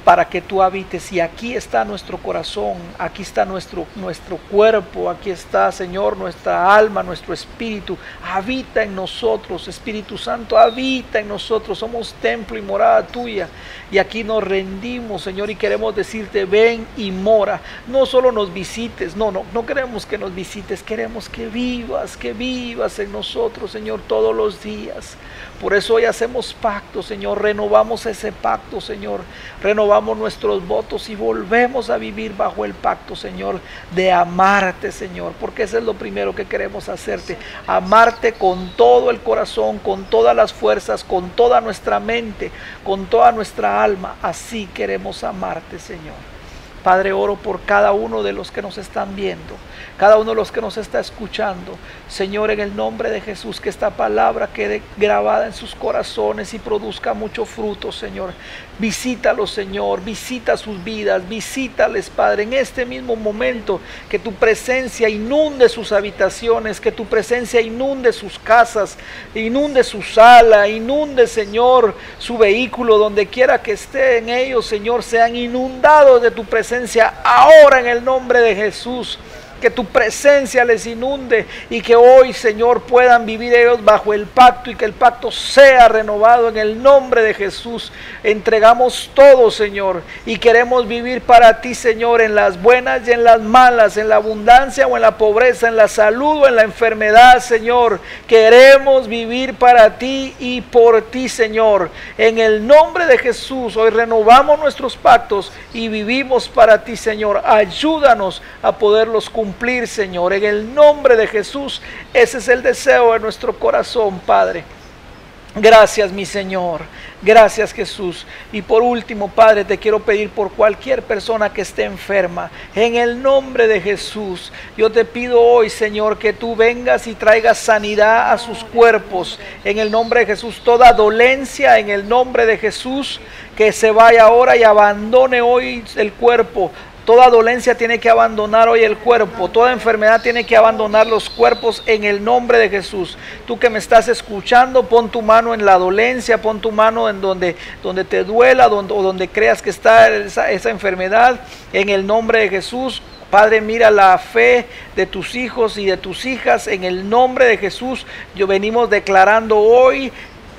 para que tú habites. Y aquí está nuestro corazón, aquí está nuestro, nuestro cuerpo, aquí está, Señor, nuestra alma, nuestro espíritu. Habita en nosotros, Espíritu Santo, habita en nosotros. Somos templo y morada tuya. Y aquí nos rendimos, Señor, y queremos decirte, ven y mora. No solo nos visites, no, no, no queremos que nos visites, queremos que vivas, que vivas en nosotros, Señor, todos los días. Por eso hoy hacemos pacto, Señor, renovamos ese pacto, Señor, renovamos nuestros votos y volvemos a vivir bajo el pacto, Señor, de amarte, Señor, porque eso es lo primero que queremos hacerte, amarte con todo el corazón, con todas las fuerzas, con toda nuestra mente, con toda nuestra alma. Así queremos amarte, Señor. Padre, oro por cada uno de los que nos están viendo, cada uno de los que nos está escuchando. Señor, en el nombre de Jesús, que esta palabra quede grabada en sus corazones y produzca mucho fruto, Señor. Visítalos, Señor, visita sus vidas, visítales, Padre, en este mismo momento. Que tu presencia inunde sus habitaciones, que tu presencia inunde sus casas, inunde su sala, inunde, Señor, su vehículo, donde quiera que esté en ellos, Señor, sean inundados de tu presencia ahora en el nombre de Jesús. Que tu presencia les inunde y que hoy, Señor, puedan vivir ellos bajo el pacto y que el pacto sea renovado en el nombre de Jesús. Entregamos todo, Señor, y queremos vivir para ti, Señor, en las buenas y en las malas, en la abundancia o en la pobreza, en la salud o en la enfermedad, Señor. Queremos vivir para ti y por ti, Señor. En el nombre de Jesús, hoy renovamos nuestros pactos y vivimos para ti, Señor. Ayúdanos a poderlos cumplir. Cumplir, Señor, en el nombre de Jesús. Ese es el deseo de nuestro corazón, Padre. Gracias, mi Señor. Gracias, Jesús. Y por último, Padre, te quiero pedir por cualquier persona que esté enferma. En el nombre de Jesús, yo te pido hoy, Señor, que tú vengas y traigas sanidad a sus cuerpos. En el nombre de Jesús, toda dolencia, en el nombre de Jesús, que se vaya ahora y abandone hoy el cuerpo. Toda dolencia tiene que abandonar hoy el cuerpo. Toda enfermedad tiene que abandonar los cuerpos en el nombre de Jesús. Tú que me estás escuchando, pon tu mano en la dolencia, pon tu mano en donde, donde te duela donde, o donde creas que está esa, esa enfermedad. En el nombre de Jesús. Padre, mira la fe de tus hijos y de tus hijas. En el nombre de Jesús, yo venimos declarando hoy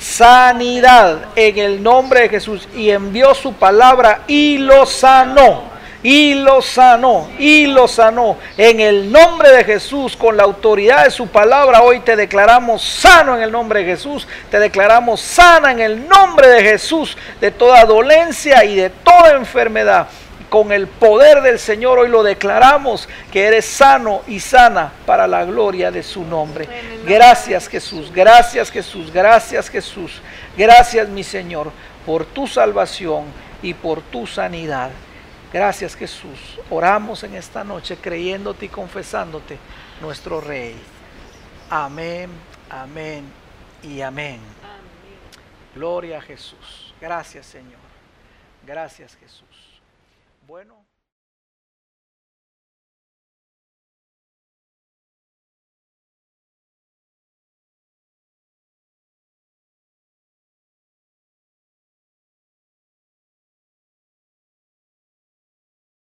sanidad en el nombre de Jesús. Y envió su palabra y lo sanó. Y lo sanó, y lo sanó. En el nombre de Jesús, con la autoridad de su palabra, hoy te declaramos sano en el nombre de Jesús. Te declaramos sana en el nombre de Jesús de toda dolencia y de toda enfermedad. Con el poder del Señor hoy lo declaramos que eres sano y sana para la gloria de su nombre. Gracias, Jesús, gracias, Jesús, gracias, Jesús. Gracias, mi Señor, por tu salvación y por tu sanidad. Gracias, Jesús. Oramos en esta noche creyéndote y confesándote, nuestro Rey. Amén, amén y amén. Amén. Gloria a Jesús. Gracias, Señor. Gracias, Jesús. Bueno.